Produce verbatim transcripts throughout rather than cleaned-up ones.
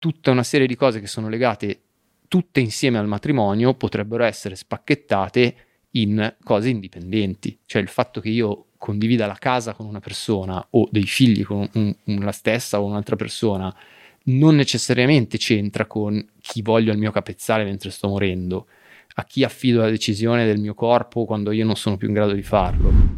tutta una serie di cose che sono legate tutte insieme al matrimonio potrebbero essere spacchettate in cose indipendenti. Cioè il fatto che io condivida la casa con una persona o dei figli con un, un, la stessa o un'altra persona non necessariamente c'entra con chi voglio al mio capezzale mentre sto morendo, a chi affido la decisione del mio corpo quando io non sono più in grado di farlo.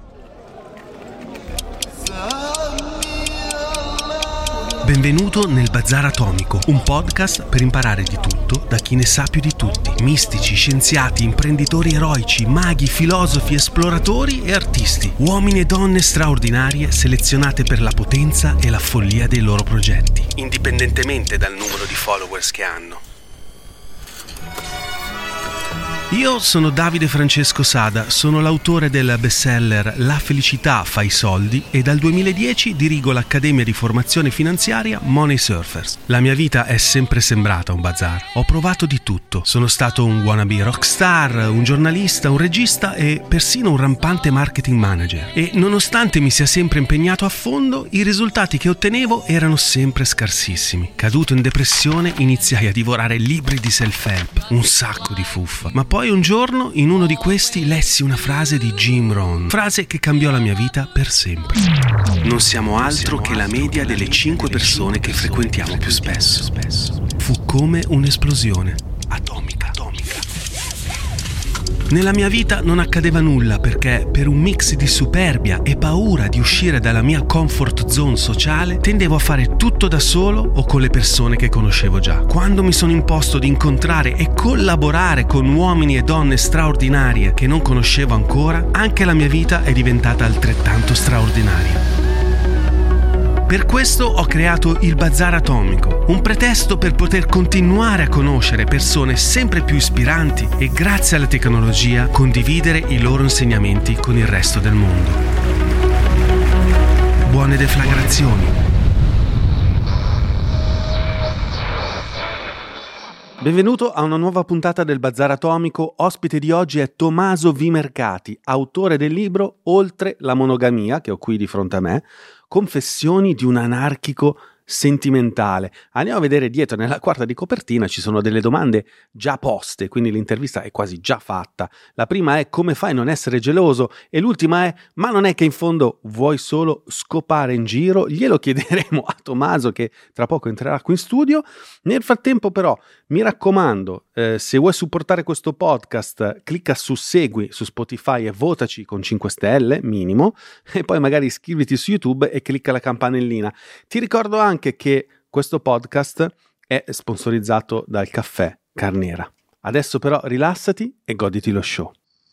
Benvenuto nel Bazar Atomico, un podcast per imparare di tutto da chi ne sa più di tutti. Mistici, scienziati, imprenditori eroici, maghi, filosofi, esploratori e artisti. Uomini e donne straordinarie selezionate per la potenza e la follia dei loro progetti, indipendentemente dal numero di followers che hanno. Io sono Davide Francesco Sada, sono l'autore del bestseller La felicità fa i soldi e dal duemiladieci dirigo l'Accademia di Formazione Finanziaria Money Surfers. La mia vita è sempre sembrata un bazar. Ho provato di tutto. Sono stato un wannabe rockstar, un giornalista, un regista e persino un rampante marketing manager. E nonostante mi sia sempre impegnato a fondo, i risultati che ottenevo erano sempre scarsissimi. Caduto in depressione, iniziai a divorare libri di self-help, un sacco di fuffa. Ma poi un giorno, in uno di questi, lessi una frase di Jim Rohn, frase che cambiò la mia vita per sempre. Non siamo altro che la media delle cinque persone che frequentiamo più spesso. Fu come un'esplosione atomica. Nella mia vita non accadeva nulla perché, per un mix di superbia e paura di uscire dalla mia comfort zone sociale, tendevo a fare tutto da solo o con le persone che conoscevo già. Quando mi sono imposto di incontrare e collaborare con uomini e donne straordinarie che non conoscevo ancora, anche la mia vita è diventata altrettanto straordinaria. Per questo ho creato il Bazar Atomico, un pretesto per poter continuare a conoscere persone sempre più ispiranti e, grazie alla tecnologia, condividere i loro insegnamenti con il resto del mondo. Buone deflagrazioni. Benvenuto a una nuova puntata del Bazar Atomico. Ospite di oggi è Tommaso Vimercati, autore del libro Oltre la monogamia, che ho qui di fronte a me, Confessioni di un anarchico sentimentale. Andiamo a vedere dietro, nella quarta di copertina ci sono delle domande già poste, quindi l'intervista è quasi già fatta. La prima è: come fai a non essere geloso? E l'ultima è: ma non è che in fondo vuoi solo scopare in giro? Glielo chiederemo a Tommaso, che tra poco entrerà qui in studio. Nel frattempo però mi raccomando, eh, se vuoi supportare questo podcast, clicca su segui su Spotify e votaci con cinque stelle minimo, e poi magari iscriviti su YouTube e clicca la campanellina. Ti ricordo anche anche che questo podcast è sponsorizzato dal caffè Carnera. Adesso però rilassati e goditi lo show.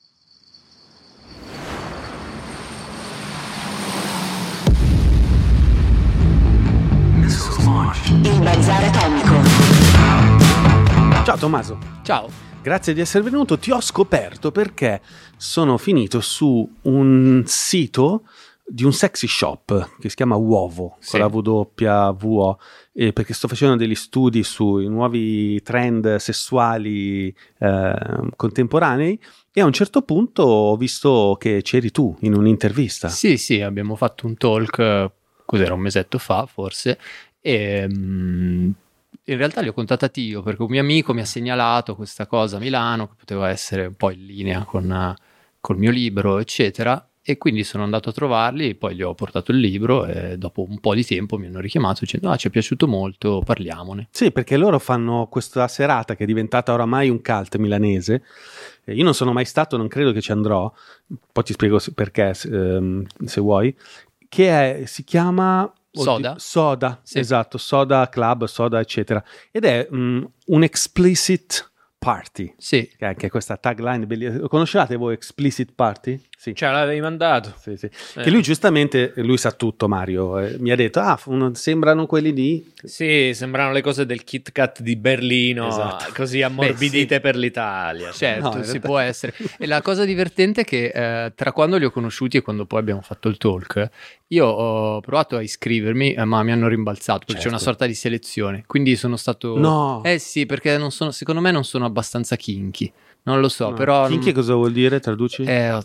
Il Bazar Atomico. Ciao Tommaso. Ciao. Grazie di essere venuto. Ti ho scoperto perché sono finito su un sito di un sexy shop che si chiama Uovo, sì, con la W W O, eh, perché sto facendo degli studi sui nuovi trend sessuali eh, contemporanei, e a un certo punto ho visto che c'eri tu in un'intervista. Sì, sì, abbiamo fatto un talk, cos'era, un mesetto fa forse, e um, in realtà li ho contattati io perché un mio amico mi ha segnalato questa cosa a Milano che poteva essere un po' in linea con col mio libro, eccetera. E quindi sono andato a trovarli, poi gli ho portato il libro e dopo un po' di tempo mi hanno richiamato dicendo: ah, ci è piaciuto molto, parliamone. Sì, perché loro fanno questa serata che è diventata oramai un cult milanese. Io non sono mai stato, non credo che ci andrò, poi ti spiego perché se, se vuoi, che è, si chiama... Soda? Soda, sì. Esatto, Soda Club, Soda eccetera. Ed è um, un explicit party, sì, che è anche questa tagline bellissima. Conoscevate voi Explicit Party? Sì. Cioè l'avevi mandato? Sì, sì. Eh. Che lui giustamente, lui sa tutto, Mario, eh, mi ha detto: ah, f- sembrano quelli di... Sì, sembrano le cose del Kit Kat di Berlino, esatto, così ammorbidite. Beh, sì, per l'Italia. Certo, no, si realtà... può essere. E la cosa divertente è che eh, tra quando li ho conosciuti e quando poi abbiamo fatto il talk, io ho provato a iscrivermi, eh, ma mi hanno rimbalzato perché certo, c'è una sorta di selezione. Quindi sono stato... No! Eh sì, perché non sono, secondo me non sono abbastanza kinky. Non lo so, no. però... Kinky cosa vuol dire? Traduci? Eh, ho, ho strano.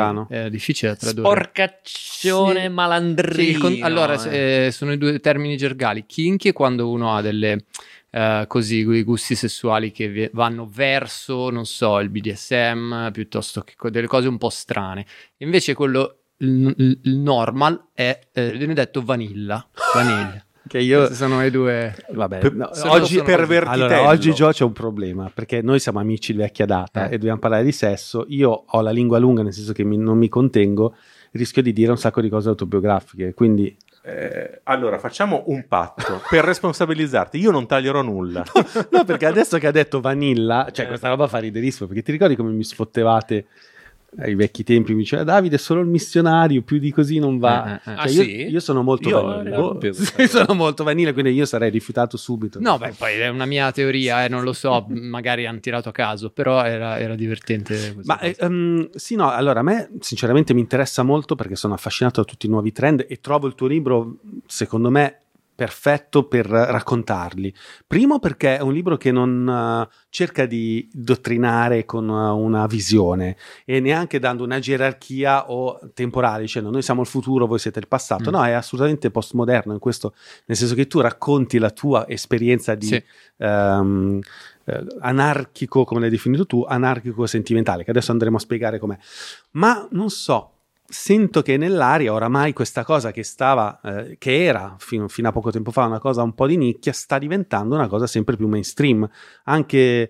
italiano? È difficile da tradurre. Sporcaccione, Sì. malandrino. Sì, con- allora, eh. eh, sono i due termini gergali. Kinky è quando uno ha delle eh, così quei gusti sessuali che vi- vanno verso, non so, il B D S M piuttosto che co- delle cose un po' strane. Invece quello il, il- il normal è eh, viene detto vanilla. Vaniglia. Che io... Questi sono i due. Vabbè, Per- no, sono- oggi, sono pervertitello. allora, oggi Gio c'è un problema perché noi siamo amici di vecchia data Eh. e dobbiamo parlare di sesso. Io ho la lingua lunga, nel senso che mi- non mi contengo, rischio di dire un sacco di cose autobiografiche, quindi Eh, allora, facciamo un patto per responsabilizzarti. Io non taglierò nulla. no, perché adesso che ha detto vanilla, cioè Eh. questa roba fa riderissimo, perché ti ricordi come mi sfottevate ai vecchi tempi, mi diceva Davide solo il missionario, più di così non va. Eh, eh, eh. Cioè, Ah, io, sì? io sono molto Io- vanilla. boh, sapevo. Sì, sono molto vanilla, quindi io sarei rifiutato subito. No, beh, poi è una mia teoria, eh, non lo so, magari hanno tirato a caso, però era, era divertente. questa Ma cosa. eh, ehm, sì, no, allora a me sinceramente mi interessa molto perché sono affascinato da tutti i nuovi trend e trovo il tuo libro, secondo me, perfetto per raccontarli. Primo perché è un libro che non eh, cerca di dottrinare con eh, una visione e neanche dando una gerarchia o temporale, dicendo noi siamo il futuro, voi siete il passato. Mm. No, è assolutamente postmoderno in questo, nel senso che tu racconti la tua esperienza di Sì. ehm, eh, anarchico, come l'hai definito tu, anarchico sentimentale, che adesso andremo a spiegare com'è. Ma non so, sento che nell'aria oramai questa cosa che stava, eh, che era fino, fino a poco tempo fa una cosa un po' di nicchia, sta diventando una cosa sempre più mainstream. Anche,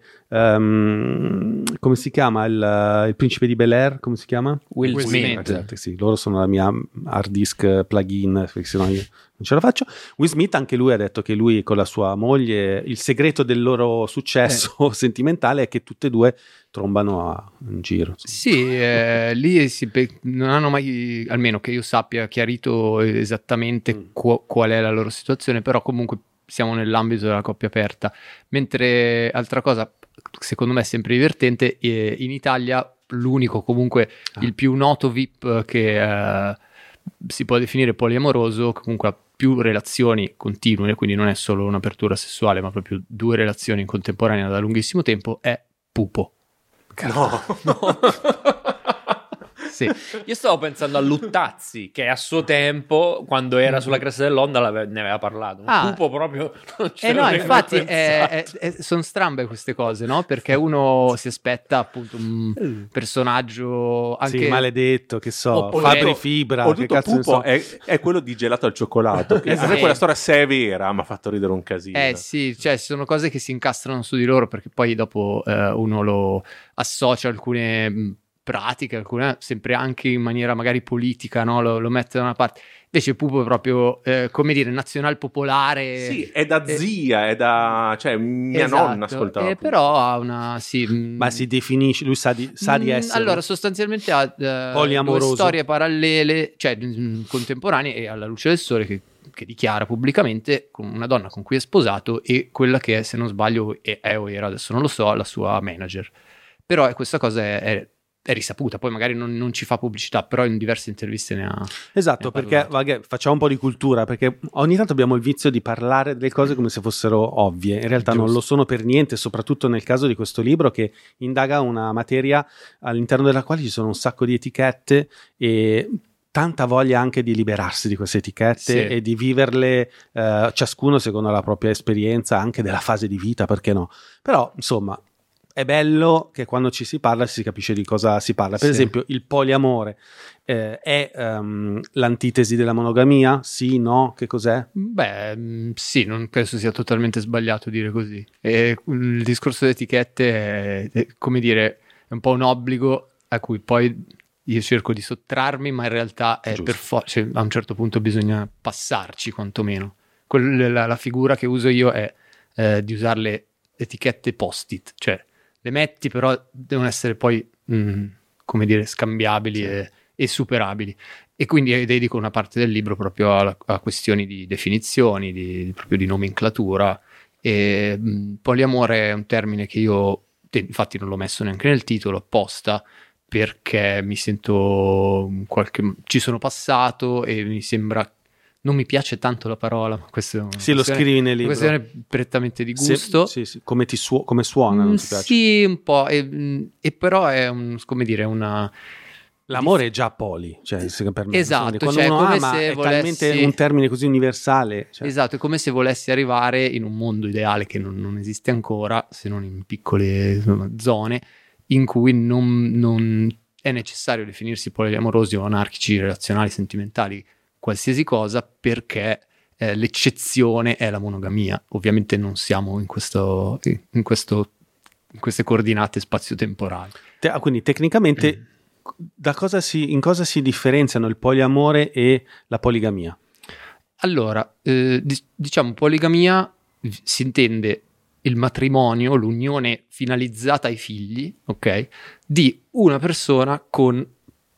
ehm, come si chiama, il, il principe di Bel-Air, come si chiama? Will Will Smith. Smith. Esatto, sì, loro sono la mia hard disk plugin, perché sennò io non ce la faccio. Will Smith, anche lui ha detto che lui con la sua moglie, il segreto del loro successo sentimentale è che tutte e due trombano a, in giro. Sì, eh, lì si pe- non hanno mai, almeno che io sappia, chiarito esattamente Mm. qu- qual è la loro situazione, però comunque siamo nell'ambito della coppia aperta. Mentre altra cosa, secondo me sempre divertente, eh, in Italia l'unico comunque, Ah. il più noto V I P che eh, si può definire poliamoroso, che comunque ha più relazioni continue, quindi non è solo un'apertura sessuale, ma proprio due relazioni in contemporanea da lunghissimo tempo, è Pupo. No, no. Sì. Io stavo pensando a Luttazzi, che a suo tempo, quando era sulla cresta dell'onda, l'ave- ne aveva parlato. Un Ah. pupo proprio... non ci Eh no, avevo infatti pensato. sono strambe queste cose, no? Perché uno si aspetta appunto un personaggio anche... Sì, maledetto, che so, Oppure- Fabri Fibra, che Oltretutto cazzo ne Pupo so. è, è quello di gelato al cioccolato. Che Esatto. a me quella storia, se è vera, mi ha fatto ridere un casino. Eh sì, cioè sono cose che si incastrano su di loro perché poi dopo eh, uno lo associa a alcune mh, pratiche, alcune sempre anche in maniera magari politica, no? Lo, lo mette da una parte. Invece Pupo è proprio, eh, come dire, nazional popolare. Sì, è da Eh, zia, è da... cioè mia esatto, nonna ascoltava. eh, Pupo. però ha una... Sì, mh, Ma si definisce, lui sa di, sa di Mm, essere... Allora, sostanzialmente ha eh, Poliamoroso. due storie parallele, cioè mm, contemporanee e alla luce del sole che, che dichiara pubblicamente con una donna con cui è sposato e quella che è, se non sbaglio, è, è o era, adesso non lo so, la sua manager. Però eh, questa cosa è, è- è risaputa, poi magari non, non ci fa pubblicità, però in diverse interviste ne ha... Esatto, ne ha perché parlato. vabbè, facciamo un po' di cultura, perché ogni tanto abbiamo il vizio di parlare delle cose come se fossero ovvie, in realtà non Giusto. lo sono per niente, soprattutto nel caso di questo libro che indaga una materia all'interno della quale ci sono un sacco di etichette e tanta voglia anche di liberarsi di queste etichette Sì. e di viverle eh, ciascuno secondo la propria esperienza, anche della fase di vita, perché no? Però, insomma, è bello che quando ci si parla si capisce di cosa si parla. Per Sì. esempio, il poliamore eh, è ehm, l'antitesi della monogamia? Sì, no? Che cos'è? Beh, mm, sì, non penso sia totalmente sbagliato dire così. E mm, il discorso delle etichette è, è, come dire, è un po' un obbligo a cui poi io cerco di sottrarmi, ma in realtà è Giusto. per for- cioè, a un certo punto bisogna passarci quantomeno. Quel- la, la figura che uso io è eh, di usare le etichette post-it, cioè le metti però devono essere poi, mm, come dire, scambiabili e, e superabili. E quindi eh, dedico una parte del libro proprio a, a questioni di definizioni, di, proprio di nomenclatura. E mh, poliamore è un termine che io, te- infatti non l'ho messo neanche nel titolo apposta, perché mi sento in qualche, ci sono passato e mi sembra, non mi piace tanto la parola, ma questo è una Sì, lo questione- scrivi nel una libro. questione prettamente di Se- gusto. sì, sì, come, ti suo- come suona, non Mm, ti piace? Sì, un po', e, mm, e però è un, come dire, una, L'amore è già poli, cioè se per me, Esatto, insomma, quando cioè, uno come ama se è volessi- talmente un termine così universale. Cioè. Esatto, è come se volessi arrivare in un mondo ideale che non, non esiste ancora, se non in piccole insomma, zone, in cui non, non è necessario definirsi poliamorosi o anarchici, relazionali, sentimentali, qualsiasi cosa, perché eh, l'eccezione è la monogamia. Ovviamente non siamo in, questo, in, questo, in queste coordinate spazio-temporali. Te- ah, quindi tecnicamente da cosa si, in cosa si differenziano il poliamore e la poligamia? Allora, eh, di- diciamo poligamia si intende il matrimonio, l'unione finalizzata ai figli, ok? Di una persona con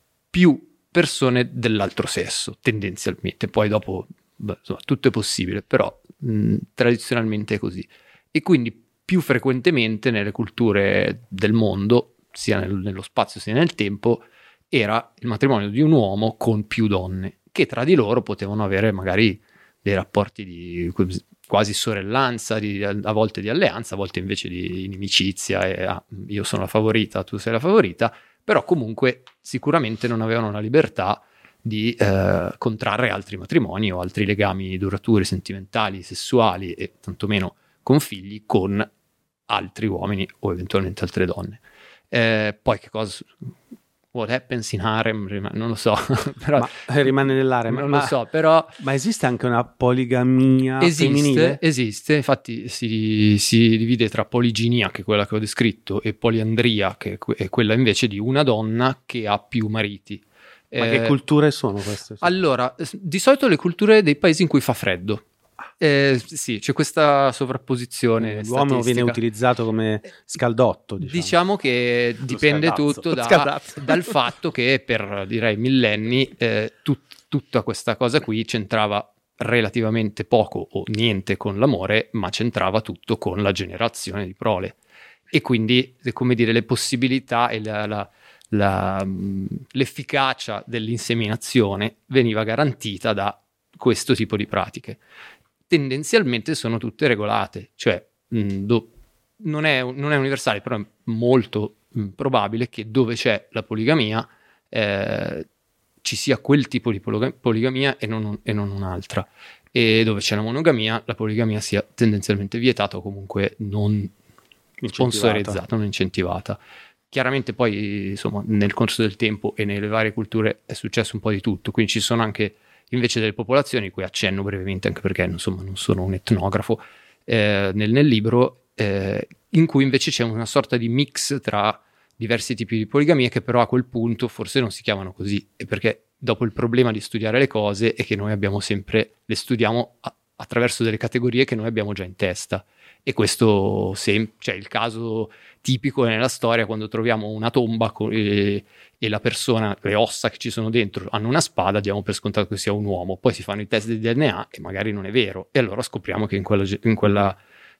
più persone dell'altro sesso, tendenzialmente. Poi dopo, beh, insomma, tutto è possibile, però mh, tradizionalmente è così. E quindi più frequentemente nelle culture del mondo, sia nel- nello spazio sia nel tempo, era il matrimonio di un uomo con più donne, che tra di loro potevano avere magari dei rapporti di quasi sorellanza, di, a volte di alleanza, a volte invece di inimicizia, e ah, io sono la favorita, tu sei la favorita, però comunque sicuramente non avevano la libertà di eh, contrarre altri matrimoni o altri legami duraturi, sentimentali, sessuali e tantomeno con figli con altri uomini o eventualmente altre donne. Eh, poi che cosa... What happens in harem? Rim- Non lo so, però... Ma eh, rimane nell'area. non ma, lo so, però... ma esiste anche una poligamia Esiste, femminile? esiste, infatti si, si divide tra poliginia, che è quella che ho descritto, e poliandria, che è que- è quella invece di una donna che ha più mariti. Ma Eh, che culture sono queste? allora, s- di solito le culture dei paesi in cui fa freddo. Eh, sì, c'è questa sovrapposizione L'uomo viene statistica. utilizzato come scaldotto, diciamo. Diciamo che dipende scaldazzo. tutto da- Scaldazzo. dal fatto che per direi millenni eh, tut- tutta questa cosa qui c'entrava relativamente poco o niente con l'amore, ma c'entrava tutto con la generazione di prole. E quindi, eh, come dire, le possibilità e la, la- la, mh, l'efficacia dell'inseminazione veniva garantita da questo tipo di pratiche. Tendenzialmente sono tutte regolate, cioè mh, do- non, è, non è universale, però è molto mh, probabile che dove c'è la poligamia eh, ci sia quel tipo di poliga- poligamia e non, e non un'altra, e dove c'è la monogamia, la poligamia sia tendenzialmente vietata o comunque non sponsorizzata, non incentivata. Chiaramente poi, insomma, nel corso del tempo e nelle varie culture è successo un po' di tutto, quindi ci sono anche invece delle popolazioni, cui accenno brevemente anche perché insomma non sono un etnografo, eh, nel, nel libro, eh, in cui invece c'è una sorta di mix tra diversi tipi di poligamia che però a quel punto forse non si chiamano così, e perché dopo il problema di studiare le cose è che noi abbiamo sempre, le studiamo a- attraverso delle categorie che noi abbiamo già in testa, e questo sem- cioè il caso tipico è nella storia quando troviamo una tomba co- e, e la persona, le ossa che ci sono dentro hanno una spada, diamo per scontato che sia un uomo, poi si fanno i test di D N A e magari non è vero, e allora scopriamo che in quella, ge- in quella,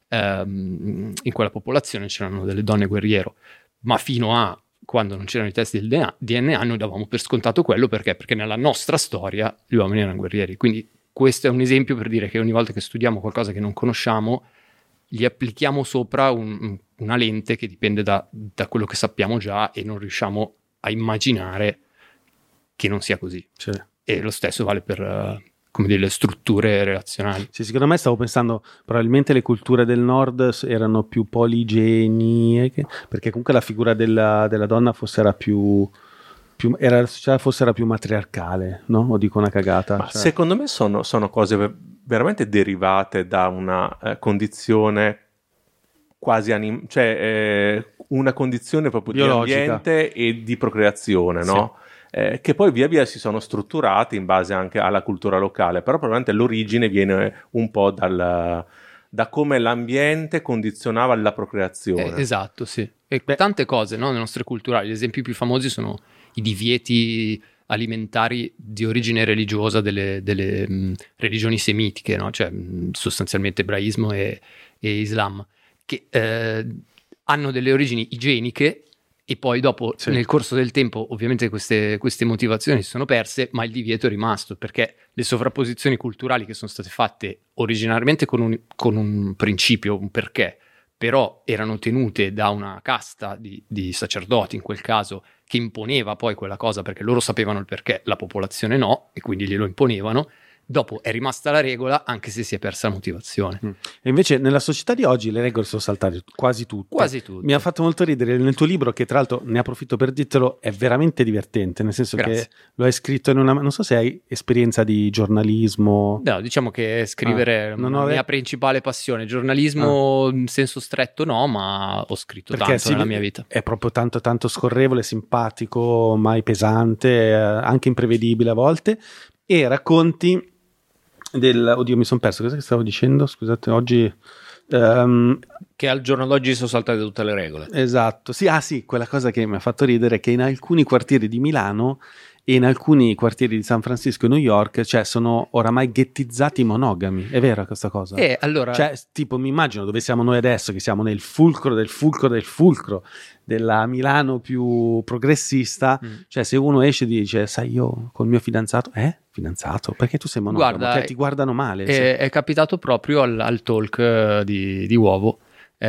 ehm, in quella popolazione c'erano delle donne guerriero, ma fino a quando non c'erano i test del D N A, D N A noi davamo per scontato quello, perché? Perché nella nostra storia gli uomini erano guerrieri. Quindi questo è un esempio per dire che ogni volta che studiamo qualcosa che non conosciamo gli applichiamo sopra un- una lente che dipende da, da quello che sappiamo già e non riusciamo a immaginare che non sia così. Sì. E lo stesso vale per eh, come dire, le strutture relazionali. Sì, secondo me stavo pensando probabilmente le culture del nord s- erano più poligeniche, perché comunque la figura della, della donna fosse era più, più era, cioè fosse era più matriarcale, no? O dico una cagata. Ma cioè. secondo me sono, sono cose ve- veramente derivate da una eh, condizione quasi anim- cioè eh, una condizione proprio Biologica. di ambiente e di procreazione, no? Eh, che poi via via si sono strutturati in base anche alla cultura locale, però probabilmente l'origine viene un po' dal, da come l'ambiente condizionava la procreazione. Eh, esatto, sì. E tante cose, no, nelle nostre culturali. Gli esempi più famosi sono i divieti alimentari di origine religiosa delle, delle mh, religioni semitiche, no? Cioè mh, sostanzialmente ebraismo e, e Islam, che eh, hanno delle origini igieniche e poi dopo, Sì. nel corso del tempo, ovviamente queste, queste motivazioni si sono perse, ma il divieto è rimasto, perché le sovrapposizioni culturali che sono state fatte originariamente con un, con un principio, un perché, però erano tenute da una casta di, di sacerdoti, in quel caso, che imponeva poi quella cosa perché loro sapevano il perché, la popolazione no, e quindi glielo imponevano. Dopo è rimasta la regola, anche se si è persa la motivazione. Mm. E invece nella società di oggi le regole sono saltate quasi tutte. Quasi tutte. Mi ha fatto molto ridere nel tuo libro, che tra l'altro ne approfitto per dirtelo, è veramente divertente, nel senso Grazie. che lo hai scritto in una... non so se hai esperienza di giornalismo. No, diciamo che scrivere Ah, è non la ho- mia principale passione. Giornalismo in senso stretto no, ma ho scritto Perché tanto si- nella mia vita. è proprio tanto tanto scorrevole, simpatico, mai pesante, eh, anche imprevedibile a volte, e racconti del... oddio, mi sono perso, cosa che stavo dicendo? Scusate, oggi... ehm, Che al giorno d'oggi sono saltate tutte le regole. esatto, sì, ah sì, quella cosa che mi ha fatto ridere è che in alcuni quartieri di Milano e in alcuni quartieri di San Francisco e New York, cioè, sono oramai ghettizzati monogami, è vera questa cosa? E allora, Cioè, tipo, mi immagino dove siamo noi adesso, che siamo nel fulcro del fulcro del fulcro della Milano più progressista, Mm. cioè se uno esce e dice, sai, io col mio fidanzato, eh? Fidanzato? Perché tu sei monogamo? Guarda, Cioè, ti guardano male. è, è capitato proprio al, al talk eh, di, di Uovo,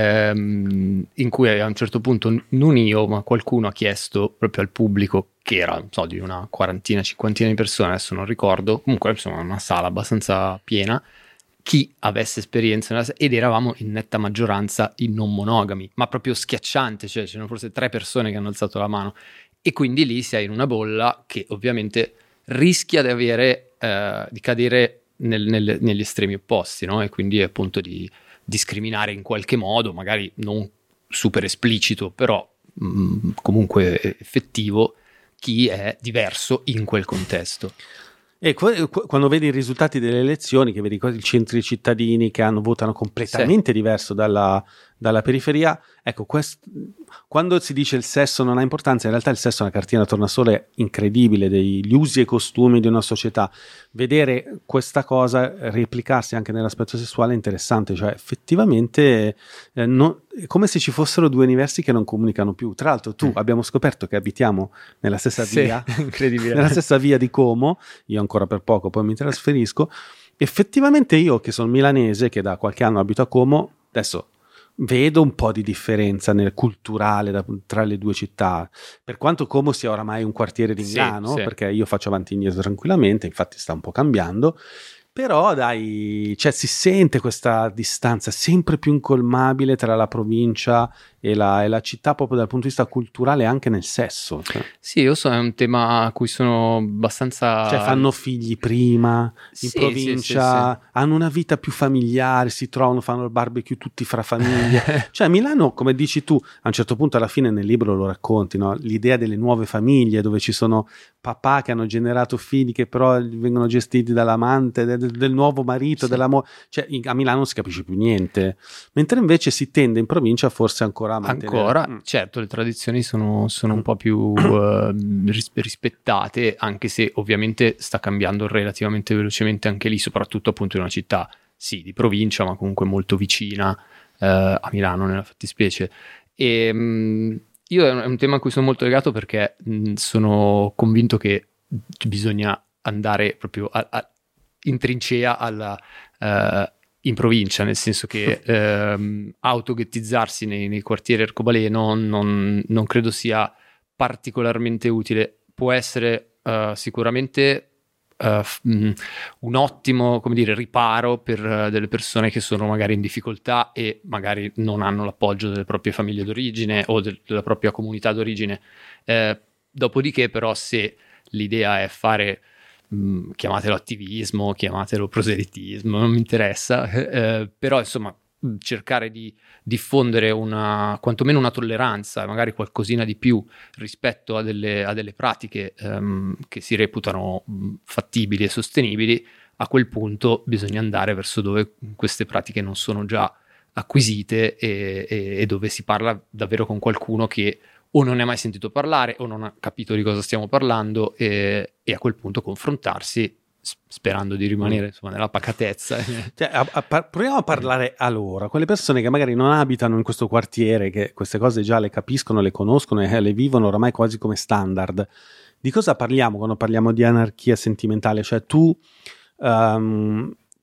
ehm, in cui a un certo punto non io, ma qualcuno ha chiesto proprio al pubblico, che era, non so, di una quarantina, cinquantina di persone, adesso non ricordo, comunque insomma una sala abbastanza piena, chi avesse esperienza nella- ed eravamo in netta maggioranza i non monogami, ma proprio schiacciante, cioè c'erano forse tre persone che hanno alzato la mano, e quindi lì sei in una bolla che ovviamente rischia di avere eh, di cadere nel- nel- negli estremi opposti, no? E quindi appunto di discriminare in qualche modo, magari non super esplicito, però mh, comunque effettivo, chi è diverso in quel contesto. E qu- qu- quando vedi i risultati delle elezioni, che vedi quasi i centri cittadini che hanno votano completamente diverso dalla, dalla periferia, ecco, quest- quando si dice il sesso non ha importanza, in realtà il sesso è una cartina tornasole incredibile degli usi e costumi di una società. Vedere questa cosa replicarsi anche nell'aspetto sessuale è interessante, cioè effettivamente eh, non- è come se ci fossero due universi che non comunicano più. Tra l'altro tu, Mm. abbiamo scoperto che abitiamo nella stessa Sì, via, incredibile. nella stessa via di Como, io ancora per poco, poi mi trasferisco. Effettivamente io che sono milanese, che da qualche anno abito a Como, adesso vedo un po' di differenza nel culturale da- tra le due città, per quanto Como sia oramai un quartiere di Sì, Milano, sì. perché io faccio avanti e indietro tranquillamente, infatti sta un po' cambiando, però dai, cioè si sente questa distanza sempre più incolmabile tra la provincia e la, e la città, proprio dal punto di vista culturale, anche nel sesso, cioè, Sì, io so, è un tema a cui sono abbastanza... cioè fanno figli prima in Sì, provincia, sì, sì, hanno una vita più familiare, si trovano, fanno il barbecue tutti fra famiglie. Cioè Milano, come dici tu, a un certo punto alla fine nel libro lo racconti, no? L'idea delle nuove famiglie dove ci sono papà che hanno generato figli che però vengono gestiti dall'amante, del, del nuovo marito, Sì. della mo- cioè in- a Milano non si capisce più niente, mentre invece si tende in provincia forse ancora a mantenere. Ancora, Mm. certo, le tradizioni sono, sono un po' più eh, ris- rispettate, anche se ovviamente sta cambiando relativamente velocemente anche lì, soprattutto appunto in una città, sì, di provincia, ma comunque molto vicina eh, a Milano nella fattispecie. E mh, io è un, è un tema a cui sono molto legato perché mh, sono convinto che bisogna andare proprio a- a- in trincea alla... eh, in provincia, nel senso che ehm, autoghettizzarsi nei, nei quartieri arcobaleno non, non credo sia particolarmente utile. Può essere eh, sicuramente eh, f- mh, un ottimo, come dire, riparo per eh, delle persone che sono magari in difficoltà e magari non hanno l'appoggio delle proprie famiglie d'origine o del- della propria comunità d'origine. Eh, dopodiché però se l'idea è fare mh, chiamatelo attivismo, chiamatelo proselitismo, non mi interessa, eh, però insomma mh, cercare di diffondere una, quantomeno una tolleranza, magari qualcosina di più rispetto a delle, a delle pratiche ehm, che si reputano mh, fattibili e sostenibili, a quel punto bisogna andare verso dove queste pratiche non sono già acquisite e, e- e dove si parla davvero con qualcuno che o non ne ha mai sentito parlare o non ha capito di cosa stiamo parlando e, e a quel punto confrontarsi s- sperando di rimanere insomma nella pacatezza. Cioè, a- a par- proviamo a parlare a loro, quelle persone che magari non abitano in questo quartiere, che queste cose già le capiscono, le conoscono e le vivono oramai quasi come standard. Di cosa parliamo quando parliamo di anarchia sentimentale? Cioè tu, ehm,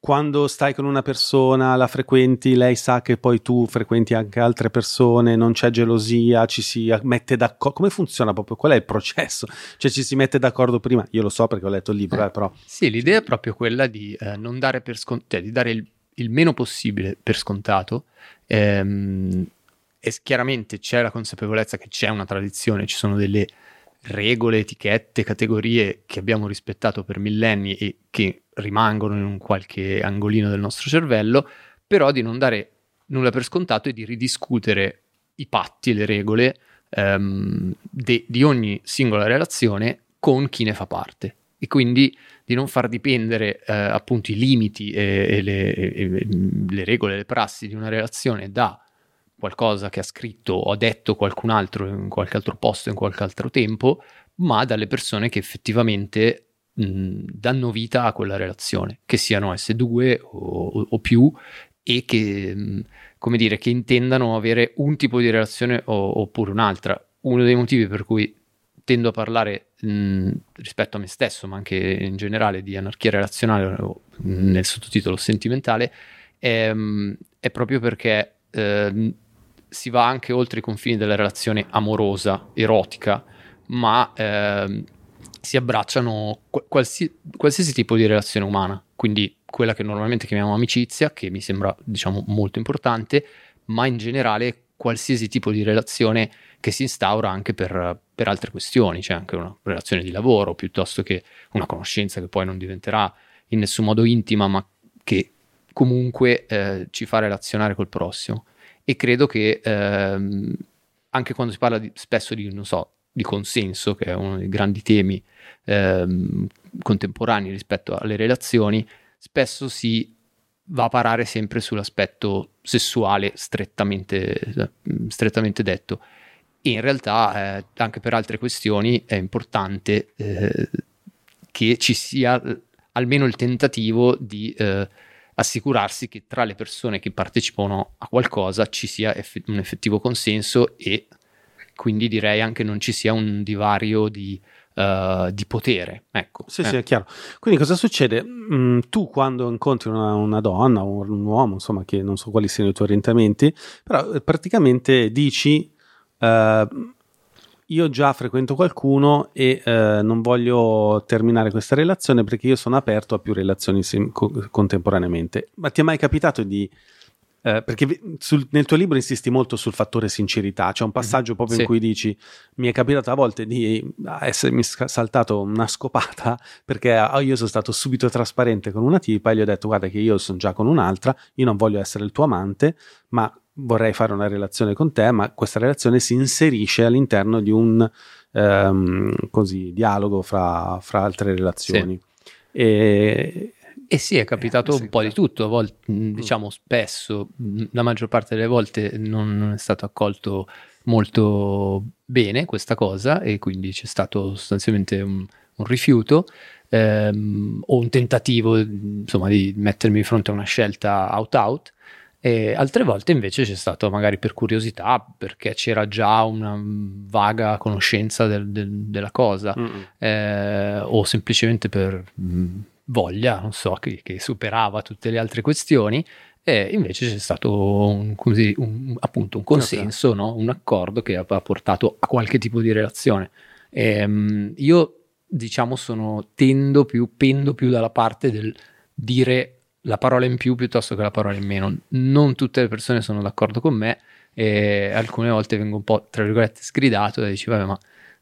quando stai con una persona, la frequenti, lei sa che poi tu frequenti anche altre persone, non c'è gelosia, ci si mette d'accordo. Come funziona proprio? Qual è il processo? Cioè ci si mette d'accordo prima? Io lo so perché ho letto il libro, eh, però... Sì, l'idea è proprio quella di eh, non dare per scontato, cioè di dare il, il meno possibile per scontato. Ehm, e chiaramente c'è la consapevolezza che c'è una tradizione, ci sono delle regole, etichette, categorie che abbiamo rispettato per millenni e che rimangono in un qualche angolino del nostro cervello, però di non dare nulla per scontato e di ridiscutere i patti e le regole ehm, de, di ogni singola relazione con chi ne fa parte, e quindi di non far dipendere eh, appunto i limiti e, e, le, e, e le regole, le prassi di una relazione da qualcosa che ha scritto o ha detto qualcun altro in qualche altro posto, in qualche altro tempo, ma dalle persone che effettivamente mh, danno vita a quella relazione, che siano esse due o, o più, e che, mh, come dire, che intendano avere un tipo di relazione o, oppure un'altra. Uno dei motivi per cui tendo a parlare mh, rispetto a me stesso, ma anche in generale, di anarchia relazionale, o nel sottotitolo sentimentale, è, mh, è proprio perché eh, si va anche oltre i confini della relazione amorosa, erotica, ma ehm, si abbracciano qualsiasi, qualsiasi tipo di relazione umana, quindi quella che normalmente chiamiamo amicizia, che mi sembra, diciamo, molto importante, ma in generale qualsiasi tipo di relazione che si instaura anche per, per altre questioni. C'è anche una relazione di lavoro, piuttosto che una conoscenza che poi non diventerà in nessun modo intima, ma che comunque eh, ci fa relazionare col prossimo. E credo che ehm, anche quando si parla di, spesso di, non so, di consenso, che è uno dei grandi temi ehm, contemporanei rispetto alle relazioni, spesso si va a parare sempre sull'aspetto sessuale strettamente, strettamente detto. E in realtà eh, anche per altre questioni è importante eh, che ci sia almeno il tentativo di... Eh, assicurarsi che tra le persone che partecipano a qualcosa ci sia eff- un effettivo consenso, e quindi direi anche non ci sia un divario di, uh, di potere. Ecco. Sì, eh. sì, è chiaro. Quindi cosa succede? Mm, tu quando incontri una, una donna o un uomo, insomma, che non so quali siano i tuoi orientamenti, però praticamente dici... Uh, io già frequento qualcuno e eh, non voglio terminare questa relazione perché io sono aperto a più relazioni sim- co- contemporaneamente. Ma ti è mai capitato di... Eh, perché sul, nel tuo libro insisti molto sul fattore sincerità, c'è un passaggio proprio Sì. in cui dici: mi è capitato a volte di essermi saltato una scopata perché oh, io sono stato subito trasparente con una tipa e gli ho detto: guarda che io sono già con un'altra, io non voglio essere il tuo amante, ma vorrei fare una relazione con te, ma questa relazione si inserisce all'interno di un ehm, così, dialogo fra, fra altre relazioni. Sì. E... E sì, è capitato eh, un po' di tutto, a volte, diciamo spesso, la maggior parte delle volte non è stato accolto molto bene questa cosa, e quindi c'è stato sostanzialmente un, un rifiuto ehm, o un tentativo, insomma, di mettermi di fronte a una scelta out-out. E altre volte invece c'è stato magari per curiosità, perché c'era già una vaga conoscenza del, del, della cosa, eh, o semplicemente per mh, voglia, non so, che, che superava tutte le altre questioni. E invece c'è stato un, così, un, appunto un consenso, no? Un accordo che ha, ha portato a qualche tipo di relazione. E, mh, io diciamo sono tendo più pendo più dalla parte del dire la parola in più piuttosto che la parola in meno. Non tutte le persone sono d'accordo con me, e alcune volte vengo un po', tra virgolette, sgridato, e dici vabbè, ma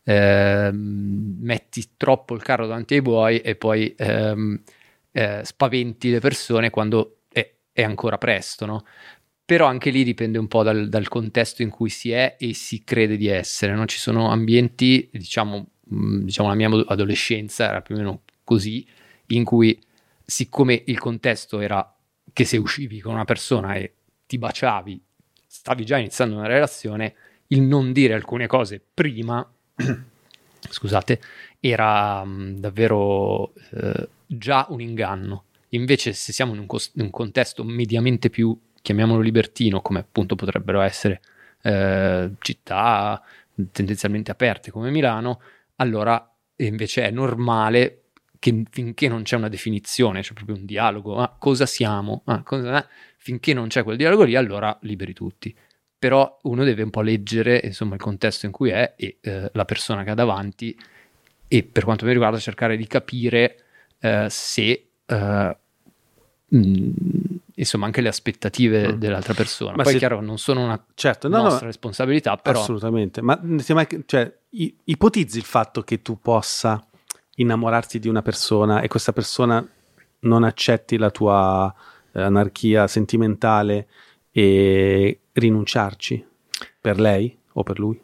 ehm, metti troppo il carro davanti ai buoi e poi ehm, eh, spaventi le persone quando è, è ancora presto, no? Però anche lì dipende un po' dal, dal contesto in cui si è e si crede di essere, no? Ci sono ambienti, diciamo, mh, diciamo la mia adolescenza era più o meno così, in cui siccome il contesto era che se uscivi con una persona e ti baciavi, stavi già iniziando una relazione, il non dire alcune cose prima, scusate, era mh, davvero eh, già un inganno. Invece se siamo in un, cos- in un contesto mediamente più, chiamiamolo libertino, come appunto potrebbero essere eh, città tendenzialmente aperte come Milano, allora invece è normale che finché non c'è una definizione, c'è proprio un dialogo, ah, cosa siamo, ah, cosa, eh, finché non c'è quel dialogo lì, allora liberi tutti. Però uno deve un po' leggere, insomma, il contesto in cui è e eh, la persona che ha davanti, e per quanto mi riguarda cercare di capire eh, se eh, mh, insomma anche le aspettative mm. dell'altra persona. Ma poi se... chiaro non sono una certo, no, nostra no, responsabilità, però assolutamente. Ma cioè, ipotizzi il fatto che tu possa innamorarti di una persona e questa persona non accetti la tua eh, anarchia sentimentale e rinunciarci per lei o per lui?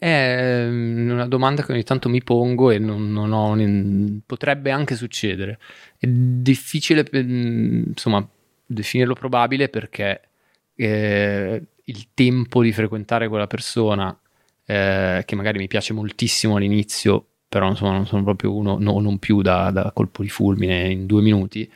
È una domanda che ogni tanto mi pongo e non, non ho un... potrebbe anche succedere. È difficile insomma definirlo probabile perché eh, il tempo di frequentare quella persona eh, che magari mi piace moltissimo all'inizio, però insomma non sono proprio uno, no, non più da, da colpo di fulmine in due minuti,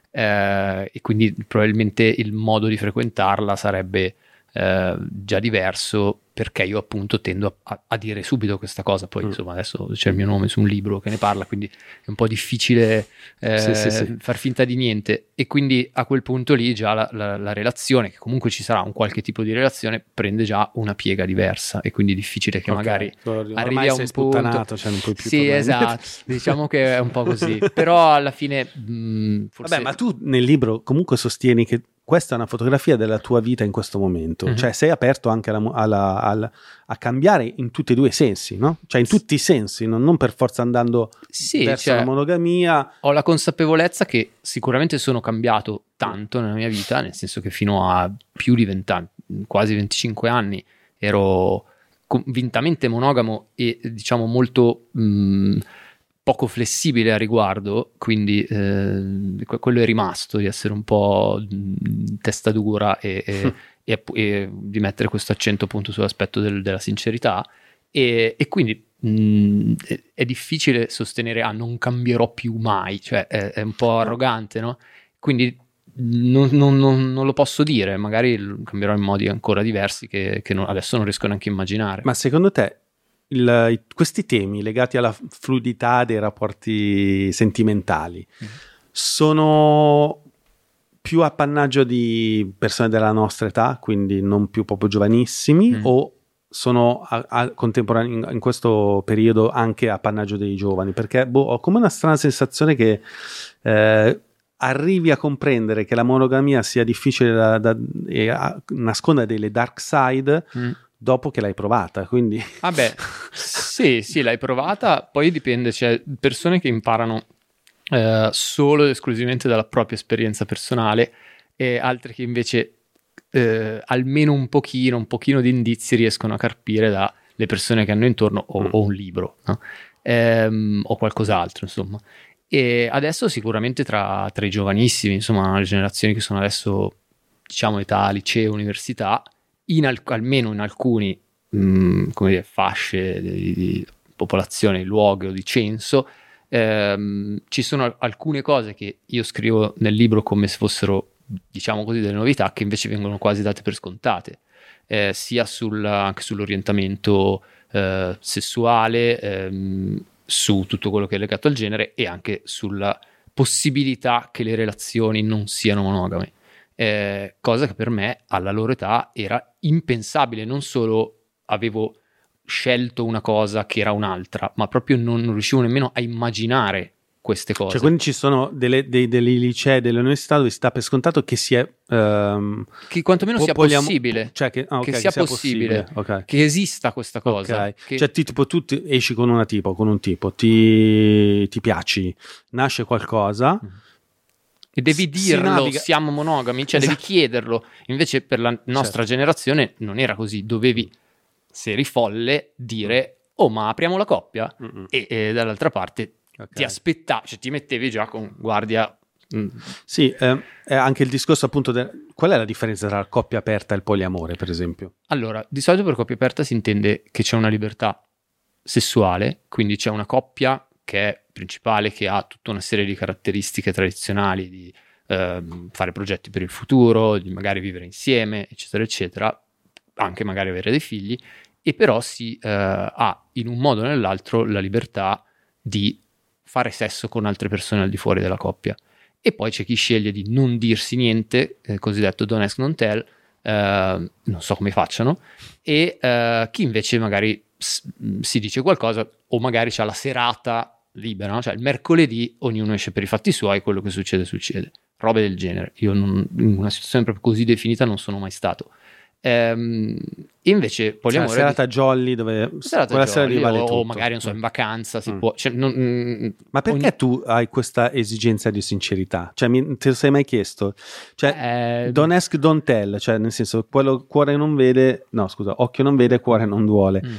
eh, e quindi probabilmente il modo di frequentarla sarebbe eh, già diverso, perché io appunto tendo a, a dire subito questa cosa. Poi mm. insomma adesso c'è il mio nome su un libro che ne parla, quindi è un po' difficile eh, sì, sì, sì. far finta di niente, e quindi a quel punto lì già la, la, la relazione, che comunque ci sarà un qualche tipo di relazione, prende già una piega diversa, e quindi è difficile che okay. magari Ormai arrivi a un punto, cioè non puoi più sì esatto, diciamo che è un po' così, però alla fine mh, forse... Vabbè, ma tu nel libro comunque sostieni che questa è una fotografia della tua vita in questo momento, mm-hmm. cioè sei aperto anche alla, alla, alla, a cambiare in tutti e due i sensi, no? Cioè in tutti i sensi, non, non per forza andando sì, verso cioè, la monogamia. Ho la consapevolezza che sicuramente sono cambiato tanto nella mia vita, nel senso che fino a più di vent'anni, quasi venticinque anni, ero convintamente monogamo e diciamo molto... Mh, poco flessibile a riguardo, quindi eh, quello è rimasto, di essere un po' testa dura e, e, e, e di mettere questo accento appunto sull'aspetto del, della sincerità, e, e quindi mh, è, è difficile sostenere ah non cambierò più mai, cioè è, è un po' arrogante, no? Quindi non, non, non, non lo posso dire, magari cambierò in modi ancora diversi che, che non, adesso non riesco neanche a immaginare. Ma secondo te Il, questi temi legati alla fluidità dei rapporti sentimentali mm. sono più appannaggio di persone della nostra età, quindi non più proprio giovanissimi, mm. o sono a, a contemporanei in, in questo periodo anche appannaggio dei giovani? Perché boh, ho come una strana sensazione che eh, arrivi a comprendere che la monogamia sia difficile da, da, e a, nasconda delle dark side mm. dopo che l'hai provata, quindi... Vabbè, sì, sì, l'hai provata, poi dipende, c'è persone che imparano eh, solo ed esclusivamente dalla propria esperienza personale, e altre che invece eh, almeno un pochino, un pochino di indizi riescono a carpire dalle persone che hanno intorno, o, mm. o un libro, no? ehm, o qualcos'altro, insomma. E adesso sicuramente tra, tra i giovanissimi, insomma, le generazioni che sono adesso, diciamo, età, liceo, università, In al- almeno in alcuni mh, come dire, fasce di, di popolazione, luoghi o di censo, ehm, ci sono al- alcune cose che io scrivo nel libro come se fossero, diciamo così, delle novità, che invece vengono quasi date per scontate, eh, sia sul, anche sull'orientamento eh, sessuale, ehm, su tutto quello che è legato al genere, e anche sulla possibilità che le relazioni non siano monogame. Eh, cosa che per me alla loro età era impensabile. Non solo avevo scelto una cosa che era un'altra, ma proprio non, non riuscivo nemmeno a immaginare queste cose. Cioè, quindi ci sono delle, dei, dei licei, delle università dove si sta per scontato che sia um, che quantomeno sia vogliamo, possibile, cioè che, ah, okay, che sia, che sia possibile, possibile. Okay. Che esista questa cosa, okay. che... Cioè ti, tipo tu ti esci con una tipo con un tipo, ti, ti piaci, nasce qualcosa mm. e devi dirlo, naviga... siamo monogami, cioè esatto. devi chiederlo. Invece per la nostra certo. generazione non era così, dovevi, se eri folle, dire oh ma apriamo la coppia, e, e dall'altra parte okay. ti aspettavi, cioè ti mettevi già con guardia. Mm. Sì, eh, è anche il discorso appunto de... qual è la differenza tra la coppia aperta e il poliamore, per esempio? Allora, di solito per coppia aperta si intende che c'è una libertà sessuale, quindi c'è una coppia che è principale, che ha tutta una serie di caratteristiche tradizionali di eh, fare progetti per il futuro, di magari vivere insieme, eccetera eccetera, anche magari avere dei figli, e però si eh, ha in un modo o nell'altro la libertà di fare sesso con altre persone al di fuori della coppia. E poi c'è chi sceglie di non dirsi niente, eh, cosiddetto don't ask, don't tell, eh, non so come facciano, e eh, chi invece magari s- si dice qualcosa, o magari c'ha la serata libera, no? Cioè il mercoledì ognuno esce per i fatti suoi, quello che succede succede, robe del genere. Io non, in una situazione proprio così definita non sono mai stato. Ehm, invece poliamore, cioè, serata jolly dove serata quella sera jolly, lì vale o, tutto. o magari non so, in vacanza si Mm. può, cioè, non, mm, Ma perché ogni- tu hai questa esigenza di sincerità? Cioè, mi, te lo sei mai chiesto? Cioè, Eh, don't ask, don't tell, cioè nel senso, quello cuore non vede, no scusa, occhio non vede, cuore non duole. mm.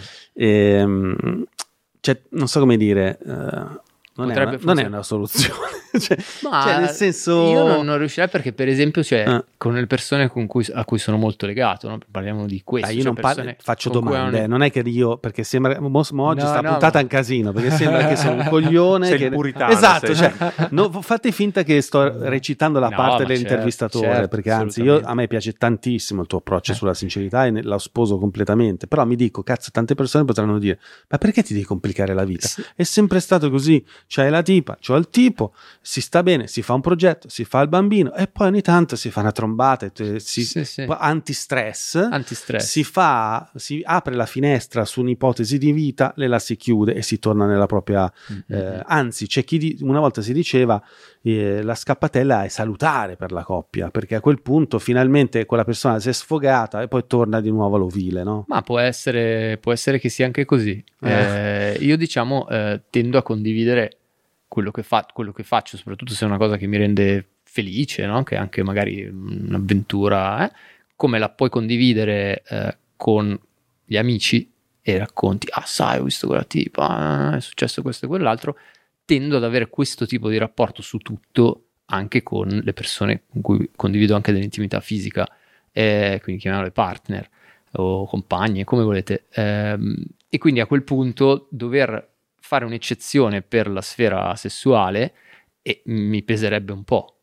Ehm, cioè, non so come dire, eh, non, è Potrebbe una, non è funzionare. una soluzione. cioè, Ma cioè, nel senso, io non, non riuscirei, perché per esempio cioè, Eh. con le persone con cui, a cui sono molto legato, no? Parliamo di questo, Ah, io cioè non parlo, persone faccio con cui domande, ho eh, un- non è che io, perché sembra, mo, mo oggi No, sta no, puntata ma- è un casino, perché sembra che sono un coglione. Sei che... il puritano, esatto, sei. cioè, no, fate finta che sto recitando la No, parte ma dell'intervistatore, certo, certo, perché anzi io, assolutamente. a me piace tantissimo il tuo approccio Eh. sulla sincerità e ne- la sposo completamente, però mi dico, cazzo, tante persone potranno dire, ma perché ti devi complicare la vita? Sì. È sempre stato così, c'hai la tipa, c'ho il tipo, si sta bene, si fa un progetto, si fa il bambino e poi ogni tanto si fa una trombata, e si, Sì, sì. poi antistress, Antistress. si fa, si apre la finestra su un'ipotesi di vita, le la si chiude e si torna nella propria, Mm-hmm. eh, anzi c'è chi di- una volta si diceva eh, la scappatella è salutare per la coppia, perché a quel punto finalmente quella persona si è sfogata e poi torna di nuovo all'ovile, no? Ma può essere, può essere che sia anche così. Eh. Eh, io diciamo eh, tendo a condividere quello che, fa, quello che faccio, soprattutto se è una cosa che mi rende felice, no? Che è anche magari un'avventura, eh? Come la puoi condividere eh, con gli amici e racconti, ah sai, ho visto quella tipa, è successo questo e quell'altro. Tendo ad avere questo tipo di rapporto su tutto anche con le persone con cui condivido anche dell'intimità fisica, eh, quindi chiamiamole partner o compagni, come volete, ehm, e quindi a quel punto dover fare un'eccezione per la sfera sessuale e mi peserebbe un po',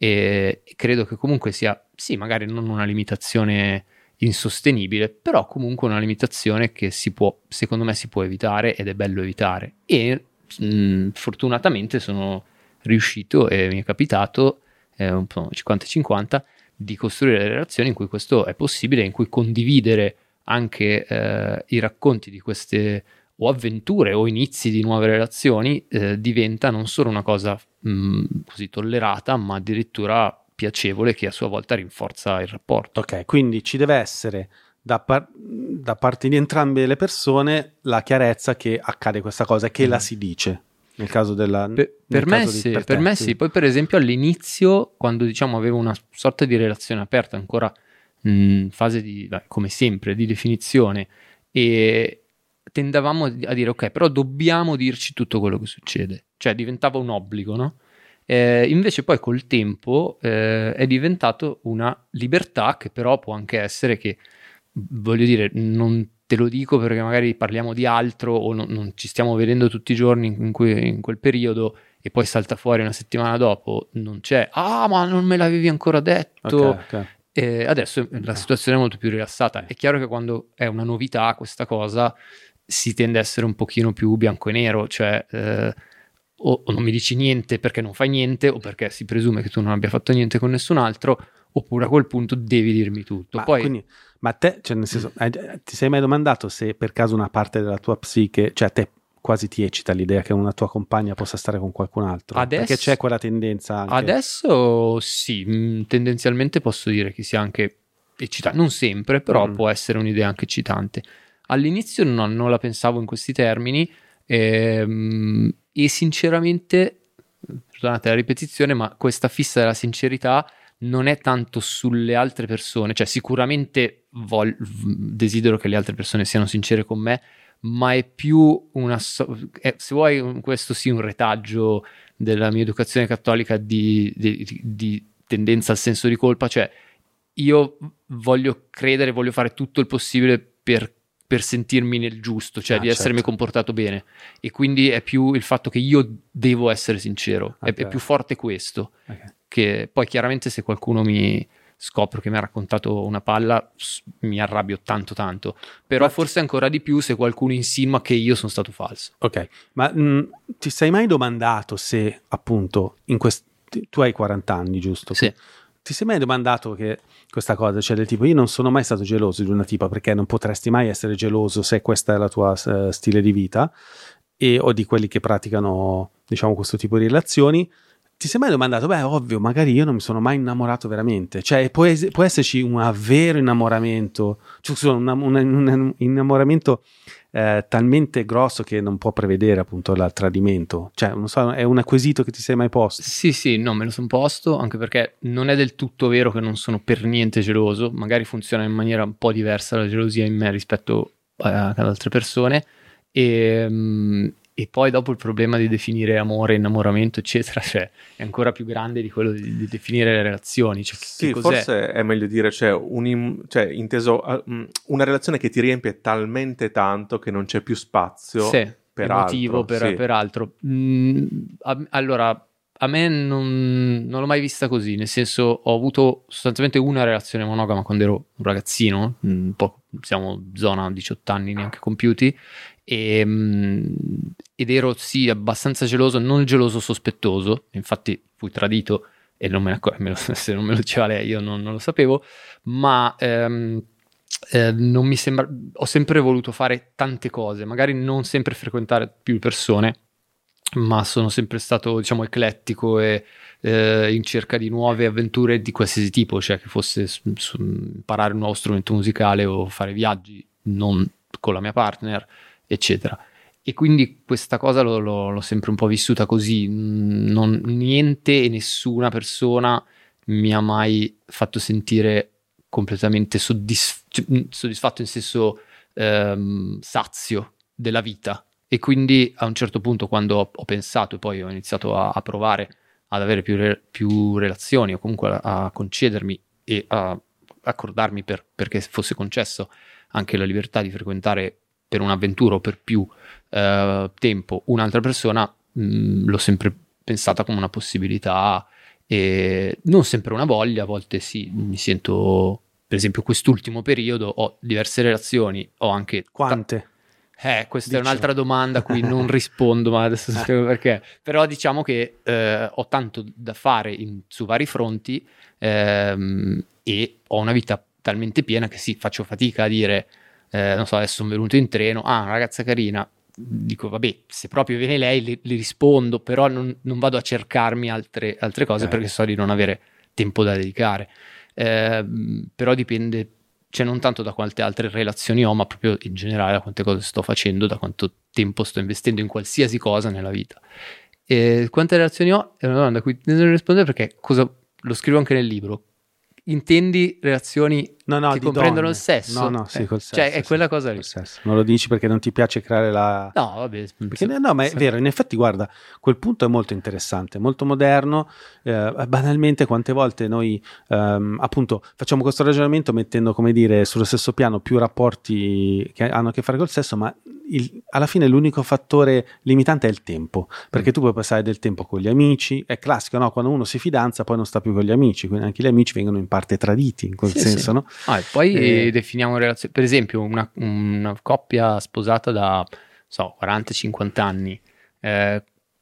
e credo che comunque sia, sì, magari non una limitazione insostenibile, però comunque una limitazione che si può, secondo me si può evitare, ed è bello evitare. E mh, fortunatamente sono riuscito, e mi è capitato eh, un po' cinquanta cinquanta di costruire delle relazioni in cui questo è possibile, in cui condividere anche eh, i racconti di queste o avventure o inizi di nuove relazioni eh, diventa non solo una cosa mh, così tollerata, ma addirittura piacevole, che a sua volta rinforza il rapporto. Ok, quindi ci deve essere da, par- da parte di entrambe le persone la chiarezza che accade questa cosa, che Mm. la si dice. Nel caso della Per, nel per me caso di- sì, per per te, me sì. sì. Poi per esempio all'inizio, quando diciamo avevo una sorta di relazione aperta, ancora in fase di, beh, come sempre, di definizione, e tendavamo a dire ok, però dobbiamo dirci tutto quello che succede, cioè diventava un obbligo, no? Eh, invece poi col tempo eh, è diventato una libertà, che però può anche essere che, voglio dire, non te lo dico perché magari parliamo di altro o non, non ci stiamo vedendo tutti i giorni in, cui, in quel periodo, e poi salta fuori una settimana dopo, non c'è, ah ma non me l'avevi ancora detto. Ok, ok. E adesso la situazione è molto più rilassata. È chiaro che quando è una novità questa cosa si tende a essere un pochino più bianco e nero, cioè eh, o, o non mi dici niente perché non fai niente, o perché si presume che tu non abbia fatto niente con nessun altro, oppure a quel punto devi dirmi tutto. Ma, Poi quindi, ma te, cioè nel senso, hai- ti sei mai domandato se per caso una parte della tua psiche, cioè a te quasi ti eccita l'idea che una tua compagna possa stare con qualcun altro? Adesso- Perché c'è quella tendenza anche. adesso sì, mh, tendenzialmente posso dire che sia anche eccitante, non sempre, però Mm. può essere un'idea anche eccitante. All'inizio no, non la pensavo in questi termini, ehm, e sinceramente, perdonate la ripetizione, ma questa fissa della sincerità non è tanto sulle altre persone, cioè sicuramente vol- desidero che le altre persone siano sincere con me, ma è più una so- è, se vuoi, questo sì, un retaggio della mia educazione cattolica di, di, di tendenza al senso di colpa, cioè io voglio credere, voglio fare tutto il possibile per, per sentirmi nel giusto, cioè Ah, di essermi certo. comportato bene, e quindi è più il fatto che io devo essere sincero, è, Ok. è più forte questo, Ok. che poi chiaramente se qualcuno mi, scopro che mi ha raccontato una palla, mi arrabbio tanto tanto, però ma forse ancora di più se qualcuno insinua che io sono stato falso. Ok, ma mh, ti sei mai domandato se appunto in questi tu hai quaranta anni, giusto? Sì. Ti sei mai domandato che questa cosa, cioè del tipo io non sono mai stato geloso di una tipa, perché non potresti mai essere geloso se questa è la tua uh, stile di vita, e o di quelli che praticano, diciamo, questo tipo di relazioni. Ti sei mai domandato, beh, ovvio, magari io non mi sono mai innamorato veramente, cioè può, es- può esserci un vero innamoramento, cioè un, un, un innamoramento eh, talmente grosso che non può prevedere appunto il tradimento, cioè non so, è un quesito che ti sei mai posto? Sì, sì, no, me lo sono posto, anche perché non è del tutto vero che non sono per niente geloso, magari funziona in maniera un po' diversa la gelosia in me rispetto a, ad altre persone, e... Um, E poi dopo il problema di definire amore, innamoramento, eccetera, cioè è ancora più grande di quello di, di definire le relazioni. Cioè, sì, cos'è? Forse è meglio dire, cioè, un, cioè inteso uh, una relazione che ti riempie talmente tanto che non c'è più spazio sì, per motivo altro. Per, sì. per altro. Mm, a, allora, a me non, non l'ho mai vista così, nel senso ho avuto sostanzialmente una relazione monogama quando ero un ragazzino, un po', siamo zona diciotto anni neanche compiuti, e, ed ero sì abbastanza geloso, non geloso sospettoso, infatti fui tradito e non me ne accor- me lo, se non me lo diceva lei io non, non lo sapevo, ma ehm, eh, non mi sembra, ho sempre voluto fare tante cose, magari non sempre frequentare più persone, ma sono sempre stato, diciamo, eclettico e eh, in cerca di nuove avventure di qualsiasi tipo, cioè che fosse su, su, imparare un nuovo strumento musicale o fare viaggi non con la mia partner, eccetera. E quindi questa cosa l'ho, l'ho, l'ho sempre un po' vissuta così, non, niente e nessuna persona mi ha mai fatto sentire completamente soddisf- soddisfatto in senso ehm, sazio della vita. E quindi a un certo punto, quando ho, ho pensato e poi ho iniziato a, a provare ad avere più, re, più relazioni, o comunque a, a concedermi e a accordarmi per, perché fosse concesso anche la libertà di frequentare per un'avventura o per più eh, tempo un'altra persona, mh, l'ho sempre pensata come una possibilità e non sempre una voglia. A volte sì, mi sento, per esempio quest'ultimo periodo ho diverse relazioni, ho anche quante? Ta- Eh, questa Dicelo. È un'altra domanda a cui non rispondo, ma adesso spiego perché. Però diciamo che eh, ho tanto da fare in, su vari fronti ehm, e ho una vita talmente piena che sì, faccio fatica a dire, eh, non so, adesso sono venuto in treno, ah, una ragazza carina, dico vabbè, se proprio viene lei le, le rispondo, però non, non vado a cercarmi altre, altre cose eh. perché so di non avere tempo da dedicare. Eh, però dipende, cioè non tanto da quante altre relazioni ho, ma proprio in generale da quante cose sto facendo, da quanto tempo sto investendo in qualsiasi cosa nella vita. E quante relazioni ho? È una domanda a cui non rispondere perché cosa, lo scrivo anche nel libro. Intendi relazioni no, no, che comprendono donne. il sesso? No, no, sì, eh. col sesso. Cioè è sì, quella cosa lì. Non lo dici perché non ti piace creare la... No, vabbè. Perché, no, ma è sì. vero, in effetti guarda, quel punto è molto interessante, molto moderno, eh, banalmente quante volte noi ehm, appunto facciamo questo ragionamento mettendo, come dire, sullo stesso piano più rapporti che hanno a che fare col sesso, ma il, alla fine l'unico fattore limitante è il tempo, perché mm. tu puoi passare del tempo con gli amici, è classico, no? Quando uno si fidanza poi non sta più con gli amici, quindi anche gli amici vengono in parte traditi in quel sì, senso, sì. no? Ah, e poi eh. definiamo relazioni, per esempio una, una coppia sposata da so, quaranta cinquanta anni eh,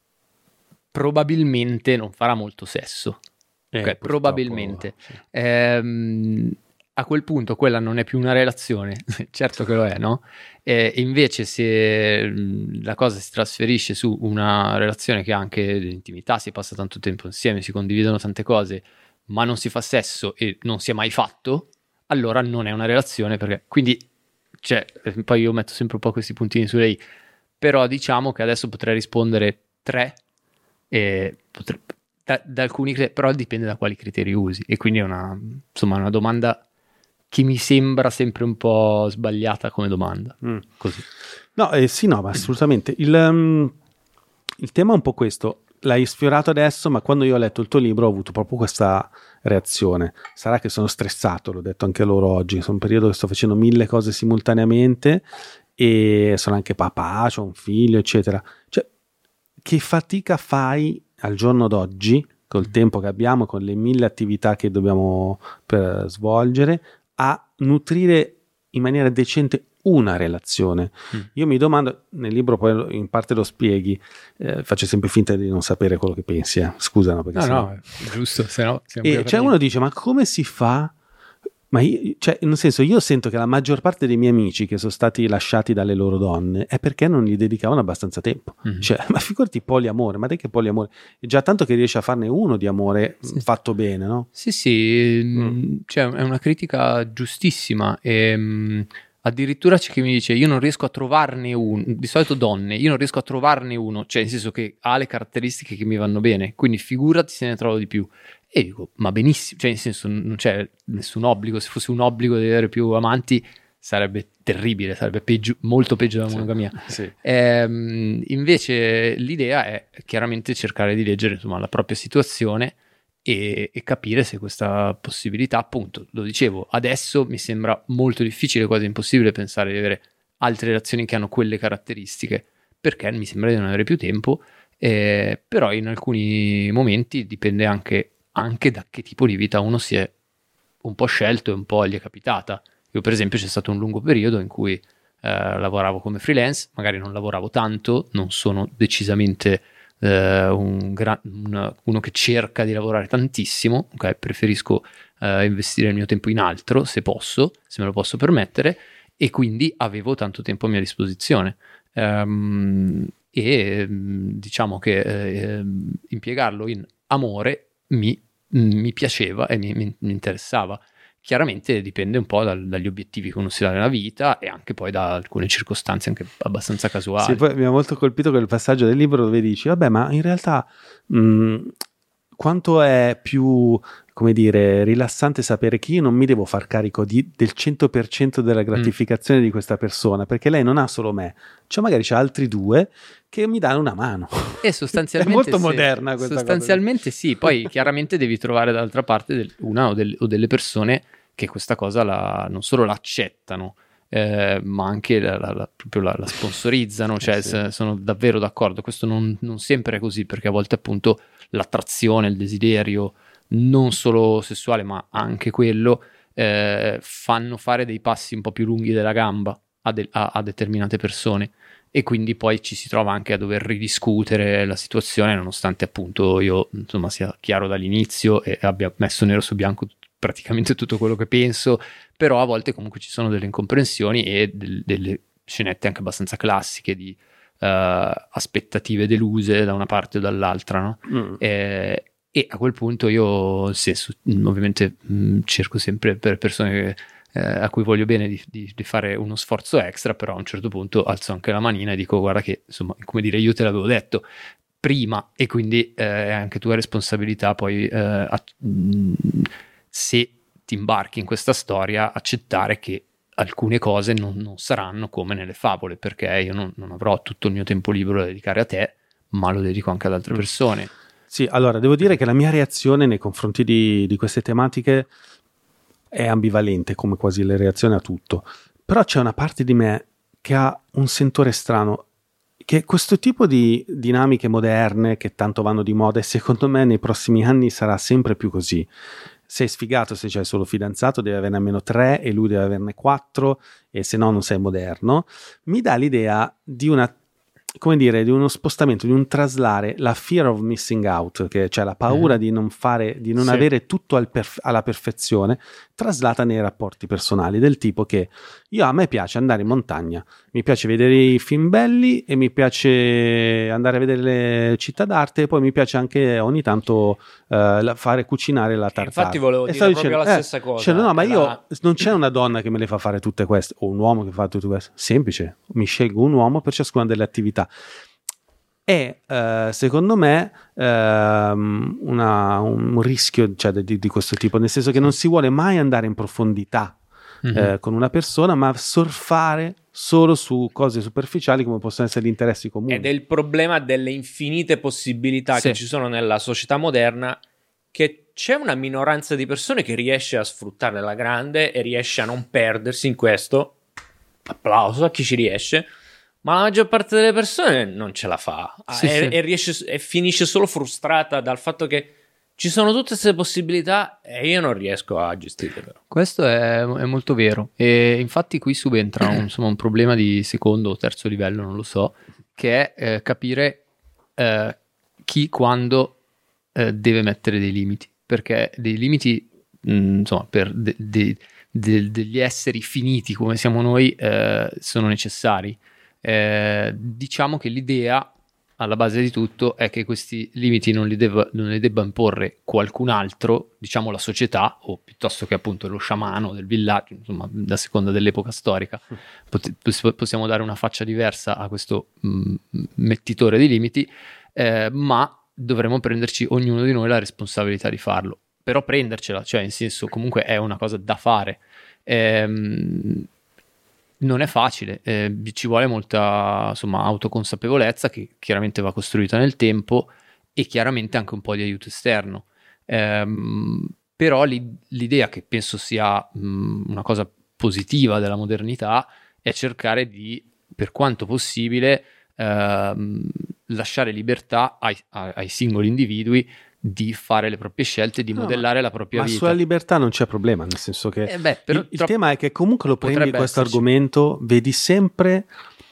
probabilmente non farà molto sesso, eh, okay, probabilmente sì. ehm, a quel punto quella non è più una relazione, certo che lo è, no? E invece se la cosa si trasferisce su una relazione che ha anche l'intimità, si passa tanto tempo insieme, si condividono tante cose, ma non si fa sesso e non si è mai fatto, allora non è una relazione, perché quindi cioè, poi io metto sempre un po' questi puntini su lei, però diciamo che adesso potrei rispondere tre e potrei, da, da alcuni criteri, però dipende da quali criteri usi, e quindi è una, insomma, una domanda che mi sembra sempre un po' sbagliata come domanda. Mm. Così. No, eh, sì, no, ma assolutamente. Il, um, il tema è un po' questo. L'hai sfiorato adesso, ma quando io ho letto il tuo libro ho avuto proprio questa reazione. Sarà che sono stressato, l'ho detto anche loro oggi, sono un periodo che sto facendo mille cose simultaneamente e sono anche papà, ho un figlio, eccetera. Cioè, che fatica fai al giorno d'oggi col tempo che abbiamo, con le mille attività che dobbiamo per svolgere, a nutrire in maniera decente una relazione. Mm. Io mi domando, nel libro poi in parte lo spieghi, eh, faccio sempre finta di non sapere quello che pensi, eh. Scusa, no, perché no, sennò... no, è giusto, se no... E cioè uno dice, ma come si fa... Ma io, cioè, nel senso, io sento che la maggior parte dei miei amici che sono stati lasciati dalle loro donne è perché non gli dedicavano abbastanza tempo. Mm-hmm. Cioè, ma figurati poliamore, ma dai che poliamore? È già tanto che riesci a farne uno di amore sì. fatto bene, no? Sì, sì, mm. cioè, è una critica giustissima e... Mh, addirittura c'è chi mi dice io non riesco a trovarne uno, di solito donne, io non riesco a trovarne uno, cioè nel senso che ha le caratteristiche che mi vanno bene, quindi figurati se ne trovo di più. E dico, ma benissimo, cioè nel senso non c'è nessun obbligo, se fosse un obbligo di avere più amanti sarebbe terribile, sarebbe peggio, molto peggio della monogamia. Sì, sì. Ehm, invece l'idea è chiaramente cercare di leggere insomma la propria situazione e, e capire se questa possibilità, appunto, lo dicevo, adesso mi sembra molto difficile, quasi impossibile pensare di avere altre relazioni che hanno quelle caratteristiche, perché mi sembra di non avere più tempo, eh, però in alcuni momenti dipende anche, anche da che tipo di vita uno si è un po' scelto e un po' gli è capitata. Io per esempio c'è stato un lungo periodo in cui eh, lavoravo come freelance, magari non lavoravo tanto, non sono decisamente Uh, un gra- un, uno che cerca di lavorare tantissimo, okay? Preferisco uh, investire il mio tempo in altro se posso, se me lo posso permettere, e quindi avevo tanto tempo a mia disposizione um, e diciamo che eh, impiegarlo in amore mi, mi piaceva e mi, mi, mi interessava. Chiaramente dipende un po' dal, dagli obiettivi che uno si dà nella vita e anche poi da alcune circostanze anche abbastanza casuali. Sì, poi mi ha molto colpito quel passaggio del libro dove dici, vabbè, ma in realtà mh, quanto è più, come dire, rilassante sapere che io non mi devo far carico di, del cento per cento della gratificazione mm. di questa persona, perché lei non ha solo me, cioè magari c'ha altri due che mi danno una mano. E sostanzialmente è molto sì, moderna questa sostanzialmente cosa. Sì, poi chiaramente devi trovare dall'altra parte del, una o, del, o delle persone che questa cosa la, non solo l'accettano, eh, ma anche la, la, la, proprio la, la sponsorizzano, cioè sì. se, sono davvero d'accordo. Questo non, non sempre è così, perché a volte appunto l'attrazione, il desiderio, non solo sessuale ma anche quello, eh, fanno fare dei passi un po' più lunghi della gamba a, de- a, a determinate persone, e quindi poi ci si trova anche a dover ridiscutere la situazione, nonostante appunto io insomma sia chiaro dall'inizio e abbia messo nero su bianco praticamente tutto quello che penso, però a volte comunque ci sono delle incomprensioni e del, delle scenette anche abbastanza classiche di uh, aspettative deluse da una parte o dall'altra, no? Mm. E, e a quel punto io, nel senso, ovviamente mh, cerco sempre per persone che, eh, a cui voglio bene di, di, di fare uno sforzo extra, però a un certo punto alzo anche la manina e dico guarda che, insomma, come dire, io te l'avevo detto prima e quindi eh, è anche tua responsabilità poi eh, a, mh, se ti imbarchi in questa storia, accettare che alcune cose non, non saranno come nelle favole, perché io non, non avrò tutto il mio tempo libero da dedicare a te, ma lo dedico anche ad altre persone. Sì, allora devo dire che la mia reazione nei confronti di, di queste tematiche è ambivalente, come quasi le reazioni a tutto, però c'è una parte di me che ha un sentore strano, che questo tipo di dinamiche moderne che tanto vanno di moda, e secondo me nei prossimi anni sarà sempre più così. Sei sfigato se c'hai solo fidanzato, devi averne almeno tre e lui deve averne quattro, e se no non sei moderno. Mi dà l'idea di una, come dire, di uno spostamento, di un traslare la fear of missing out, che cioè la paura mm. di non fare, di non sì. avere tutto al perf- alla perfezione, traslata nei rapporti personali, del tipo che io, a me piace andare in montagna, mi piace vedere i film belli e mi piace andare a vedere le città d'arte, e poi mi piace anche ogni tanto uh, fare cucinare la tartare. Infatti volevo e dire proprio dicendo, la eh, stessa cosa. Cioè, no, ma io la... non c'è una donna che me le fa fare tutte queste, o un uomo che fa tutte queste. Semplice, mi scelgo un uomo per ciascuna delle attività. È uh, secondo me uh, una, un rischio, cioè, di, di questo tipo, nel senso che non si vuole mai andare in profondità mm-hmm. eh, con una persona, ma surfare solo su cose superficiali come possono essere gli interessi comuni. Ed è il problema delle infinite possibilità sì. che ci sono nella società moderna, che c'è una minoranza di persone che riesce a sfruttare la grande e riesce a non perdersi in questo. Applauso a chi ci riesce. Ma la maggior parte delle persone non ce la fa sì, e, sì. e, riesce, e finisce solo frustrata dal fatto che Ci sono tutte queste possibilità e io non riesco a gestirle però. Questo è, è molto vero, e infatti qui subentra un, insomma, un problema di secondo o terzo livello, non lo so, che è eh, capire eh, chi quando eh, deve mettere dei limiti, perché dei limiti mh, insomma per de, de, de, degli esseri finiti come siamo noi eh, sono necessari. Eh, diciamo che l'idea alla base di tutto è che questi limiti non li, debba, non li debba imporre qualcun altro, diciamo la società, o piuttosto che appunto lo sciamano del villaggio, insomma, da seconda dell'epoca storica. Pot- possiamo dare una faccia diversa a questo mh, mettitore di limiti, eh, ma dovremmo prenderci ognuno di noi la responsabilità di farlo. Però prendercela, cioè in senso comunque è una cosa da fare. Ehm, non è facile, eh, ci vuole molta insomma autoconsapevolezza che chiaramente va costruita nel tempo e chiaramente anche un po' di aiuto esterno, ehm, però l'i- l'idea che penso sia mh, una cosa positiva della modernità è cercare di, per quanto possibile, ehm, lasciare libertà ai, ai, ai singoli individui di fare le proprie scelte, di No, modellare la propria ma vita. sulla libertà non c'è problema, nel senso che Eh beh, però il, il troppo- tema è che comunque lo prendi potrebbe questo esserci. argomento, vedi sempre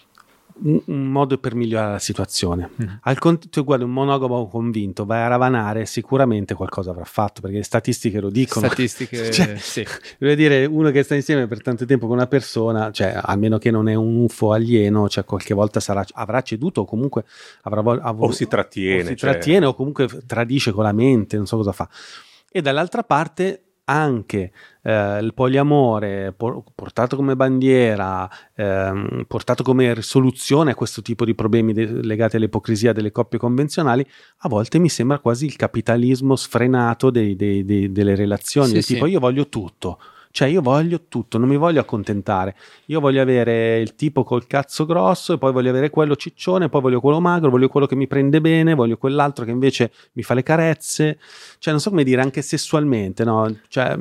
un, un modo per migliorare la situazione. Mm. Al cont- tu guardi un monogamo convinto, vai a ravanare, sicuramente qualcosa avrà fatto, perché le statistiche lo dicono. Statistiche, Cioè, sì. voglio dire, uno che sta insieme per tanto tempo con una persona, cioè almeno che non è un U F O alieno, cioè qualche volta sarà, avrà ceduto o comunque avrà vol- avuto, O si trattiene, o si cioè. trattiene o comunque tradisce con la mente, non so cosa fa. E dall'altra parte anche eh, il poliamore por- portato come bandiera, ehm, portato come risoluzione a questo tipo di problemi de- legati all'ipocrisia delle coppie convenzionali, a volte mi sembra quasi il capitalismo sfrenato dei- dei- dei- delle relazioni, Sì, del sì. tipo io voglio tutto. Cioè io voglio tutto, non mi voglio accontentare. Io voglio avere il tipo col cazzo grosso e poi voglio avere quello ciccione, poi voglio quello magro, voglio quello che mi prende bene, voglio quell'altro che invece mi fa le carezze. Cioè non so come dire, anche sessualmente, no? Cioè,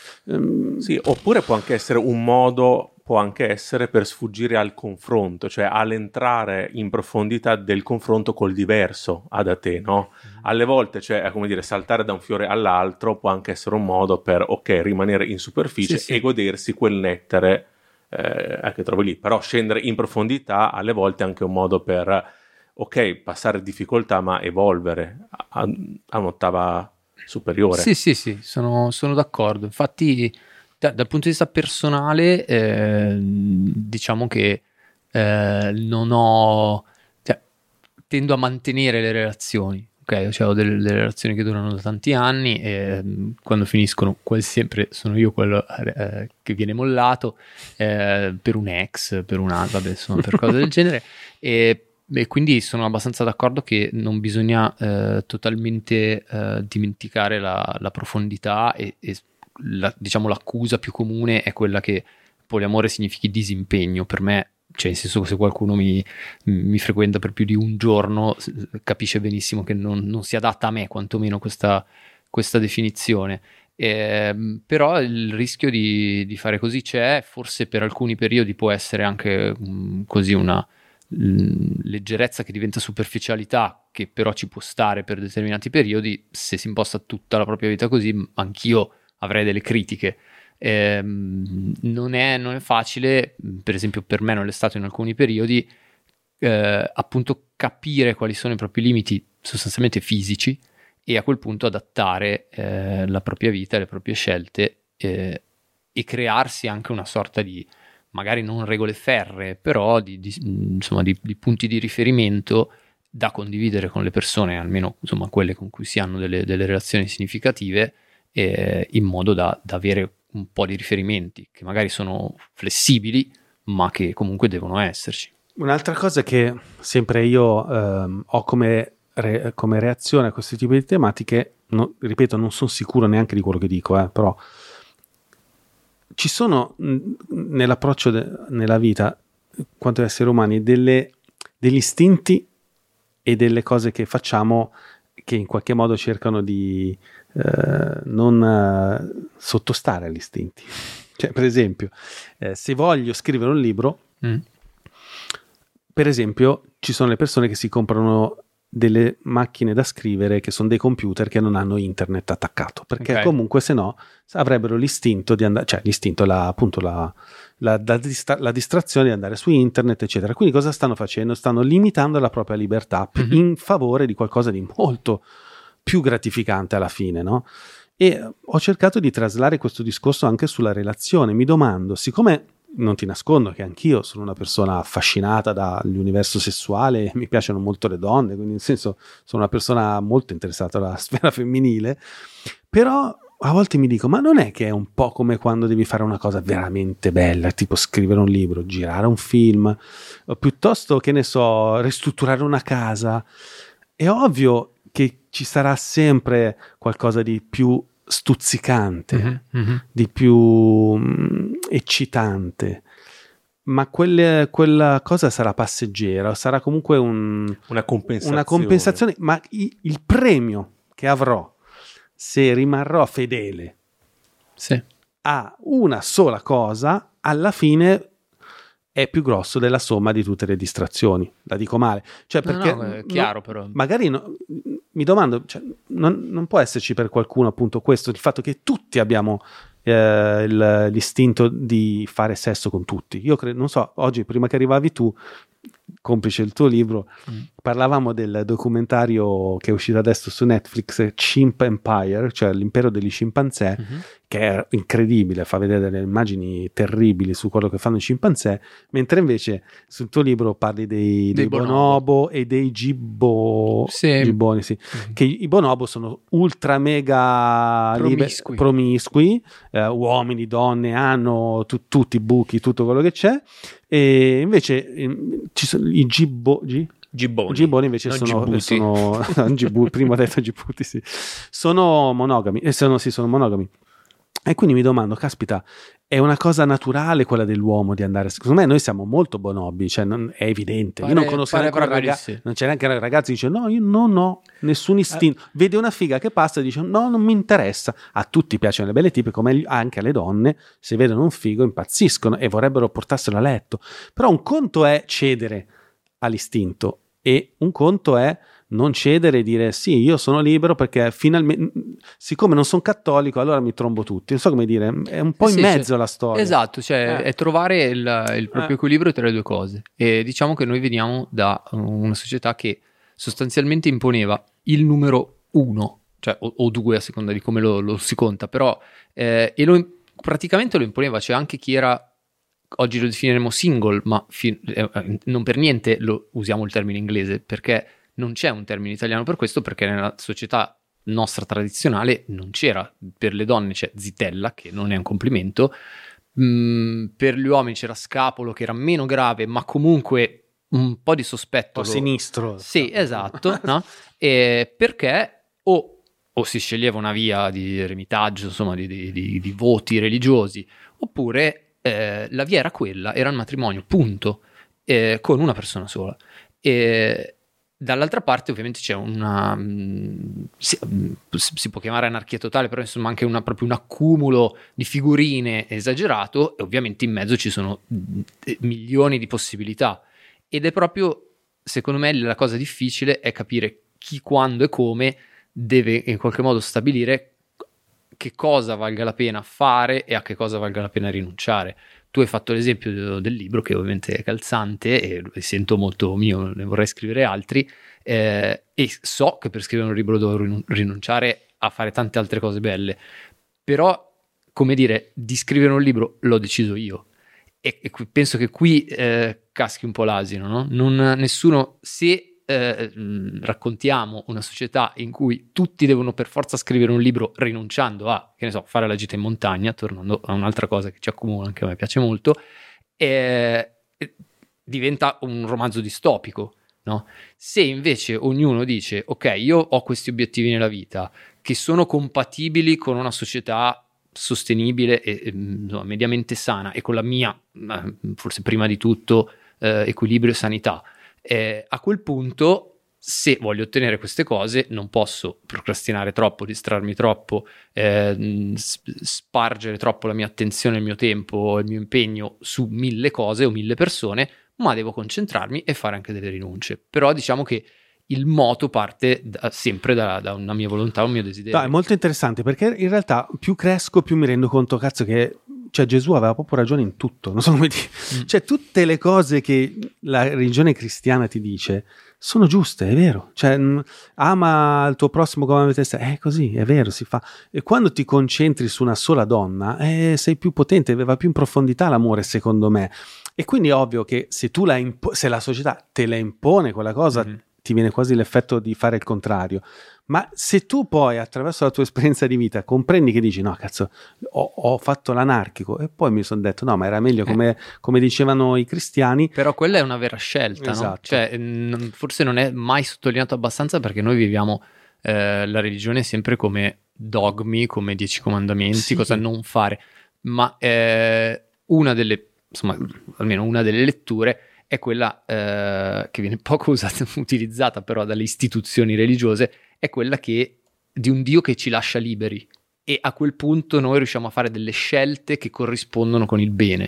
ehm, Sì, oppure può anche essere un modo, può anche essere per sfuggire al confronto, cioè all'entrare in profondità del confronto col diverso a da te, no? Alle volte, cioè, è come dire, saltare da un fiore all'altro può anche essere un modo per, ok, rimanere in superficie Sì, sì. e godersi quel nettare eh, che trovi lì, però scendere in profondità alle volte è anche un modo per, ok, passare difficoltà ma evolvere a, a un'ottava superiore. Sì, sì, sì, sono, sono d'accordo. Infatti, da- dal punto di vista personale, eh, diciamo che eh, non ho, cioè, tendo a mantenere le relazioni. Ok, cioè ho delle, delle relazioni che durano da tanti anni e mm, quando finiscono quasi sempre sono io quello eh, che viene mollato eh, per un ex, per un altro, vabbè, insomma, per cose del genere. E, e quindi sono abbastanza d'accordo che non bisogna eh, totalmente eh, dimenticare la, la profondità e, e la- diciamo l'accusa più comune è quella che poliamore significhi disimpegno. Per me, cioè in senso che se qualcuno mi, mi frequenta per più di un giorno s- capisce benissimo che non, non si adatta a me quantomeno questa, questa definizione. Ehm, però il rischio di, di fare così c'è, forse per alcuni periodi può essere anche mm, così una mm, leggerezza che diventa superficialità, che però ci può stare per determinati periodi. Se si imposta tutta la propria vita così, m- anch'io avrei delle critiche. Ehm, non è, non è facile, per esempio per me non è stato in alcuni periodi, eh, appunto capire quali sono i propri limiti sostanzialmente fisici e a quel punto adattare eh, la propria vita, le proprie scelte eh, e crearsi anche una sorta di, magari non regole ferree, però di, di- insomma, di, di punti di riferimento da condividere con le persone, almeno insomma quelle con cui si hanno delle, delle relazioni significative, eh, in modo da, da avere un po' di riferimenti che magari sono flessibili, ma che comunque devono esserci. un'altra cosa che sempre io ehm, ho come, re- come reazione a questo tipo di tematiche, no- ripeto, non sono sicuro neanche di quello che dico, eh, però ci sono mh, nell'approccio de- nella vita, quanto esseri umani, delle, degli istinti e delle cose che facciamo che in qualche modo cercano di eh, non eh, sottostare agli istinti. Cioè, per esempio, eh, se voglio scrivere un libro, Mm. per esempio, ci sono le persone che si comprano delle macchine da scrivere che sono dei computer che non hanno internet attaccato, perché Ok. comunque se no avrebbero l'istinto di andare, cioè l'istinto, la, appunto la, la, la, distra- la distrazione di andare su internet, eccetera. Quindi cosa stanno facendo? Stanno limitando la propria libertà Mhm. in favore di qualcosa di molto più gratificante alla fine, no? E ho cercato di traslare questo discorso anche sulla relazione. Mi domando, siccome non ti nascondo che anch'io sono una persona affascinata dall'universo sessuale, mi piacciono molto le donne, quindi nel senso sono una persona molto interessata alla sfera femminile, però a volte mi dico, ma non è che è un po' come quando devi fare una cosa veramente bella, tipo scrivere un libro, girare un film, o piuttosto, che ne so, ristrutturare una casa? È ovvio che ci sarà sempre qualcosa di più stuzzicante, Mhm, mhm. di più mm, eccitante, ma quelle- quella cosa sarà passeggera, sarà comunque un- Una compensazione. una compensazione, ma i- il premio che avrò se rimarrò fedele Sì. a una sola cosa, alla fine è più grosso della somma di tutte le distrazioni. La dico male, cioè No, perché no, è no- chiaro però. magari no- mi domando, cioè, non, non può esserci per qualcuno appunto questo, il fatto che tutti abbiamo eh, il- l'istinto di fare sesso con tutti. Io credo, non so, oggi prima che arrivavi tu, complice il tuo libro, Mm. parlavamo del documentario che è uscito adesso su Netflix, Chimp Empire, cioè l'impero degli scimpanzé, Mhm. che è incredibile, fa vedere delle immagini terribili su quello che fanno i scimpanzé, mentre invece sul tuo libro parli dei, dei, Dei bonobo e dei gibbo, Sì. gibboni, sì. Mhm. Che i bonobo sono ultra mega libe- Promiscui. promiscui, eh, uomini, donne, hanno tu- tutti i buchi, tutto quello che c'è, e invece ehm, ci sono i gibbo, gi- Gibboni. Gibboni invece non sono, Gibuti. sono Gibu- prima ho detto Gibuti, sì. Sono monogami, eh, sono, sì, sono monogami. E quindi mi domando, caspita, è una cosa naturale quella dell'uomo di andare, secondo me noi siamo molto bonobi, cioè non- è evidente. io Pare- non conosco pare neanche un proprio di ragazzo, sì. non c'è neanche un ragazzo che dice no, io non ho nessun istinto, vede una figa che passa e dice no, non mi interessa. A tutti piacciono le belle tipe, come anche alle donne, se vedono un figo impazziscono e vorrebbero portarselo a letto. Però un conto è cedere all'istinto e un conto è non cedere e dire sì, io sono libero perché finalmente, siccome non sono cattolico, allora mi trombo tutti. Non so come dire, è un po' Eh in sì, mezzo cioè- la storia. Esatto, cioè Eh. è trovare il, il proprio Eh. equilibrio tra le due cose. E diciamo che noi veniamo da una società che sostanzialmente imponeva il numero uno, cioè o, o due a seconda di come lo, lo si conta, però eh, e lo, praticamente lo imponeva, cioè anche chi era, oggi lo definiremo single, ma fi- eh, non per niente lo usiamo il termine inglese, perché non c'è un termine italiano per questo, perché nella società nostra tradizionale non c'era. Per le donne c'è zitella, che non è un complimento, mm, per gli uomini c'era scapolo, che era meno grave, ma comunque un po' di sospetto. O lo- sinistro. Sì, esatto, no? E perché o, o si sceglieva una via di eremitaggio, insomma, di, di- di- di voti religiosi, oppure eh, la via era quella, era il matrimonio, punto, eh, con una persona sola. E dall'altra parte ovviamente c'è una mh, si, mh, si può chiamare anarchia totale, però insomma anche una, proprio un accumulo di figurine esagerato, e ovviamente in mezzo ci sono mh, milioni di possibilità, ed è proprio, secondo me, la cosa difficile è capire chi, quando e come deve in qualche modo stabilire che cosa valga la pena fare e a che cosa valga la pena rinunciare. Tu hai fatto l'esempio del libro, che ovviamente è calzante e lo sento molto mio, ne vorrei scrivere altri, eh, e so che per scrivere un libro devo rinun- rinunciare a fare tante altre cose belle, però, come dire, di scrivere un libro l'ho deciso io, e, e qui- penso che qui eh, caschi un po' l'asino, no? Non, nessuno, se eh, mh, raccontiamo una società in cui tutti devono per forza scrivere un libro rinunciando a, che ne so, fare la gita in montagna, tornando a un'altra cosa che ci accomuna, anche a me piace molto, eh, diventa un romanzo distopico, no? Se invece ognuno dice ok, io ho questi obiettivi nella vita che sono compatibili con una società sostenibile e, e insomma, mediamente sana, e con la mia, forse prima di tutto, eh, equilibrio e sanità, Eh, a quel punto, se voglio ottenere queste cose, non posso procrastinare troppo, distrarmi troppo, eh, spargere troppo la mia attenzione, il mio tempo, il mio impegno su mille cose o mille persone, ma devo concentrarmi e fare anche delle rinunce. Però diciamo che il moto parte da, sempre da, da una mia volontà, un mio desiderio. No, è molto interessante, perché in realtà più cresco più mi rendo conto, cazzo, che cioè Gesù aveva proprio ragione in tutto, non so come dire. Mm. Cioè tutte le cose che la religione cristiana ti dice sono giuste, è vero. Cioè ama il tuo prossimo come te stesso, è così, è vero, si fa. E quando ti concentri su una sola donna, eh, sei più potente, va più in profondità l'amore, secondo me. E quindi è ovvio che se tu la impo- se la società te la impone quella cosa, mm-hmm. ti viene quasi l'effetto di fare il contrario. Ma se tu poi attraverso la tua esperienza di vita comprendi che dici no cazzo ho, ho fatto l'anarchico e poi mi sono detto no ma era meglio come, eh. come dicevano i cristiani, però quella è una vera scelta, esatto. no? Cioè n- forse non è mai sottolineato abbastanza, perché noi viviamo eh, la religione sempre come dogmi, come dieci comandamenti, sì. cosa non fare, ma eh, una delle insomma almeno una delle letture è quella eh, che viene poco usata, utilizzata però dalle istituzioni religiose, è quella che di un Dio che ci lascia liberi, e a quel punto noi riusciamo a fare delle scelte che corrispondono con il bene.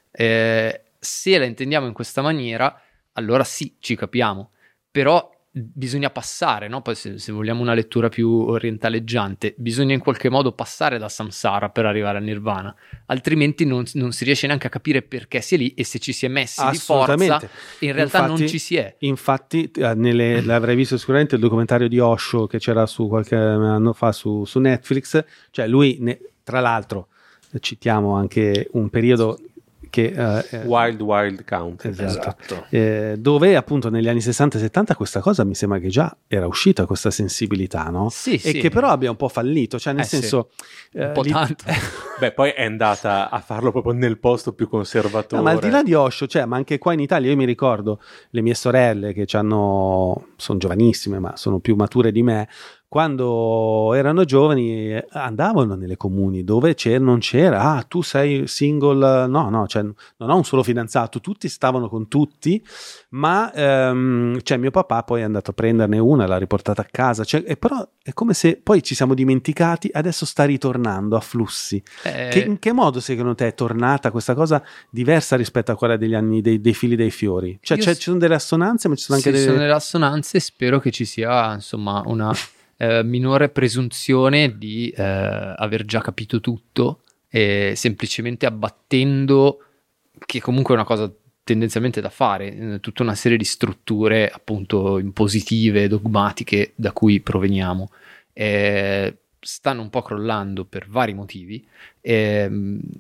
Eh, se la intendiamo in questa maniera, allora sì, ci capiamo, però bisogna passare, no? Poi se, se vogliamo una lettura più orientaleggiante, bisogna in qualche modo passare da samsara per arrivare al nirvana, altrimenti non, non si riesce neanche a capire perché si è lì, e se ci si è messi di forza in realtà infatti, non ci si è. Infatti nelle, l'avrai visto sicuramente il documentario di Osho che c'era su qualche anno fa su, su Netflix, cioè lui ne, tra l'altro citiamo anche un periodo che uh, Wild Wild Country, esatto, esatto. Eh, dove appunto negli anni sessanta settanta questa cosa mi sembra che già era uscita, questa sensibilità, no? Sì, e sì. che però abbia un po' fallito, cioè nel eh, senso sì. un po' lì... tanto. Beh, poi è andata a farlo proprio nel posto più conservatore. No, ma al di là di Osho, cioè, ma anche qua in Italia io mi ricordo le mie sorelle che hanno, sono giovanissime ma sono più mature di me, quando erano giovani andavano nelle comuni dove c'era, non c'era, ah tu sei single, no no, cioè non ho un solo fidanzato, tutti stavano con tutti, ma ehm, cioè mio papà poi è andato a prenderne una, l'ha riportata a casa, cioè, e però è come se poi ci siamo dimenticati, adesso sta ritornando a flussi. Eh... Che, in che modo secondo te è tornata questa cosa diversa rispetto a quella degli anni dei, dei fili dei fiori? Cioè, cioè ci sono delle assonanze, ma ci sono anche sì, delle... sono delle assonanze, spero che ci sia insomma una Eh, minore presunzione di eh, aver già capito tutto, e semplicemente abbattendo, che comunque è una cosa tendenzialmente da fare, eh, tutta una serie di strutture appunto impositive, dogmatiche da cui proveniamo. Eh, stanno un po' crollando per vari motivi, eh,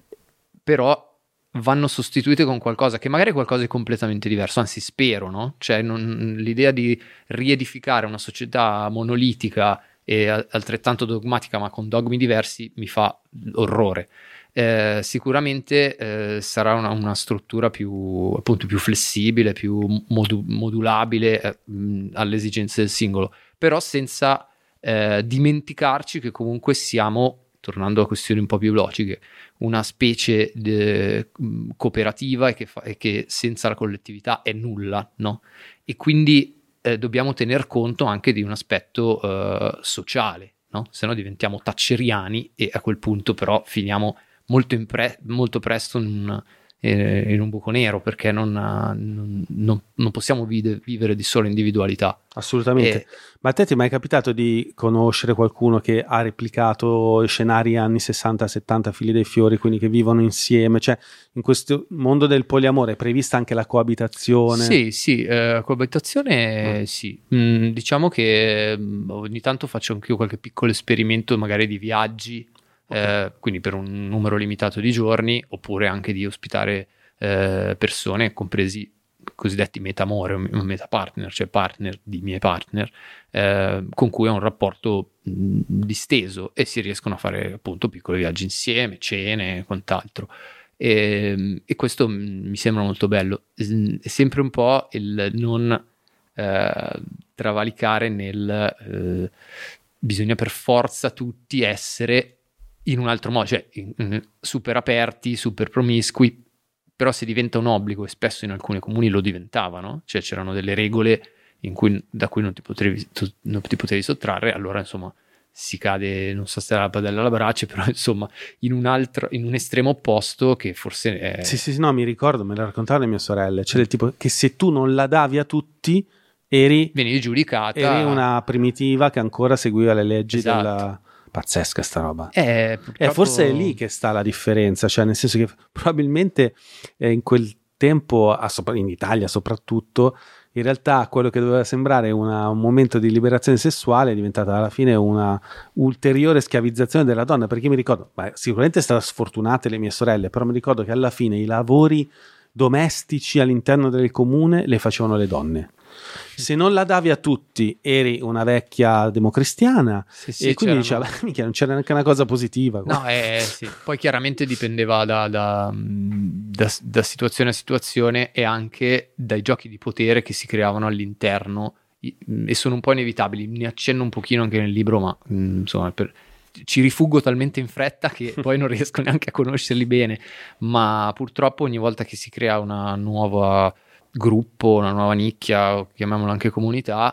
però vanno sostituite con qualcosa che magari è qualcosa di completamente diverso, anzi spero, no? Cioè non, l'idea di riedificare una società monolitica e altrettanto dogmatica ma con dogmi diversi mi fa orrore. Eh, sicuramente eh, sarà una, una struttura più appunto più flessibile, più modu- modulabile eh, mh, alle esigenze del singolo, però senza eh, dimenticarci che comunque siamo, tornando a questioni un po' più logiche, una specie de, mh, cooperativa e che, fa, e che senza la collettività è nulla, no? E quindi eh, dobbiamo tener conto anche di un aspetto eh, sociale, no? Se no diventiamo thatcheriani e a quel punto però finiamo molto, impre- molto presto in un, eh, in un buco nero, perché non, non, non, non possiamo vide- vivere di sola individualità. Assolutamente. E, ma a te ti è mai capitato di conoscere qualcuno che ha replicato scenari anni sessanta settanta, fili dei fiori, quindi che vivono insieme? Cioè in questo mondo del poliamore è prevista anche la coabitazione? Sì, sì, eh, coabitazione mm. sì. Mm, diciamo che mm, ogni tanto faccio anch'io qualche piccolo esperimento magari di viaggi, okay. eh, quindi per un numero limitato di giorni, oppure anche di ospitare eh, persone, compresi cosiddetti metamore o metapartner, cioè partner di miei partner, eh, con cui ho un rapporto mh, disteso, e si riescono a fare appunto piccoli viaggi insieme, cene e quant'altro, e, e questo mi sembra molto bello. È sempre un po' il non eh, travalicare nel eh, bisogna per forza tutti essere in un altro modo, cioè in, in, super aperti, super promiscui. Però se diventa un obbligo, e spesso in alcuni comuni lo diventavano, cioè c'erano delle regole in cui, da cui non ti, potevi, tu, non ti potevi sottrarre, allora insomma si cade, non so se era la padella alla brace, però insomma in un altro, in un estremo opposto che forse è... Sì, sì, no, mi ricordo, me la raccontavano le mie sorelle, cioè del tipo che se tu non la davi a tutti, eri, venivi giudicata. eri una primitiva che ancora seguiva le leggi Esatto. della... Pazzesca sta roba. Eh, E forse è lì che sta la differenza, cioè nel senso che probabilmente eh, in quel tempo, a sopra- in Italia soprattutto, in realtà quello che doveva sembrare una, un momento di liberazione sessuale è diventata alla fine una ulteriore schiavizzazione della donna, perché mi ricordo, beh, sicuramente sono sfortunate le mie sorelle, però mi ricordo che alla fine i lavori domestici all'interno del comune le facevano le donne. Se non la davi a tutti eri una vecchia democristiana, sì, sì, e quindi c'erano... diceva, minchia, non c'era neanche una cosa positiva. No, eh, sì. Poi chiaramente dipendeva da, da, da, da situazione a situazione e anche dai giochi di potere che si creavano all'interno, e sono un po' inevitabili. Ne accenno un pochino anche nel libro, ma insomma per... ci rifuggo talmente in fretta che poi non riesco neanche a conoscerli bene, ma purtroppo ogni volta che si crea una nuova gruppo, una nuova nicchia, chiamiamola anche comunità,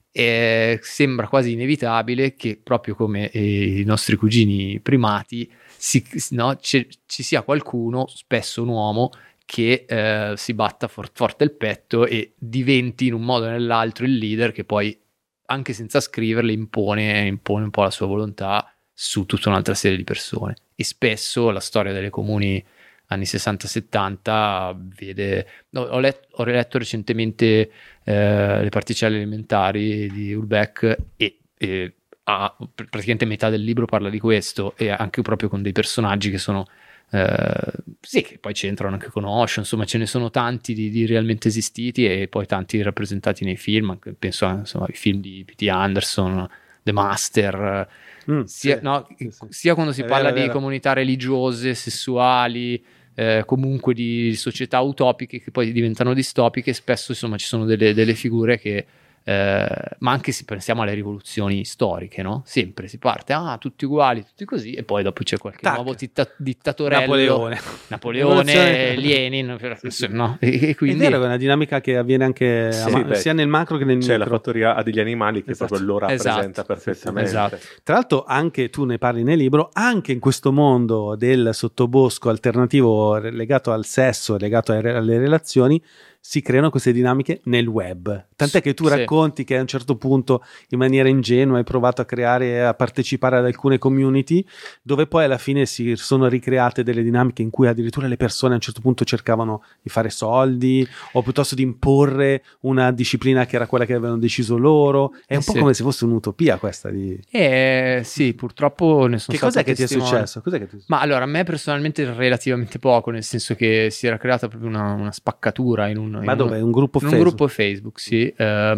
eh, sembra quasi inevitabile che proprio come eh, i nostri cugini primati si, no, ci, ci sia qualcuno, spesso un uomo, che eh, si batta for- forte il petto e diventi in un modo o nell'altro il leader che poi, anche senza scriverle, impone, impone un po' la sua volontà su tutta un'altra serie di persone. E spesso la storia delle comuni anni sessanta settanta vede... No, ho, let, ho riletto recentemente eh, Le particelle elementari di Houellebecq e, e ha, praticamente metà del libro parla di questo, e anche proprio con dei personaggi che sono eh, sì, che poi c'entrano anche con Osho, insomma ce ne sono tanti di, di realmente esistiti e poi tanti rappresentati nei film, penso insomma ai film di P T Anderson, The Master, mm, sia, sì, no, sì, sì. sia quando si È parla vero, di è vero. comunità religiose, sessuali, eh, comunque di società utopiche che poi diventano distopiche, spesso insomma ci sono delle, delle figure che eh, ma anche se pensiamo alle rivoluzioni storiche, no? Sempre si parte, ah, tutti uguali, tutti così, e poi dopo c'è qualche Tac. nuovo ditta- dittatorello, Napoleone. Napoleone, Lenin, Sì, sì. no? E, e quindi È vero che è una dinamica che avviene anche Sì, a ma- beh, sia nel macro che nel c'è micro. la fattoria degli animali che Esatto. proprio lo rappresenta Esatto. perfettamente. Esatto. Tra l'altro anche tu ne parli nel libro, anche in questo mondo del sottobosco alternativo legato al sesso, legato alle alle relazioni, si creano queste dinamiche nel web. Tant'è che tu Sì. racconti che a un certo punto in maniera ingenua hai provato a creare, a partecipare ad alcune community dove poi alla fine si sono ricreate delle dinamiche in cui addirittura le persone a un certo punto cercavano di fare soldi o piuttosto di imporre una disciplina che era quella che avevano deciso loro. È un Eh po' sì. come se fosse un'utopia questa di... Eh, sì, purtroppo ne sono Che cos'è stato che ti è testimone. successo? Cos'è che ti... Ma allora, a me personalmente relativamente poco, nel senso che si era creata proprio una, una spaccatura in un, Ma in dove? un, Un gruppo in un Facebook? gruppo Facebook, sì,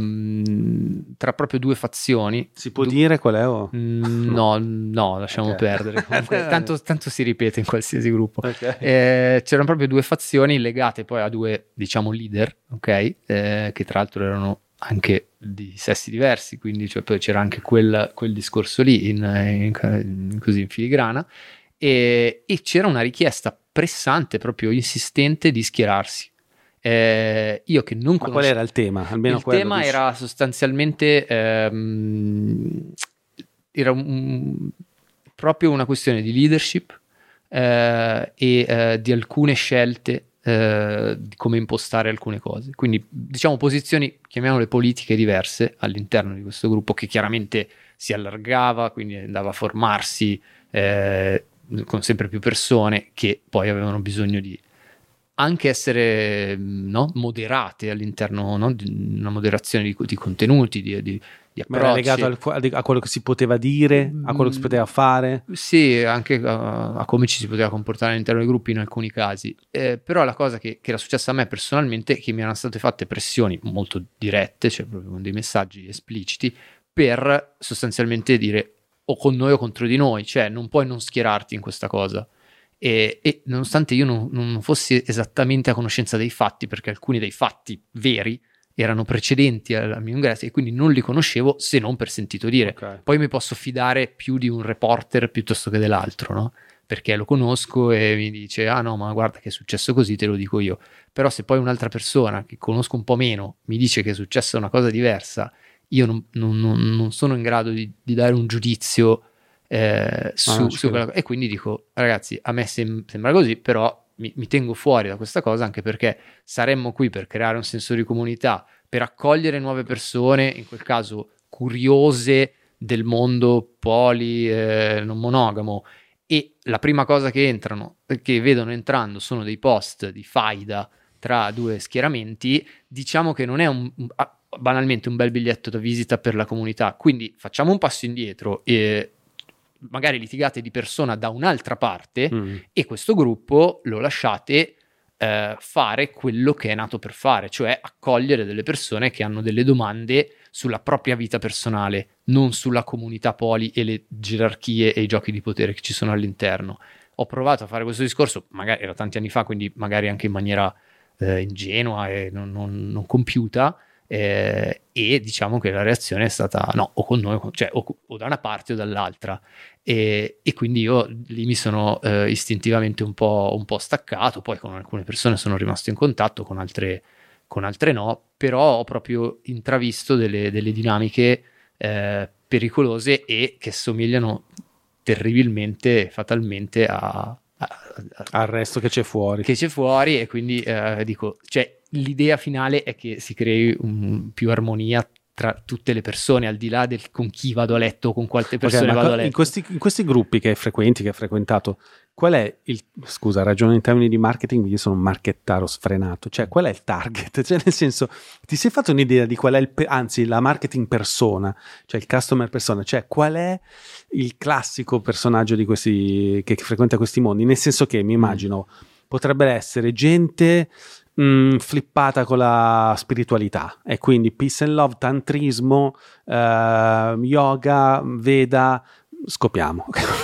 ehm, tra proprio due fazioni. Si può Du- dire qual è? O... Mm, No, no, lasciamo Ok. perdere. Comunque, tanto, tanto si ripete in qualsiasi gruppo. Ok. Eh, c'erano proprio due fazioni legate poi a due, diciamo, leader, ok? Eh, che tra l'altro erano anche di sessi diversi, quindi cioè, poi c'era anche quel, quel discorso lì in, in- in- così in filigrana, e, e c'era una richiesta pressante, proprio insistente, di schierarsi. Eh, io che non Ma qual conoscevo era il tema? Almeno il quello, tema dici. era sostanzialmente ehm, era un- proprio una questione di leadership eh, e eh, di alcune scelte eh, di come impostare alcune cose, quindi diciamo posizioni, chiamiamole politiche, diverse all'interno di questo gruppo, che chiaramente si allargava, quindi andava a formarsi eh, con sempre più persone che poi avevano bisogno di anche essere, no, moderate all'interno, no, di una moderazione di, di contenuti, di, di, di Ma era approcci. legato al- a quello che si poteva dire, a quello che si poteva fare? Sì, anche a, a come ci si poteva comportare all'interno dei gruppi in alcuni casi. Eh, però la cosa che, che era successa a me personalmente è che mi erano state fatte pressioni molto dirette, cioè proprio con dei messaggi espliciti, per sostanzialmente dire o con noi o contro di noi, cioè non puoi non schierarti in questa cosa. E, e nonostante io non, non fossi esattamente a conoscenza dei fatti, perché alcuni dei fatti veri erano precedenti al mio ingresso e quindi non li conoscevo se non per sentito dire. Ok. Poi mi posso fidare più di un reporter piuttosto che dell'altro, no? Perché lo conosco e mi dice ah no, ma guarda che è successo così, te lo dico io. Però se poi un'altra persona che conosco un po' meno mi dice che è successa una cosa diversa, io non, non- non- non sono in grado di, di dare un giudizio eh, su, Ah, ci su quella credo. cosa. E quindi dico ragazzi, a me sem- sembra così, però mi, mi tengo fuori da questa cosa, anche perché saremmo qui per creare un senso di comunità, per accogliere nuove persone, in quel caso curiose del mondo poli eh, non monogamo, e la prima cosa che entrano, che vedono entrando sono dei post di faida tra due schieramenti, diciamo che non è un, un, banalmente un bel biglietto da visita per la comunità. Quindi facciamo un passo indietro e magari litigate di persona da un'altra parte mm. e questo gruppo lo lasciate eh, fare quello che è nato per fare, cioè accogliere delle persone che hanno delle domande sulla propria vita personale, non sulla comunità poli e le gerarchie e i giochi di potere che ci sono all'interno. Ho provato a fare questo discorso, magari era tanti anni fa, quindi magari anche in maniera eh, ingenua e non, non, non compiuta, eh, e diciamo che la reazione è stata no, o con noi, cioè o, o da una parte o dall'altra, e, e quindi io lì mi sono eh, istintivamente un po', un po' staccato. Poi con alcune persone sono rimasto in contatto, con altre con altre no, però ho proprio intravisto delle, delle dinamiche eh, pericolose e che somigliano terribilmente, fatalmente a, a, a, al resto che c'è fuori. Che c'è fuori, e quindi eh, dico, cioè l'idea finale è che si crei un, più armonia tra tutte le persone, al di là del con chi vado a letto, con quante persone okay, vado a letto. In questi, in questi gruppi che frequenti, che hai frequentato, qual è il, scusa, ragiono in termini di marketing, io sono un marchettaro sfrenato, cioè qual è il target? Cioè nel senso, ti sei fatto un'idea di qual è il, anzi la marketing persona, cioè il customer persona, cioè qual è il classico personaggio di questi, che, che frequenta questi mondi? Nel senso che mi immagino, mm. potrebbe essere gente Mm, flippata con la spiritualità, e quindi peace and love, tantrismo, uh, yoga, Veda, scopiamo.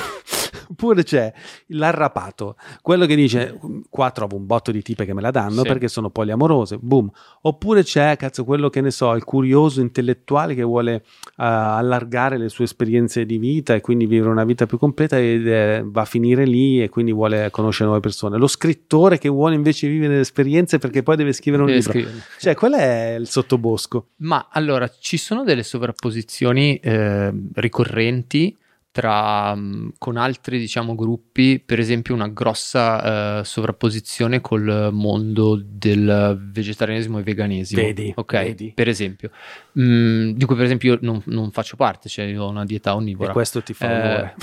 Oppure c'è l'arrapato, quello che dice qua trovo un botto di tipe che me la danno sì. perché sono poliamorose, boom. Oppure c'è cazzo quello che ne so, il curioso intellettuale che vuole uh, allargare le sue esperienze di vita e quindi vivere una vita più completa, e eh, va a finire lì e quindi vuole conoscere nuove persone. Lo scrittore che vuole invece vivere le esperienze perché poi deve scrivere un deve libro scrivere. Cioè qual è il sottobosco? Ma allora ci sono delle sovrapposizioni eh, ricorrenti tra con altri diciamo gruppi, per esempio una grossa eh, sovrapposizione col mondo del vegetarianismo e veganesimo. Vedi, ok, vedi. Per esempio, mm, di cui per esempio io non, non faccio parte, cioè io ho una dieta onnivora. E questo ti fa onore.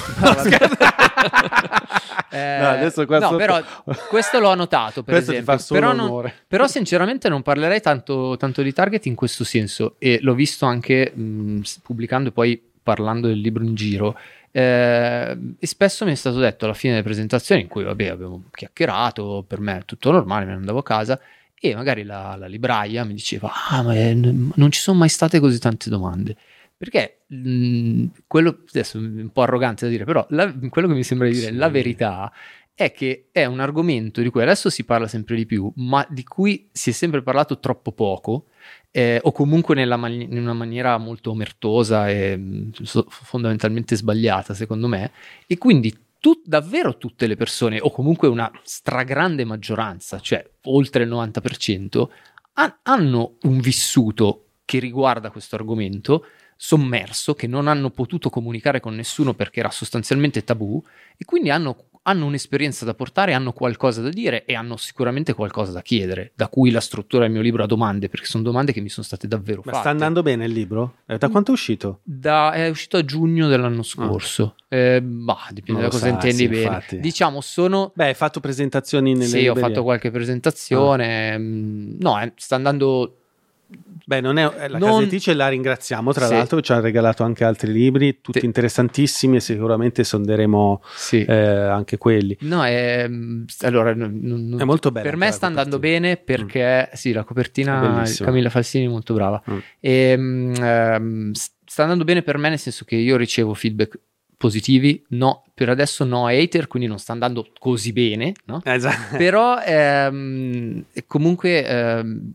Eh, eh, no, adesso qua no sotto... però questo l'ho notato, per questo esempio. Ti fa solo però, onore. Non, però sinceramente non parlerei tanto, tanto di target in questo senso, e l'ho visto anche mh, pubblicando e poi parlando del libro in giro. Eh, e spesso mi è stato detto alla fine delle presentazioni, in cui vabbè abbiamo chiacchierato, per me tutto normale, me ne andavo a casa, e magari la, la libraia mi diceva ah ma è, non ci sono mai state così tante domande, perché mh, quello adesso è un po' arrogante da dire, però la, quello che mi sembra di dire sì. La verità è che è un argomento di cui adesso si parla sempre di più, ma di cui si è sempre parlato troppo poco, eh, o comunque nella man- in una maniera molto omertosa e so- fondamentalmente sbagliata secondo me, e quindi tu, davvero tutte le persone, o comunque una stragrande maggioranza, cioè oltre il novanta per cento, ha- hanno un vissuto che riguarda questo argomento sommerso, che non hanno potuto comunicare con nessuno perché era sostanzialmente tabù, e quindi hanno hanno un'esperienza da portare, hanno qualcosa da dire e hanno sicuramente qualcosa da chiedere, da cui la struttura del mio libro a domande, perché sono domande che mi sono state davvero Ma fatte. Sta andando bene il libro? Da quanto è uscito? Da, è uscito a giugno dell'anno scorso. Ah. Eh, bah, dipende da cosa sa, intendi sì, bene. Infatti. Diciamo sono... Beh, hai fatto presentazioni nelle Sì, librerie. Ho fatto qualche presentazione. Ah. No, eh, sta andando... Beh, non è la non... casa editrice, la ringraziamo tra sì. l'altro, ci ha regalato anche altri libri, tutti Te... interessantissimi, e sicuramente sonderemo sì. eh, anche quelli. No, è allora non, non... è molto bello. Per me sta andando bene perché mm. sì, la copertina Camilla Falsini è molto brava. Mm. E um, sta andando bene per me nel senso che io ricevo feedback positivi, no, per adesso no hater, quindi non sta andando così bene, no? Esatto. Però ehm, comunque ehm,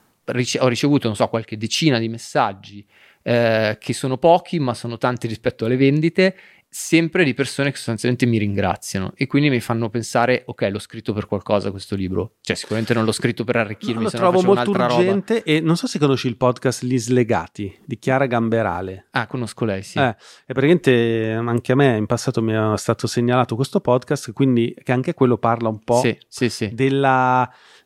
ho ricevuto, non so, qualche decina di messaggi eh, che sono pochi, ma sono tanti rispetto alle vendite, sempre di persone che sostanzialmente mi ringraziano e quindi mi fanno pensare, ok, l'ho scritto per qualcosa questo libro, cioè sicuramente non l'ho scritto per arricchirmi, no, se lo no trovo molto urgente roba. E non so se conosci il podcast Gli Slegati di Chiara Gamberale. Ah, conosco lei, sì. Eh, e praticamente anche a me in passato mi è stato segnalato questo podcast, quindi che anche quello parla un po' sì, sì, sì. della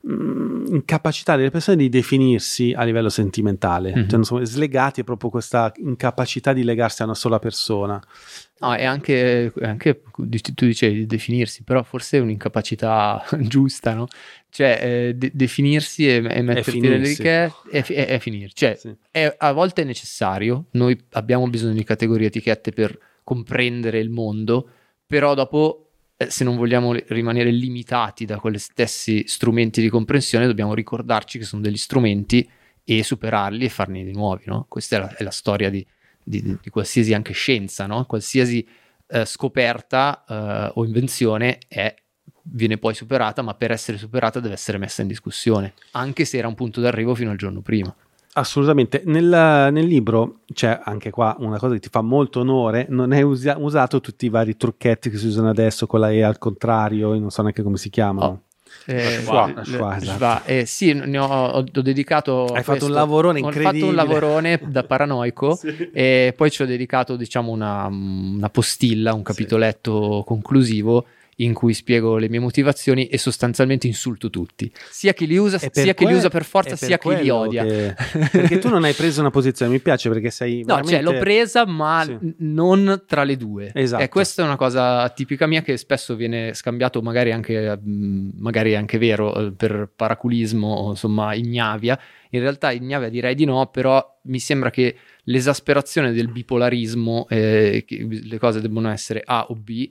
mh, incapacità delle persone di definirsi a livello sentimentale, Mhm. cioè non so, slegati è proprio questa incapacità di legarsi a una sola persona. No, è anche, è anche tu dicevi di definirsi, però forse è un'incapacità giusta, no? Cioè eh, de- definirsi e, e metterti nelle finirsi. righe è, fi- è, è finire. Cioè Sì. è- a volte è necessario, noi abbiamo bisogno di categorie etichette per comprendere il mondo, però dopo eh, se non vogliamo li- rimanere limitati da quegli stessi strumenti di comprensione, dobbiamo ricordarci che sono degli strumenti e superarli e farne di nuovi, no? Questa è la, è la storia di, di- di qualsiasi anche scienza, no? Qualsiasi eh, scoperta eh, o invenzione è, viene poi superata, ma per essere superata deve essere messa in discussione, anche se era un punto d'arrivo fino al giorno prima. Assolutamente. Nel, nel libro c'è anche qua una cosa che ti fa molto onore, non hai usa- usato tutti i vari trucchetti che si usano adesso con la E al contrario, io non so neanche come si chiamano. Oh. Eh, schwa. La schwa, esatto. schwa, eh, sì, ne ho, ho- ho dedicato a Hai fatto questo- un lavorone ho incredibile. fatto un lavorone da paranoico Sì. e poi ci ho dedicato diciamo una, una postilla, un capitoletto conclusivo in cui spiego le mie motivazioni e sostanzialmente insulto tutti, sia chi li usa, È per sia chi li que- usa per forza, è per sia chi li quello odia. che- perché tu non hai preso una posizione, mi piace perché sei No, veramente... cioè l'ho presa, ma Sì. n- non tra le due. Esatto. E questa è una cosa tipica mia che spesso viene scambiato, magari anche, mh, magari anche vero, eh, per paraculismo, o, insomma, ignavia. In realtà ignavia direi di no, però mi sembra che l'esasperazione del bipolarismo, eh, che le cose debbono essere A o B,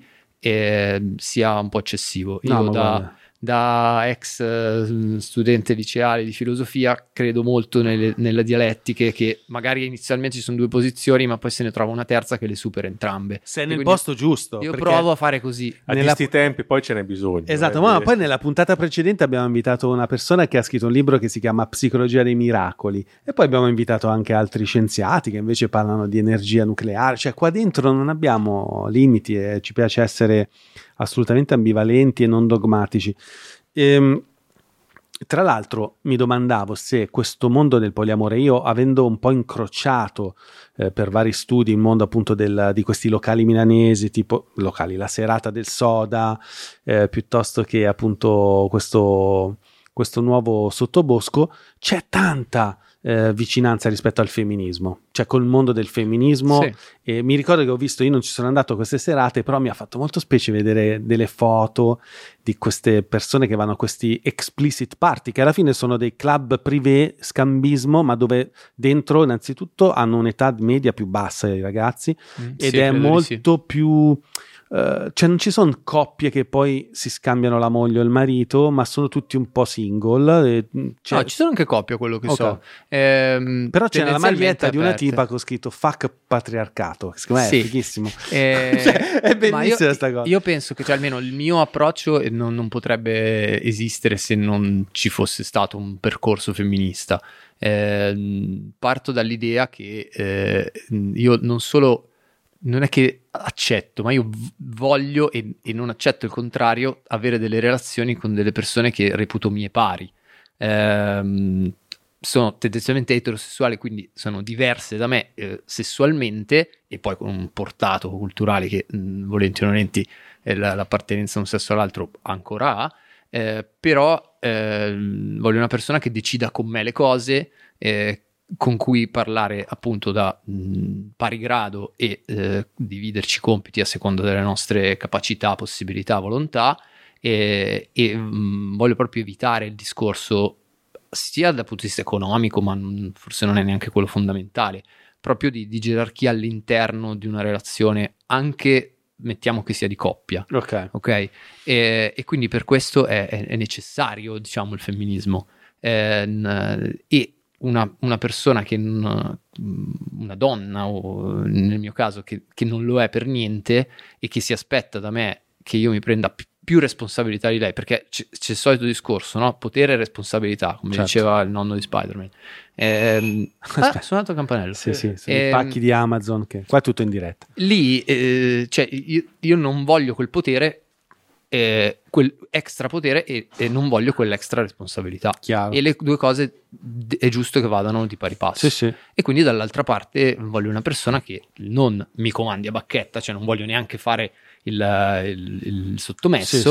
eh, sia un po' eccessivo. No, Io ma da... guarda. Da ex eh, studente liceale di filosofia credo molto nelle, nelle dialettiche, che magari inizialmente ci sono due posizioni ma poi se ne trova una terza che le supera entrambe. Sei E nel quindi posto giusto. io perché- provo a fare così. A Nella- questi tempi poi ce n'è bisogno. Esatto, eh, ma di- poi nella puntata precedente abbiamo invitato una persona che ha scritto un libro che si chiama Psicologia dei miracoli e poi abbiamo invitato anche altri scienziati che invece parlano di energia nucleare, cioè qua dentro non abbiamo limiti e ci piace essere assolutamente ambivalenti e non dogmatici. Ehm, tra l'altro mi domandavo se questo mondo del poliamore, io avendo un po' incrociato eh, per vari studi il mondo appunto del, di questi locali milanesi, tipo locali, la serata del soda, eh, piuttosto che appunto questo, questo nuovo sottobosco, c'è tanta eh, vicinanza rispetto al femminismo, cioè col mondo del femminismo. Sì. E mi ricordo che ho visto, io non ci sono andato a queste serate, però mi ha fatto molto specie vedere delle foto di queste persone che vanno a questi explicit party, che alla fine sono dei club privé, scambismo, ma dove dentro innanzitutto hanno un'età media più bassa i ragazzi Mm, ed sì, è credo di molto sì. più... eh, cioè non ci sono coppie che poi si scambiano la moglie o il marito, ma sono tutti un po' single. E, cioè, No, ci sono anche coppie, quello che Ok. so. Ehm, però c'è la maglietta di una tendenzialmente tipa con scritto fuck patriarcato, che secondo me Sì. è fighissimo. Eh, Cioè, è ma bellissima io, sta cosa. io penso che cioè, almeno il mio approccio non, non potrebbe esistere se non ci fosse stato un percorso femminista. Eh, parto dall'idea che eh, io non solo non è che accetto, ma io v- voglio e, e non accetto il contrario, avere delle relazioni con delle persone che reputo mie pari. Ehm, sono tendenzialmente eterosessuali, quindi sono diverse da me eh, sessualmente e poi con un portato culturale che mh, volenti o nolenti eh, la- l'appartenenza a un sesso all'altro ancora ha, eh, però eh, voglio una persona che decida con me le cose, eh, con cui parlare appunto da mh, pari grado e eh, dividerci i compiti a seconda delle nostre capacità, possibilità, volontà e, e mh, voglio proprio evitare il discorso sia dal punto di vista economico, ma non- forse non è neanche quello fondamentale, proprio di, di gerarchia all'interno di una relazione, anche mettiamo che sia di coppia. Ok. Ok, e, e quindi per questo è, è- è necessario, diciamo, il femminismo. Eh, n- e una, una persona che non- una donna, o nel mio caso, che, che non lo è per niente e che si aspetta da me che io mi prenda pi- più responsabilità di lei, perché c'è, c'è il solito discorso, no? Potere e responsabilità, come Certo. diceva il nonno di Spider-Man. Ehm, ah, ha suonato il campanello. Sì, sì, sono i Ehm, pacchi di Amazon, che qua è tutto in diretta. lì eh, cioè io, io non voglio quel potere, eh, quel extra potere e, e non voglio quell'extra responsabilità, Chiaro. e le due cose d- è giusto che vadano di pari passo. Sì, sì. E quindi dall'altra parte voglio una persona che non mi comandi a bacchetta, cioè non voglio neanche fare il, il- il sottomesso, Sì, sì.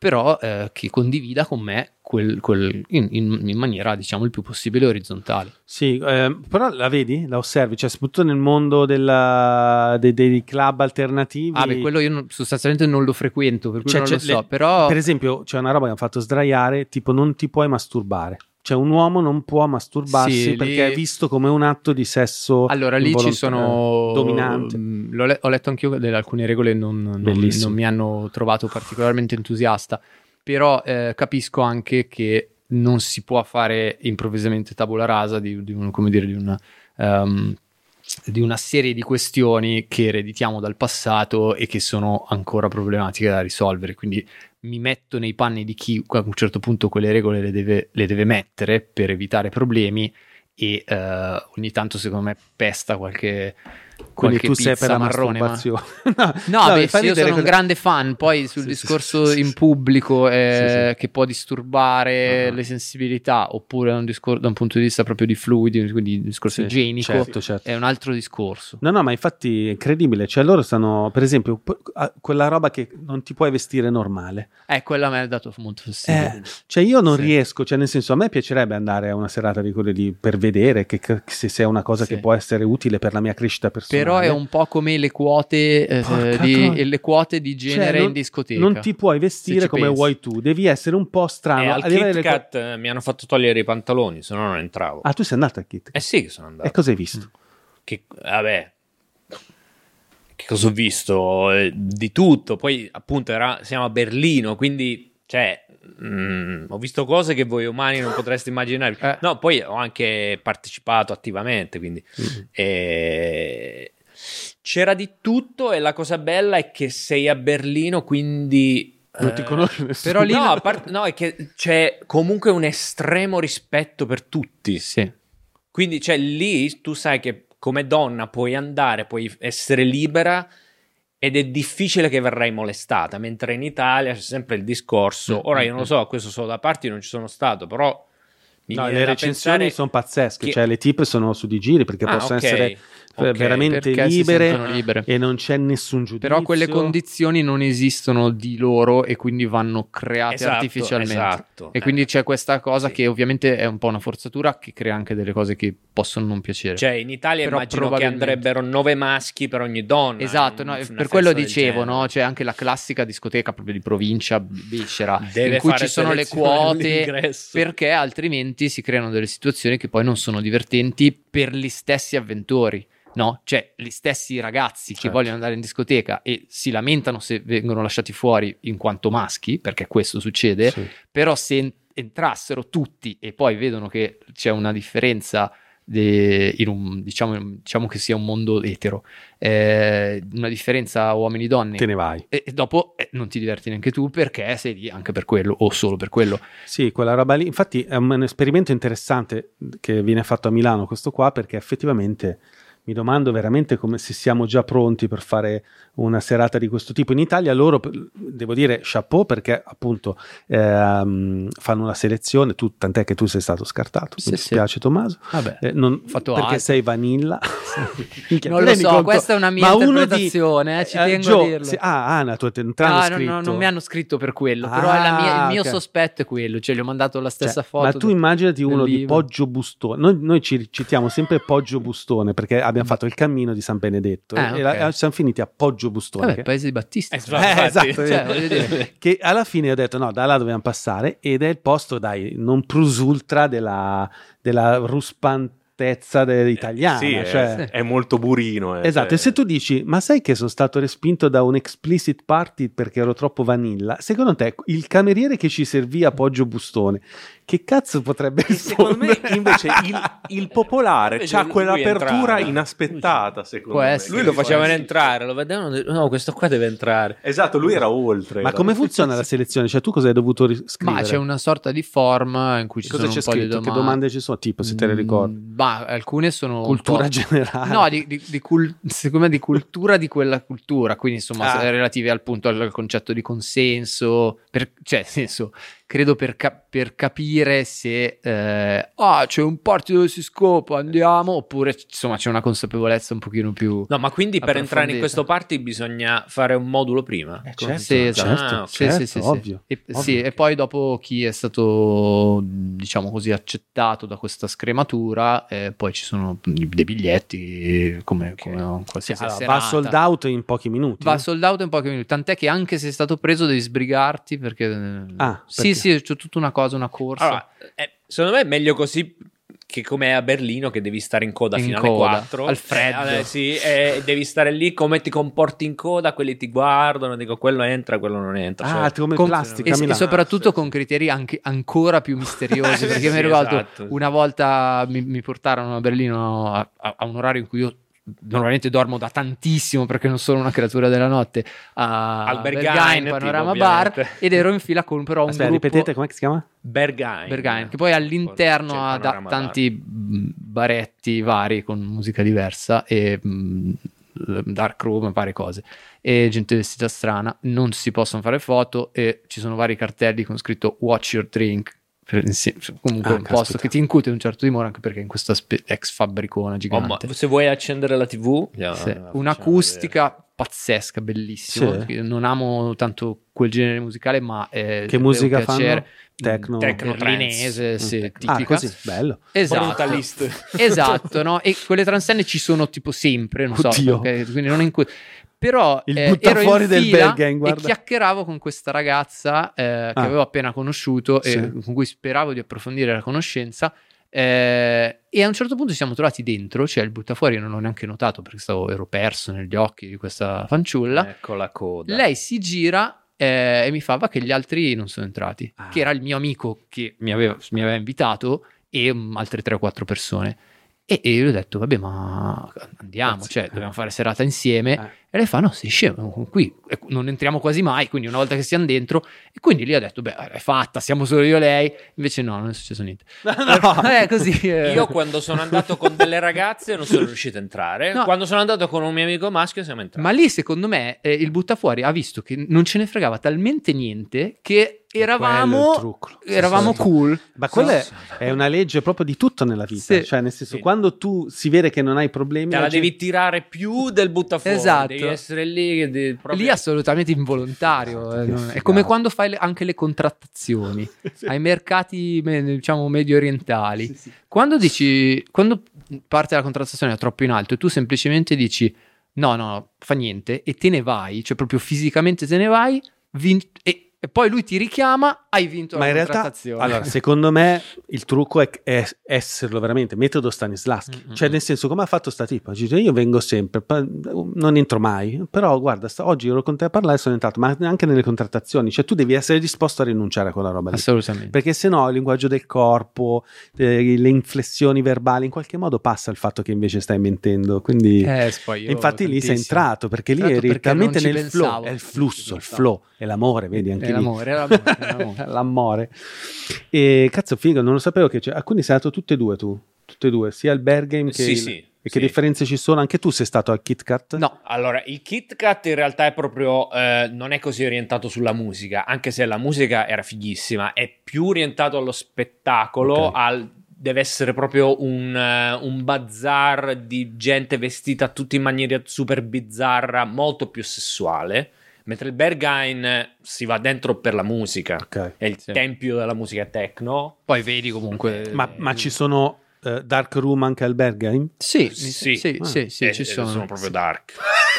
però eh, che condivida con me quel, quel in, in, in maniera, diciamo, il più possibile orizzontale. Sì, eh, però la vedi? La osservi? Cioè, soprattutto nel mondo della, dei, dei club alternativi. Ah, beh, quello io non, sostanzialmente non lo frequento, per cui cioè, non lo so, le, però... Per esempio, c'è una roba che hanno fatto sdraiare, tipo non ti puoi masturbare. Cioè un uomo non può masturbarsi sì, perché lì... è visto come un atto di sesso. Allora lì ci sono dominante. L'ho le- ho letto anch'io delle alcune regole, non, non, non mi hanno trovato particolarmente entusiasta, però eh, capisco anche che non si può fare improvvisamente tabula rasa di, di un, come dire, di una um, di una serie di questioni che ereditiamo dal passato e che sono ancora problematiche da risolvere, quindi mi metto nei panni di chi a un certo punto quelle regole le deve, le deve mettere per evitare problemi e uh, ogni tanto secondo me pesta qualche quindi qualche tu sei per la marrone, masturbazione. Ma... no, no, beh, sì, io sono un cosa... grande fan poi sul sì, discorso sì, sì, in pubblico eh, sì, sì. che può disturbare uh-huh. le sensibilità, oppure un discor- da un punto di vista proprio di fluidi, quindi il discorso sì, igienico, certo, certo. è un altro discorso. No, no, ma infatti è incredibile, cioè loro stanno, per esempio, quella roba che non ti puoi vestire normale. Eh, quella mi ha dato molto fastidio. Eh, cioè io non sì. riesco, cioè nel senso a me piacerebbe andare a una serata di quelle lì per vedere che, che se sia una cosa sì. che può essere utile per la mia crescita personale. Però è un po' come le quote eh, di, e le quote di genere cioè, non, in discoteca. Non ti puoi vestire come pensi. vuoi tu, devi essere un po' strano. E al Kit Kat co- mi hanno fatto togliere i pantaloni, se no non entravo. Ah, tu sei andato al Kit Kat? Eh sì che sono andato. E cosa hai visto? Che, vabbè, che cosa ho visto? Eh, di tutto. Poi appunto era, siamo a Berlino, quindi cioè mm, ho visto cose che voi umani non potreste immaginare. Eh. No, poi ho anche partecipato attivamente, quindi mm. eh, c'era di tutto e la cosa bella è che sei a Berlino, quindi non ti conosci nessuno. Però lì no, part- no, è che c'è comunque un estremo rispetto per tutti. Sì. Quindi cioè lì tu sai che come donna puoi andare, puoi essere libera ed è difficile che verrai molestata, mentre in Italia c'è sempre il discorso. Mm-hmm. Ora io non lo so, questo solo da parte, io non ci sono stato, però mi no, le recensioni sono pazzesche, che... cioè le tipe sono su di giri perché ah, possono okay. essere okay. veramente perché libere, libere e non c'è nessun giudizio. Però quelle condizioni non esistono di loro e quindi vanno create esatto, artificialmente. Esatto. E quindi c'è questa cosa sì. che ovviamente è un po' una forzatura che crea anche delle cose che possono non piacere. Cioè in Italia però immagino probabilmente... che andrebbero nove maschi per ogni donna. Esatto, no, per quello dicevo, no? C'è anche la classica discoteca proprio di provincia becera Deve in cui ci sono le quote all'ingresso. Perché altrimenti si creano delle situazioni che poi non sono divertenti per gli stessi avventori. No, cioè gli stessi ragazzi certo. che vogliono andare in discoteca e si lamentano se vengono lasciati fuori in quanto maschi, perché questo succede, sì. però se en- entrassero tutti e poi vedono che c'è una differenza de- in un, diciamo, diciamo che sia un mondo etero, eh, una differenza uomini-donne, te ne vai e, e dopo eh, non ti diverti neanche tu perché sei lì anche per quello o solo per quello. Sì, quella roba lì, infatti è un esperimento interessante che viene fatto a Milano questo qua, perché effettivamente mi domando veramente come se siamo già pronti per fare una serata di questo tipo. In Italia loro, devo dire, chapeau, perché appunto ehm, fanno una selezione, tu, tant'è che tu sei stato scartato, sì, mi sì. dispiace Tommaso, Vabbè, eh, non, fatto perché altro. sei vanilla. Non lo so, conto, questa è una mia interpretazione, di, eh, ci eh, tengo Joe, a dirlo. Se, ah, Anna, tu non ti hanno ah, scritto? No, no, non mi hanno scritto per quello, ah, però è la mia, il mio okay. sospetto è quello, cioè gli ho mandato la stessa cioè, foto. Ma tu del, immaginati uno di libro. Poggio Bustone, noi, noi ci citiamo sempre Poggio Bustone perché abbiamo fatto il cammino di San Benedetto ah, e okay. la, siamo finiti a Poggio Bustone. Vabbè, che... paese di Battista. Eh, eh, esatto, cioè, voglio dire, che alla fine ho detto no, da là dobbiamo passare ed è il posto, dai, non plus ultra della, della ruspante italiana, sì, cioè... è, è molto burino. Eh, esatto, cioè... e se tu dici, ma sai che sono stato respinto da un explicit party perché ero troppo vanilla, secondo te il cameriere che ci servì a Poggio Bustone, che cazzo potrebbe rispondere? Secondo me invece il, il popolare c'ha quell'apertura inaspettata, secondo Può me. essere. Lui lo facevano entrare, lo vedevano, no, questo qua deve entrare. Esatto, lui era oltre. Ma era come funziona la selezione? Cioè tu cosa hai dovuto scrivere? Ma c'è una sorta di form in cui ci cosa sono c'è un po' scritto? di domande. Che domande ci sono? Tipo, se te le ricordi. Mm, ma alcune sono cultura generale. No, di, di, di, cul... secondo me di cultura di quella cultura, quindi insomma ah. relative al punto al concetto di consenso, per... cioè nel senso credo per, cap- per capire se eh, ah c'è un party dove si scopa, andiamo, oppure insomma c'è una consapevolezza un pochino più no, ma quindi per entrare in approfondita. questo party bisogna fare un modulo prima? Eh, certo, Sì, esatto. certo, Ah, Sì, certo, sì, sì, sì. ovvio, E, ovvio. sì, e poi dopo chi è stato, diciamo così, accettato da questa scrematura, eh, poi ci sono dei biglietti come, Ok. come un qualsiasi Allora, serata. va sold out in pochi minuti. Va sold out in pochi minuti, tant'è che anche se è stato preso devi sbrigarti perché, eh, Ah, sì perché? sì c'è tutta una cosa, una corsa. Allora, eh, secondo me è meglio così che come a Berlino, che devi stare in coda In fino coda, alle quattro al freddo. Eh, sì, e devi stare lì, come ti comporti in coda, quelli ti guardano, dico quello entra, quello non entra. Ah, cioè, come Con- plastica, e, e Milano. soprattutto sì, con sì. criteri anche ancora più misteriosi, perché Sì, mi ricordo esatto. una volta mi, mi portarono a Berlino a, a- a un orario in cui io normalmente dormo da tantissimo perché non sono una creatura della notte, a Al Berghain, Berghain, tipo, Panorama ovviamente. Bar, ed ero in fila con però un Aspetta, gruppo ripetete com'è che si chiama? Berghain, Berghain, che poi all'interno C'è il ha da- Panorama Bar. tanti mh, baretti vari con musica diversa e mh, dark room, varie cose, e gente vestita strana, non si possono fare foto e ci sono vari cartelli con scritto watch your drink, per- sì, comunque Ah, un posto caspita. che ti incute un certo timore, anche perché in questa spe- ex fabbricona Oh, gigante. ma se vuoi accendere la tivù, Sì, andiamo, facciamo un'acustica pazzesca, bellissima. Sì. Io non amo tanto quel genere musicale, ma eh, Che è un musica piacere. fanno? Techno. Techno berlinese, trance. sì, Mm. tipica. Ah, così, bello. Esatto. Brutalist. Esatto, no? E quelle transenne ci sono tipo sempre, non so, Oddio. ok? Quindi non in cui... Però Il eh, butta ero fuori in del fila Berghain, e guarda. chiacchieravo con questa ragazza eh, che Ah. avevo appena conosciuto Sì. e con cui speravo di approfondire la conoscenza. eh, e a un certo punto ci siamo trovati dentro, cioè il buttafuori non l'ho neanche notato perché stavo, ero perso negli occhi di questa fanciulla. Ecco la coda. Lei si gira eh, e mi fa: va che gli altri non sono entrati, Ah. che era il mio amico che mi aveva, mi aveva invitato e um, altre tre o quattro persone. E, e io gli ho detto: vabbè, ma andiamo, Cazzo, cioè eh. dobbiamo fare serata insieme. Eh. E lei fa: no, sei scemo, qui eh, non entriamo quasi mai, quindi una volta che siamo dentro. E quindi lì ho detto: beh, è fatta, siamo solo io e lei. Invece no, non è successo niente. No. Eh, così eh. Io quando sono andato con delle ragazze non sono riuscito a entrare. No. Quando sono andato con un mio amico maschio siamo entrati. Ma lì secondo me eh, il buttafuori ha visto che non ce ne fregava talmente niente che Quello è eravamo il trucco. eravamo Sì, sì. cool. Ma quella è, Sì. è una legge proprio di tutto nella vita. Sì. Cioè, nel senso, Sì. quando tu si vede che non hai problemi, Te la gente- devi tirare più del buttafuori. Esatto. Devi essere lì. Che devi proprio- Lì assolutamente involontario. Esatto, eh, che non- è figata. come quando fai le- anche le contrattazioni ai mercati me- diciamo medio orientali. Sì, sì. Quando dici, quando parte la contrattazione troppo in alto e tu semplicemente dici no, no, no, fa niente e te ne vai, cioè proprio fisicamente te ne vai, vin- e, e poi lui ti richiama, hai vinto Ma la in realtà, contrattazione. allora, secondo me il trucco è, è esserlo veramente, metodo Stanislavski. Mm-mm. Cioè, nel senso, come ha fatto sta tipa? Dice, io vengo sempre, pa- non entro mai, però guarda, sta- oggi ero con te a parlare e sono entrato, ma anche nelle contrattazioni, cioè tu devi essere disposto a rinunciare a quella roba lì. Assolutamente. Perché se no il linguaggio del corpo, eh, le inflessioni verbali, in qualche modo passa il fatto che invece stai mentendo. Quindi, Eh, poi io e infatti lì sei tantissimo. entrato, perché lì Entrato eri perché talmente non ci nel flow, pensavo. è il Non ci flusso, il pensavo. flow, è l'amore, vedi anche È lì. l'amore, è l'amore, è l'amore. L'amore. E cazzo figo, non lo sapevo che c'è. Ah, quindi sei andato tutte e due tu, tutte e due, sia il Berghain che Sì, il- sì, e che sì. differenze ci sono? Anche tu sei stato al Kit Kat? No, Allora, il Kit Kat in realtà è proprio eh, non è così orientato sulla musica, anche se la musica era fighissima, è più orientato allo spettacolo, Ok. al deve essere proprio un, eh, un bazar di gente vestita tutti in maniera super bizzarra, molto più sessuale, mentre il Berghain si va dentro per la musica, Ok. è il Sì. tempio della musica techno. poi vedi comunque. Ma, ma ci sono eh, dark room anche al Berghain? Sì, Sì. sì, sì, sì, sì, Eh, ci eh, sono. sono proprio dark.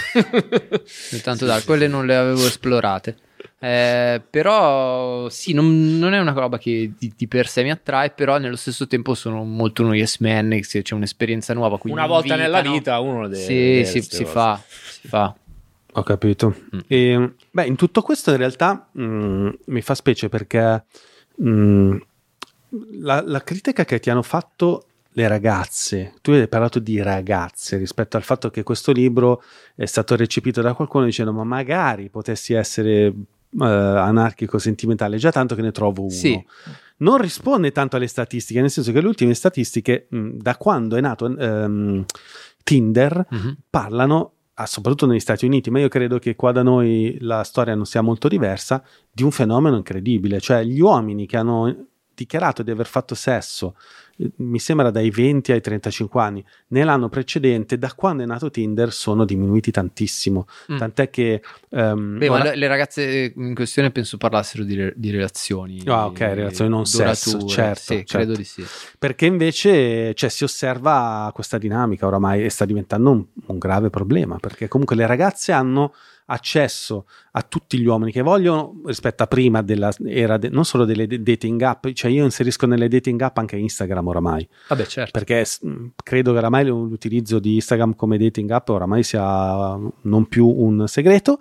Tanto da quelle non le avevo esplorate. Eh, però sì, non, non è una roba che di, di per sé mi attrae, però nello stesso tempo sono molto uno yes man, se c'è un'esperienza nuova. quindi Una volta invitano. nella vita uno deve Sì, vedere si, queste si cose. fa, si fa. Ho capito. Mm. E, beh, in tutto questo in realtà mm, mi fa specie perché mm, la, la critica che ti hanno fatto le ragazze, tu hai parlato di ragazze rispetto al fatto che questo libro è stato recepito da qualcuno dicendo ma magari potessi essere eh, anarchico sentimentale, già tanto che ne trovo uno. Sì. Non risponde tanto alle statistiche, nel senso che le ultime statistiche mh, da quando è nato ehm, Tinder Mhm. parlano ah, soprattutto negli Stati Uniti, ma io credo che qua da noi la storia non sia molto diversa, di un fenomeno incredibile, cioè gli uomini che hanno dichiarato di aver fatto sesso, mi sembra dai venti ai trentacinque anni, nell'anno precedente, da quando è nato Tinder, sono diminuiti tantissimo, mm. tant'è che um, Beh, ora... ma le ragazze in questione penso parlassero di, di relazioni ah ok, relazioni non sesso, certo, sì, certo, credo di sì, perché invece cioè, si osserva questa dinamica oramai e sta diventando un, un grave problema, perché comunque le ragazze hanno accesso a tutti gli uomini che vogliono rispetto a prima della era de, non solo delle dating app, cioè io inserisco nelle dating app anche Instagram oramai. Vabbè, certo. Perché credo che oramai l'utilizzo di Instagram come dating app oramai sia non più un segreto.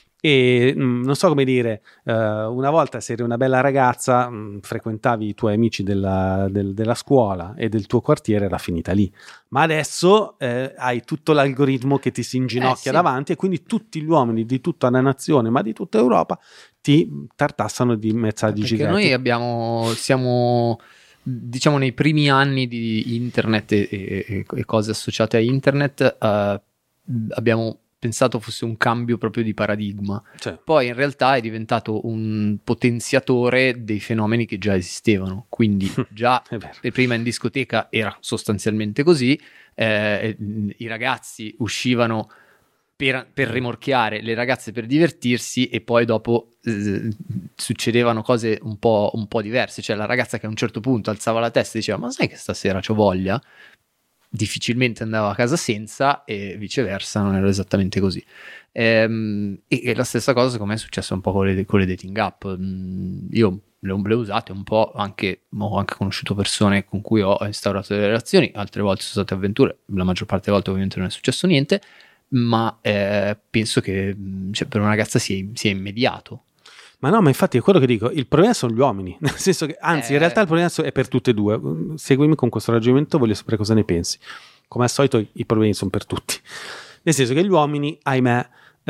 E mh, non so come dire, uh, una volta se eri una bella ragazza, mh, frequentavi i tuoi amici della, del, della scuola e del tuo quartiere, era finita lì, ma adesso eh, hai tutto l'algoritmo che ti si inginocchia eh, sì. davanti, e quindi tutti gli uomini di tutta la nazione, ma di tutta Europa, ti tartassano di messaggi perché giganti. noi abbiamo siamo diciamo nei primi anni di internet e, e, e cose associate a internet, uh, abbiamo pensato fosse un cambio proprio di paradigma, cioè. Poi in realtà è diventato un potenziatore dei fenomeni che già esistevano, quindi già prima in discoteca era sostanzialmente così, eh, i ragazzi uscivano per, per rimorchiare, le ragazze per divertirsi, e poi dopo eh, succedevano cose un po', un po' diverse, cioè la ragazza che a un certo punto alzava la testa e diceva ma sai che stasera c'ho voglia? Difficilmente andava a casa senza, e viceversa non era esattamente così. Ehm, e, e la stessa cosa secondo me è successa un po' con le, con le dating app. Mm, io le ho, le ho usate un po', anche ho anche conosciuto persone con cui ho instaurato delle relazioni, altre volte sono state avventure, la maggior parte delle volte ovviamente non è successo niente, ma eh, penso che cioè, per una ragazza sia, sia immediato. Ma no, ma infatti è quello che dico, il problema sono gli uomini, nel senso che, anzi, eh... in realtà il problema è per tutte e due. Seguimi con questo ragionamento, voglio sapere cosa ne pensi. Come al solito i problemi sono per tutti. Nel senso che gli uomini, ahimè,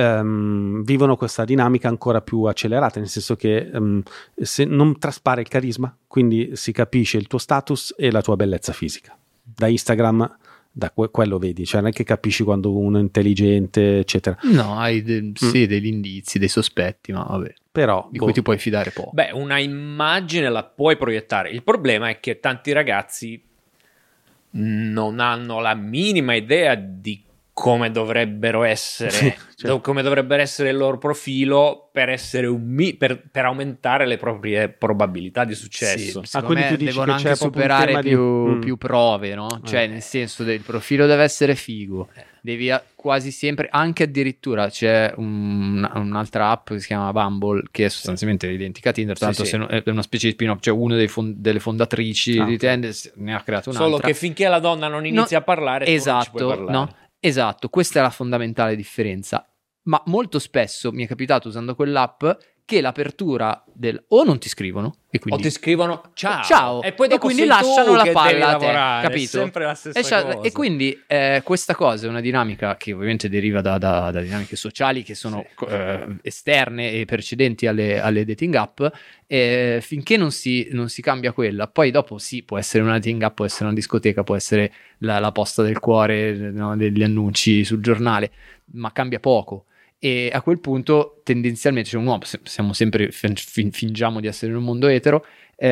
um, vivono questa dinamica ancora più accelerata, nel senso che um, se non traspare il carisma, quindi si capisce il tuo status e la tua bellezza fisica. Da Instagram... da que- quello vedi, cioè non è che capisci quando uno è intelligente eccetera, no, hai de- mm. sì, degli indizi, dei sospetti, ma vabbè, però di boh. cui ti puoi fidare poco. Beh, una immagine la puoi proiettare, il problema è che tanti ragazzi non hanno la minima idea di come dovrebbero essere, sì, certo. come dovrebbe essere il loro profilo per essere un mi- per, per aumentare le proprie probabilità di successo. Sì, ah, quindi me tu dici devono che c'è anche superare di... più, mm. più prove, no? Cioè, eh. nel senso del profilo deve essere figo, devi a- quasi sempre, anche addirittura c'è un, un'altra app che si chiama Bumble, che è sostanzialmente identica a Tinder, tanto sì, sì. Se no, è una specie di spin-off, cioè una fond- delle fondatrici ah, di okay. Tinder ne ha creato un'altra. Solo che finché la donna non inizia No, a parlare, esatto, tu non ci puoi parlare. no? Esatto, questa è la fondamentale differenza. Ma molto spesso mi è capitato usando quell'app che l'apertura del o non ti scrivono e quindi o ti scrivono ciao, ciao e poi dopo e quindi sei lasciano tu la che palla devi a te, lavorare, capito? è sempre la stessa e, scia- cosa. e quindi eh, questa cosa è una dinamica che ovviamente deriva da, da, da dinamiche sociali che sono sì. eh, esterne e precedenti alle, alle dating app, e finché non si, non si cambia quella, poi dopo sì, può essere una dating app, può essere una discoteca, può essere la, la posta del cuore, no, degli annunci sul giornale, ma cambia poco. E a quel punto tendenzialmente c'è un uomo, siamo sempre fin, fingiamo di essere in un mondo etero,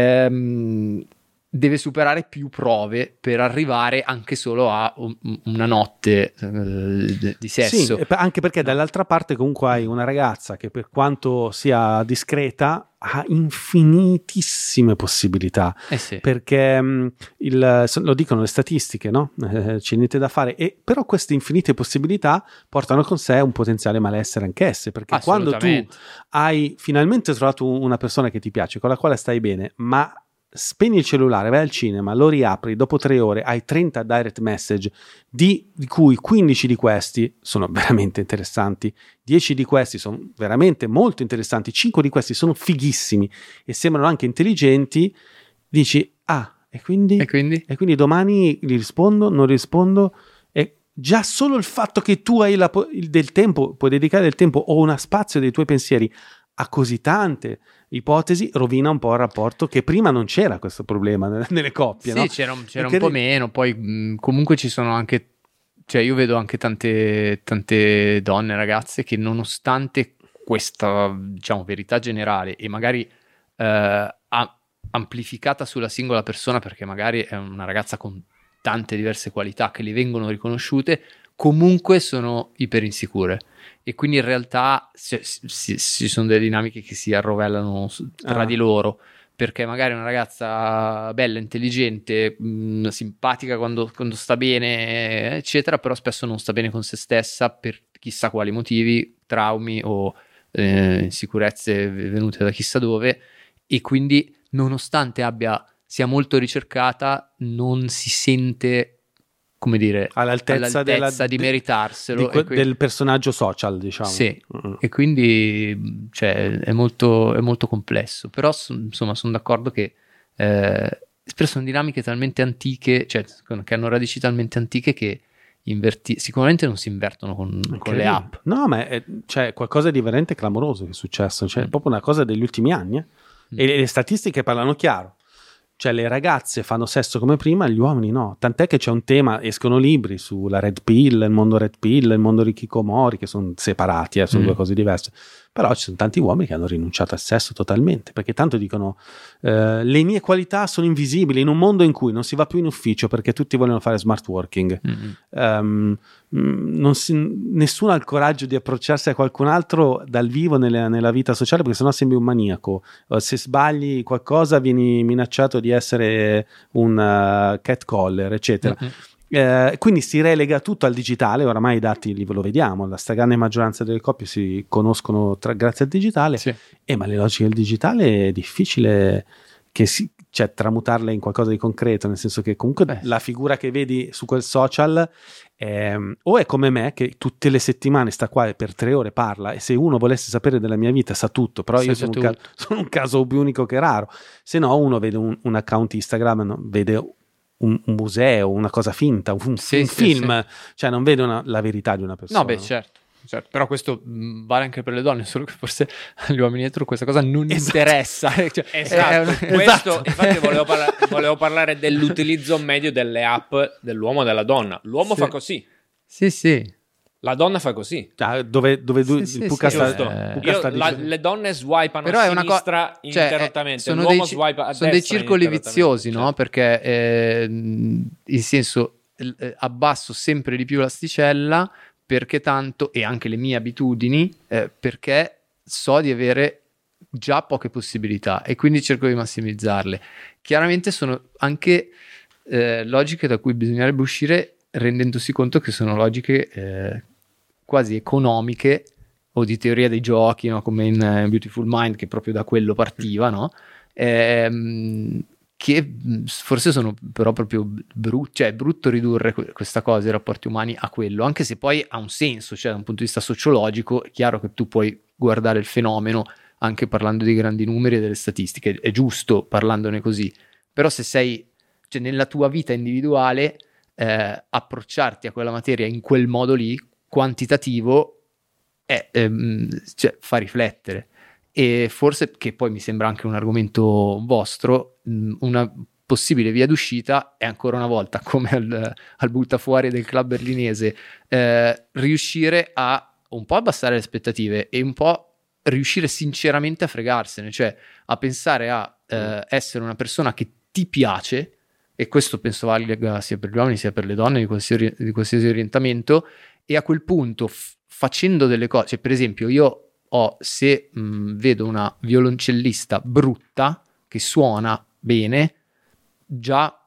ehm, deve superare più prove per arrivare anche solo a un, una notte eh, di sesso. Sì, anche perché dall'altra parte comunque hai una ragazza che, per quanto sia discreta, ha infinitissime possibilità, eh sì. perché mh, il, lo dicono le statistiche, no? Eh, c'è niente da fare, e però queste infinite possibilità portano con sé un potenziale malessere anch'esse, perché quando tu hai finalmente trovato una persona che ti piace, con la quale stai bene, ma spegni il cellulare, vai al cinema, lo riapri, dopo tre ore hai trenta direct message, di, di cui quindici di questi sono veramente interessanti, dieci di questi sono veramente molto interessanti, cinque di questi sono fighissimi e sembrano anche intelligenti, dici ah, e quindi? E quindi? E quindi domani gli rispondo, non rispondo, e già solo il fatto che tu hai la, il, del tempo, puoi dedicare del tempo o uno spazio dei tuoi pensieri a così tante ipotesi, rovina un po' il rapporto, che prima non c'era questo problema nelle coppie, sì, no? c'era, c'era Perché un po' meno, poi mh, comunque ci sono anche cioè io vedo anche tante, tante donne, ragazze che nonostante questa, diciamo, verità generale e magari eh, a, amplificata sulla singola persona, perché magari è una ragazza con tante diverse qualità che le vengono riconosciute, comunque sono iper insicure e quindi in realtà ci sono delle dinamiche che si arrovellano tra ah. di loro, perché magari una ragazza bella, intelligente, mh, simpatica quando, quando sta bene, eccetera, però spesso non sta bene con se stessa per chissà quali motivi, traumi o eh, insicurezze venute da chissà dove, e quindi nonostante abbia sia molto ricercata non si sente, come dire, all'altezza, all'altezza della, di meritarselo di que- quindi, del personaggio social, diciamo. Sì, mm. e quindi cioè, è, molto, è molto complesso, però insomma sono d'accordo che eh, spesso sono dinamiche talmente antiche, cioè che hanno radici talmente antiche che inverti- sicuramente non si invertono con, con le app. No, ma è cioè, qualcosa di veramente clamoroso che è successo, cioè, mm. è proprio una cosa degli ultimi anni, eh? mm. e le, le statistiche parlano chiaro. Cioè le ragazze fanno sesso come prima, gli uomini no. Tant'è che c'è un tema, escono libri sulla Red Pill, il mondo Red Pill, il mondo Hikikomori, che sono separati, eh, sono mm. due cose diverse. Però ci sono tanti uomini che hanno rinunciato al sesso totalmente, perché tanto dicono eh, le mie qualità sono invisibili in un mondo in cui non si va più in ufficio perché tutti vogliono fare smart working. Mm-hmm. Um, non si, nessuno ha il coraggio di approcciarsi a qualcun altro dal vivo nella, nella vita sociale, perché sennò sembri un maniaco. Se sbagli qualcosa vieni minacciato di essere un uh, catcaller, eccetera. Mm-hmm. Eh, quindi si relega tutto al digitale. Oramai i dati li, lo vediamo, la stragrande maggioranza delle coppie si conoscono tra, grazie al digitale, sì. eh, ma le logiche del digitale è difficile che si, cioè, tramutarle in qualcosa di concreto, nel senso che comunque Beh. la figura che vedi su quel social è, o è come me che tutte le settimane sta qua e per tre ore parla, e se uno volesse sapere della mia vita sa tutto, però io sono un, ca- sono un caso più unico che raro. Se no uno vede un, un account Instagram, no? Vede Un, un museo, una cosa finta, un, sì, un sì, film, sì. cioè non vedo una, la verità di una persona. No, beh, certo, certo. Però questo mh, vale anche per le donne, solo che forse agli uomini dietro questa cosa non esatto. interessa. Cioè, esatto, una... questo, esatto. Infatti volevo, parla- volevo parlare dell'utilizzo medio delle app dell'uomo e della donna. L'uomo sì. fa così. Sì, sì. La donna fa così. Ah, dove dove sì, du- sì, Pucca sì, sta, eh. Pucca sta Io, la, le donne swipano però a è sinistra una co- cioè, ininterrottamente, sono l'uomo dei, swipa a sono destra dei circoli viziosi, certo. no? Perché eh, in senso eh, abbasso sempre di più l'asticella, perché tanto, e anche le mie abitudini, eh, perché so di avere già poche possibilità e quindi cerco di massimizzarle. Chiaramente sono anche eh, logiche da cui bisognerebbe uscire rendendosi conto che sono logiche eh, quasi economiche o di teoria dei giochi, no? Come in uh, Beautiful Mind, che proprio da quello partiva, no? Ehm, che forse sono però proprio brutti, cioè è brutto ridurre que- questa cosa, i rapporti umani, a quello, anche se poi ha un senso, cioè da un punto di vista sociologico è chiaro che tu puoi guardare il fenomeno anche parlando di grandi numeri e delle statistiche, è giusto parlandone così, però se sei, cioè nella tua vita individuale eh, approcciarti a quella materia in quel modo lì, quantitativo, è, ehm, cioè, fa riflettere. E forse, che poi mi sembra anche un argomento vostro, mh, una possibile via d'uscita è ancora una volta, come al, al buttafuori del club berlinese, eh, riuscire a un po' abbassare le aspettative e un po' riuscire sinceramente a fregarsene, cioè a pensare a eh, essere una persona che ti piace, e questo penso valga sia per gli uomini sia per le donne di qualsiasi, di qualsiasi orientamento, e a quel punto f- facendo delle cose, cioè per esempio io ho, se mh, vedo una violoncellista brutta che suona bene, già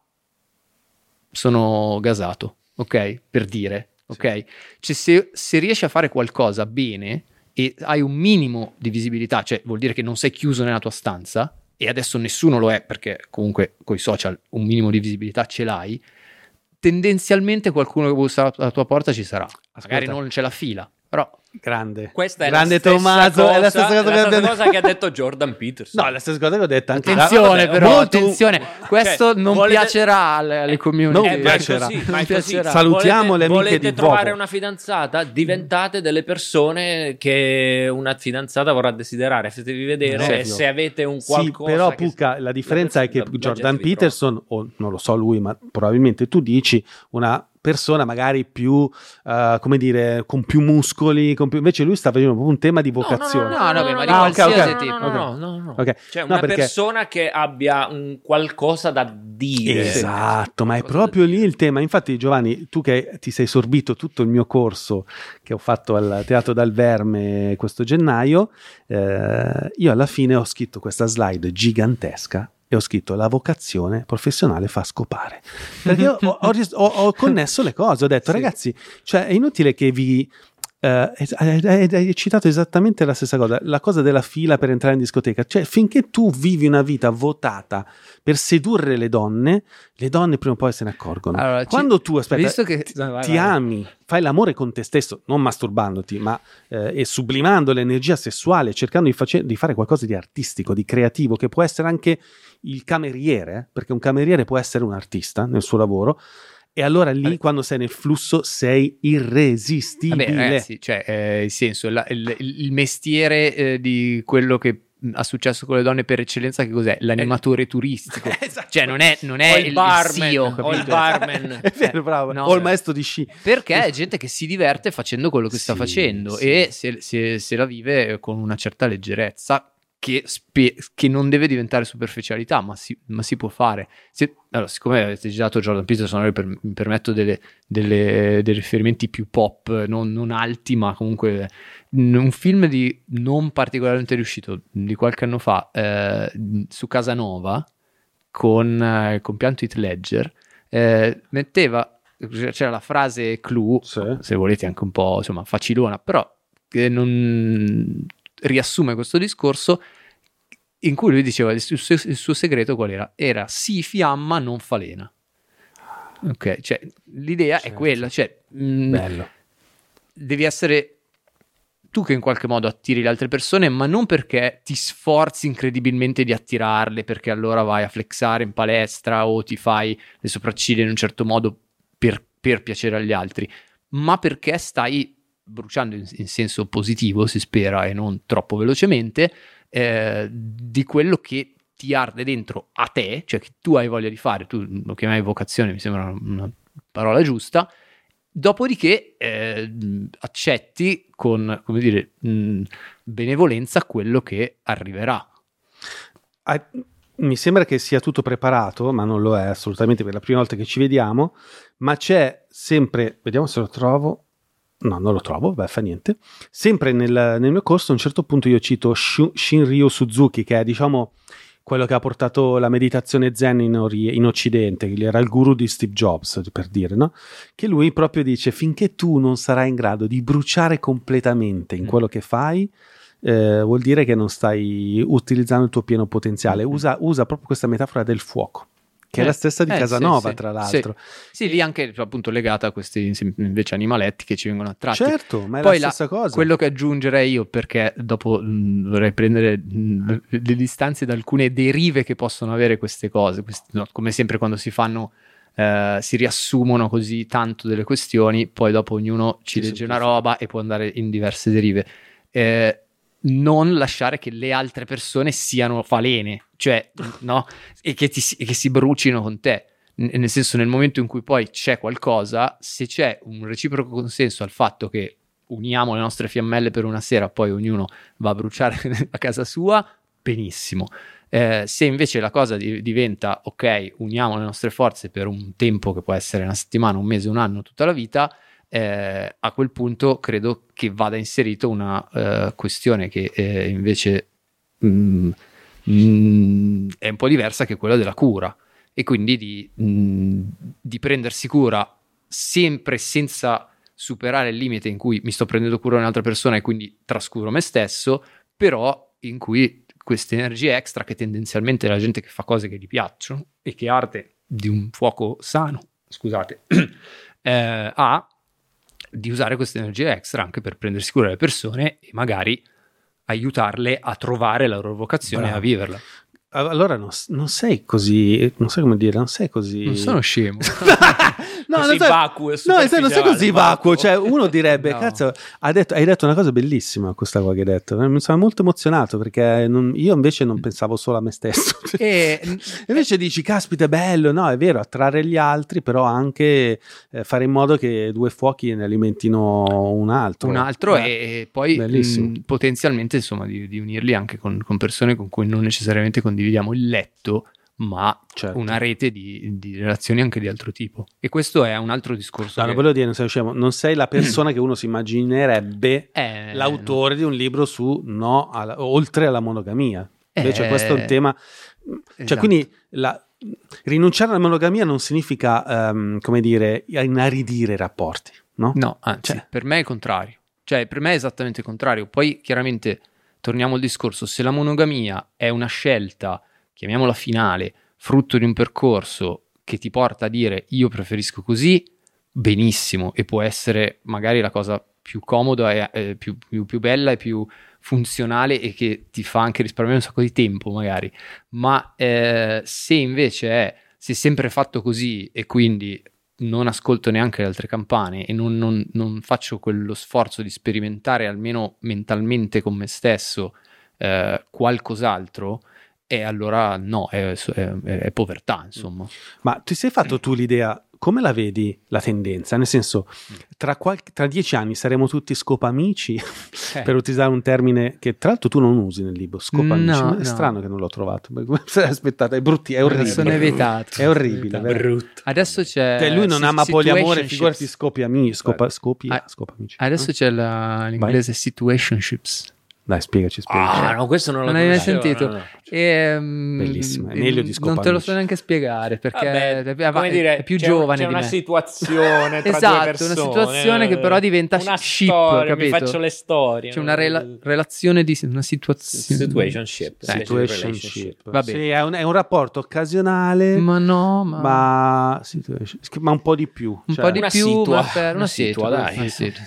sono gasato, ok? Per dire, ok? Sì. Cioè se, se riesci a fare qualcosa bene e hai un minimo di visibilità, cioè vuol dire che non sei chiuso nella tua stanza, e adesso nessuno lo è perché comunque coi social un minimo di visibilità ce l'hai, tendenzialmente qualcuno che bussa alla tua porta ci sarà. Ascolta. Magari non c'è la fila, però grande, questa è grande la stessa Tommaso, cosa, è la stessa cosa, è la che, stessa abbiamo... cosa che ha detto Jordan Peterson. No, è la stessa cosa che ho detto anche. Attenzione, ah, però, molto... attenzione, questo cioè, non volete... piacerà alle, alle community. Non eh, piacerà. Così, non piacerà. Salutiamo volete, le amiche volete di trovare Vovo. Una fidanzata? Diventate delle persone che una fidanzata vorrà desiderare, fatevi vedere, no, e se avete un qualcosa. Sì, però che... Pucca, la differenza la è che la, Jordan la Peterson, o non lo so lui, ma probabilmente tu dici una persona magari più, uh, come dire, con più muscoli, con più... invece lui sta facendo proprio un tema di vocazione. No, no, no, no, no, ma di ah, okay, qualsiasi okay. tipo. No, no, no, no, no. Okay. Cioè no, una perché... persona che abbia un qualcosa da dire. Esatto, ma è proprio lì il tema. Infatti Giovanni, tu che ti sei sorbito tutto il mio corso che ho fatto al Teatro Dal Verme questo gennaio, eh, io alla fine ho scritto questa slide gigantesca e ho scritto la vocazione professionale fa scopare, perché ho, ho, ho, ho connesso le cose, ho detto sì. Ragazzi, cioè è inutile che vi Uh, hai, hai, hai citato esattamente la stessa cosa, la cosa della fila per entrare in discoteca, cioè finché tu vivi una vita votata per sedurre le donne, le donne prima o poi se ne accorgono. Allora, quando ci... tu aspetta, visto che... ti, vai, ti vai. ami, fai l'amore con te stesso, non masturbandoti, ma eh, e sublimando l'energia sessuale, cercando di, face... di fare qualcosa di artistico, di creativo, che può essere anche il cameriere, perché un cameriere può essere un artista nel suo lavoro. E allora lì, quando sei nel flusso, sei irresistibile. Vabbè, ragazzi, cioè, eh, il senso, la, il, il mestiere eh, di quello che ha successo con le donne per eccellenza, che cos'è? L'animatore eh, turistico. Esatto. Cioè, non è, non è o il, il barman, il S E O, o il barman. È vero, bravo. No, o il maestro di sci. Perché è gente che si diverte facendo quello che sì, sta facendo sì. E se, se, se la vive con una certa leggerezza. Che, spe- che non deve diventare superficialità, ma si, ma si può fare. Se, allora, siccome avete citato Jordan Peterson, io per, mi permetto delle, delle, dei riferimenti più pop, non, non alti, ma comunque un film di non particolarmente riuscito di qualche anno fa, eh, su Casanova, con eh, il compianto Heath Ledger, eh, metteva, c'era la frase clou, sì. Se volete anche un po' insomma facilona, però che non... riassume questo discorso in cui lui diceva il suo, il suo segreto qual era? Era si fiamma non falena. Ok, cioè l'idea certo. È quella, cioè mh, bello. Devi essere tu che in qualche modo attiri le altre persone, ma non perché ti sforzi incredibilmente di attirarle, perché allora vai a flexare in palestra o ti fai le sopracciglia in un certo modo per, per piacere agli altri, ma perché stai bruciando in, in senso positivo, si spera, e non troppo velocemente, eh, di quello che ti arde dentro a te, cioè che tu hai voglia di fare. Tu lo chiamavi vocazione, mi sembra una, una parola giusta. Dopodiché eh, accetti con, come dire, mh, benevolenza quello che arriverà. Ah, mi sembra che sia tutto preparato, ma non lo è assolutamente per la prima volta che ci vediamo, ma c'è sempre, vediamo se lo trovo. No, non lo trovo, beh, fa niente. Sempre nel, nel mio corso, a un certo punto io cito Shinryu Suzuki, che è, diciamo, quello che ha portato la meditazione zen in, ori- in Occidente, che era il guru di Steve Jobs, per dire, no? Che lui proprio dice, finché tu non sarai in grado di bruciare completamente in quello che fai, eh, vuol dire che non stai utilizzando il tuo pieno potenziale. Usa, usa proprio questa metafora del fuoco, che eh, è la stessa di eh, Casanova, sì, tra l'altro. Sì. sì, lì anche appunto legata a questi invece animaletti che ci vengono attratti. Certo, ma è poi la stessa la, cosa. Quello che aggiungerei io, perché dopo mh, vorrei prendere mh, le distanze da alcune derive che possono avere queste cose, questi, no, come sempre quando si fanno, eh, si riassumono così tanto delle questioni, poi dopo ognuno ci sì, legge una roba e può andare in diverse derive. Eh, non lasciare che le altre persone siano falene, cioè, no? E che, ti, e che si brucino con te. N- nel senso, nel momento in cui poi c'è qualcosa, se c'è un reciproco consenso al fatto che uniamo le nostre fiammelle per una sera, poi ognuno va a bruciare a casa sua, benissimo. Eh, se invece la cosa di- diventa, ok, uniamo le nostre forze per un tempo che può essere una settimana, un mese, un anno, tutta la vita, Eh, a quel punto credo che vada inserito una uh, questione che eh, invece mm, mm, è un po' diversa, che è quella della cura, e quindi di, mm, di prendersi cura sempre senza superare il limite in cui mi sto prendendo cura di un'altra persona e quindi trascuro me stesso, però in cui queste energie extra, che tendenzialmente la gente che fa cose che gli piacciono e che arde di un fuoco sano, scusate, eh, ha, di usare queste energie extra anche per prendersi cura delle persone e magari aiutarle a trovare la loro vocazione. Bravo. E a viverla. Allora non, non sei così, non sai come dire, non sei così... Non sono scemo. No, così non so, vacuo e no, non sei così vacuo, cioè uno direbbe, No. cazzo, hai detto, hai detto una cosa bellissima questa qua che hai detto, mi sono molto emozionato perché non- io invece non pensavo solo a me stesso. E, Invece dici, caspita, è bello, no, è vero, attrarre gli altri, però anche eh, fare in modo che due fuochi ne alimentino un altro. un altro Eh, e poi bellissimo. mh, potenzialmente insomma di, di unirli anche con, con persone con cui non necessariamente condividiamo il letto, ma Certo. una rete di, di relazioni anche di altro tipo. E questo è un altro discorso. No, che- non volevo dire, non sei, scemo, non sei la persona che uno si immaginerebbe Eh, l'autore di un libro su no, alla- oltre alla monogamia. Invece Eh, questo è un tema, cioè esatto. quindi la- rinunciare alla monogamia non significa, ehm, come dire, inaridire i rapporti, no? No, anzi, Cioè- per me è il contrario. Cioè, per me è esattamente il contrario. Poi, chiaramente, torniamo al discorso, se la monogamia è una scelta, chiamiamola finale, frutto di un percorso che ti porta a dire io preferisco così, benissimo, e può essere magari la cosa più comoda e eh, più, più, più bella e più funzionale e che ti fa anche risparmiare un sacco di tempo magari, ma eh, se invece è si è sempre fatto così e quindi non ascolto neanche le altre campane e non, non- non faccio quello sforzo di sperimentare almeno mentalmente con me stesso eh, qualcos'altro, e allora no, è, è- è povertà, insomma. Ma ti sei fatto tu l'idea, come la vedi la tendenza? Nel senso, tra, qualche- tra dieci anni saremo tutti scopamici, Eh. per utilizzare un termine che tra l'altro tu non usi nel libro, scopamici. No, Ma è no. strano che non l'ho trovato. Aspettate, è brutti, è orribile. Sono evitato. È orribile. vero? Brutto. Adesso c'è Cioè, lui non si- ama poliamore, situationships. figurati scopiami, scopa, scopia, Ah, scopamici. Adesso no? c'è la- l'inglese situationships. Dai, spiegaci, spiegaci. Ah, no, questo non, Non lo l'hai mai conoscevo, sentito? no, no. Ehm, Bellissimo, è ehm, meglio di Non Scopamici. te lo so neanche spiegare perché Vabbè, è, è- come è- dire, è più c'è, giovane c'è di una me. situazione tra Esatto, due una persone, situazione che però diventa una ship, storia, mi capito? faccio le storie. C'è una rela- relazione di una situazione. situationship, Sì. Situationship. Va bene. Sì, è un, è un rapporto occasionale, ma, Ma no, ma, situation- ma un po' di più. un cioè, po' di una più, situa, ma per- una una situa, situa, dai. una situa.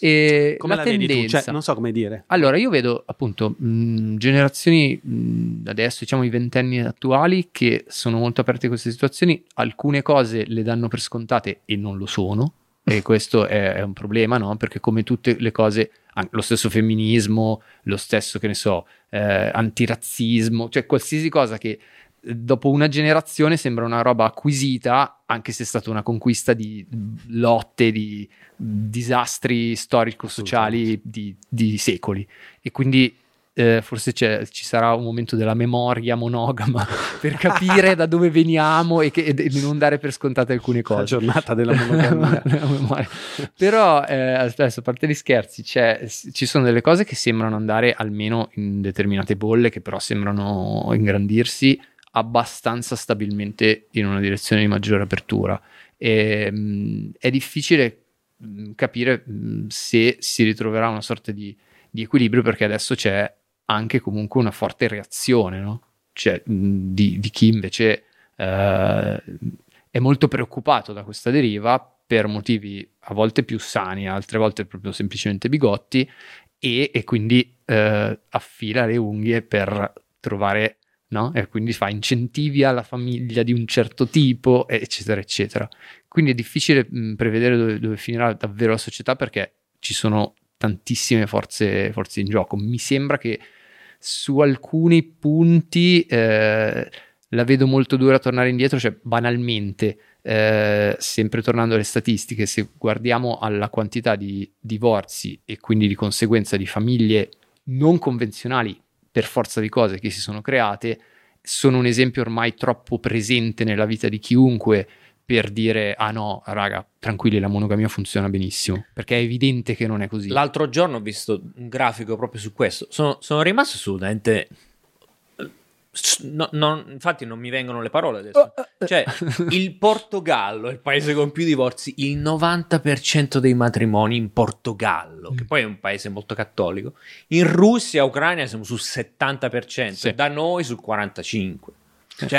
E come la, la, vedi tu? tendenza. Cioè, non so come dire. Allora, io vedo appunto mh, generazioni mh, adesso, diciamo i ventenni attuali, che sono molto aperte a queste situazioni. Alcune cose le danno per scontate e non lo sono, e questo è, è un problema, no? Perché come tutte le cose, anche lo stesso femminismo, lo stesso, che ne so, eh, antirazzismo, cioè qualsiasi cosa che eh, dopo una generazione sembra una roba acquisita, anche se è stata una conquista di lotte, di disastri storico-sociali di, di secoli. E quindi eh, forse c'è- ci sarà un momento della memoria monogama per capire da dove veniamo e, che, e di non dare per scontate alcune La cose. giornata della monogamia. Nella memoria. Però eh, adesso, a parte gli scherzi, c'è- ci sono delle cose che sembrano andare almeno in determinate bolle, che però sembrano ingrandirsi abbastanza stabilmente in una direzione di maggiore apertura. E, mh, è difficile mh, capire mh, se si ritroverà una sorta di, di equilibrio, perché adesso c'è anche comunque una forte reazione, no? Cioè, mh, di, di chi invece eh, è molto preoccupato da questa deriva per motivi a volte più sani, altre volte proprio semplicemente bigotti, e, e quindi eh, affila le unghie per trovare, no? E quindi fa incentivi alla famiglia di un certo tipo, eccetera, eccetera. Quindi è difficile mh, prevedere dove, dove finirà davvero la società, perché ci sono tantissime forze, forze in gioco. Mi sembra che su alcuni punti eh, la vedo molto dura a tornare indietro, cioè banalmente, eh, sempre tornando alle statistiche, se guardiamo alla quantità di divorzi e quindi di conseguenza di famiglie non convenzionali per forza di cose che si sono create, sono un esempio ormai troppo presente nella vita di chiunque per dire ah no, raga, tranquilli, la monogamia funziona benissimo, perché è evidente che non è così. L'altro giorno ho visto un grafico proprio su questo. Sono, sono rimasto assolutamente. No, non- infatti, non mi vengono le parole adesso. Cioè, il Portogallo è il paese con più divorzi. Il novanta per cento dei matrimoni in Portogallo, che poi è un paese molto cattolico. In Russia e Ucraina siamo sul settanta per cento, Sì. da noi sul quarantacinque per cento. Cioè,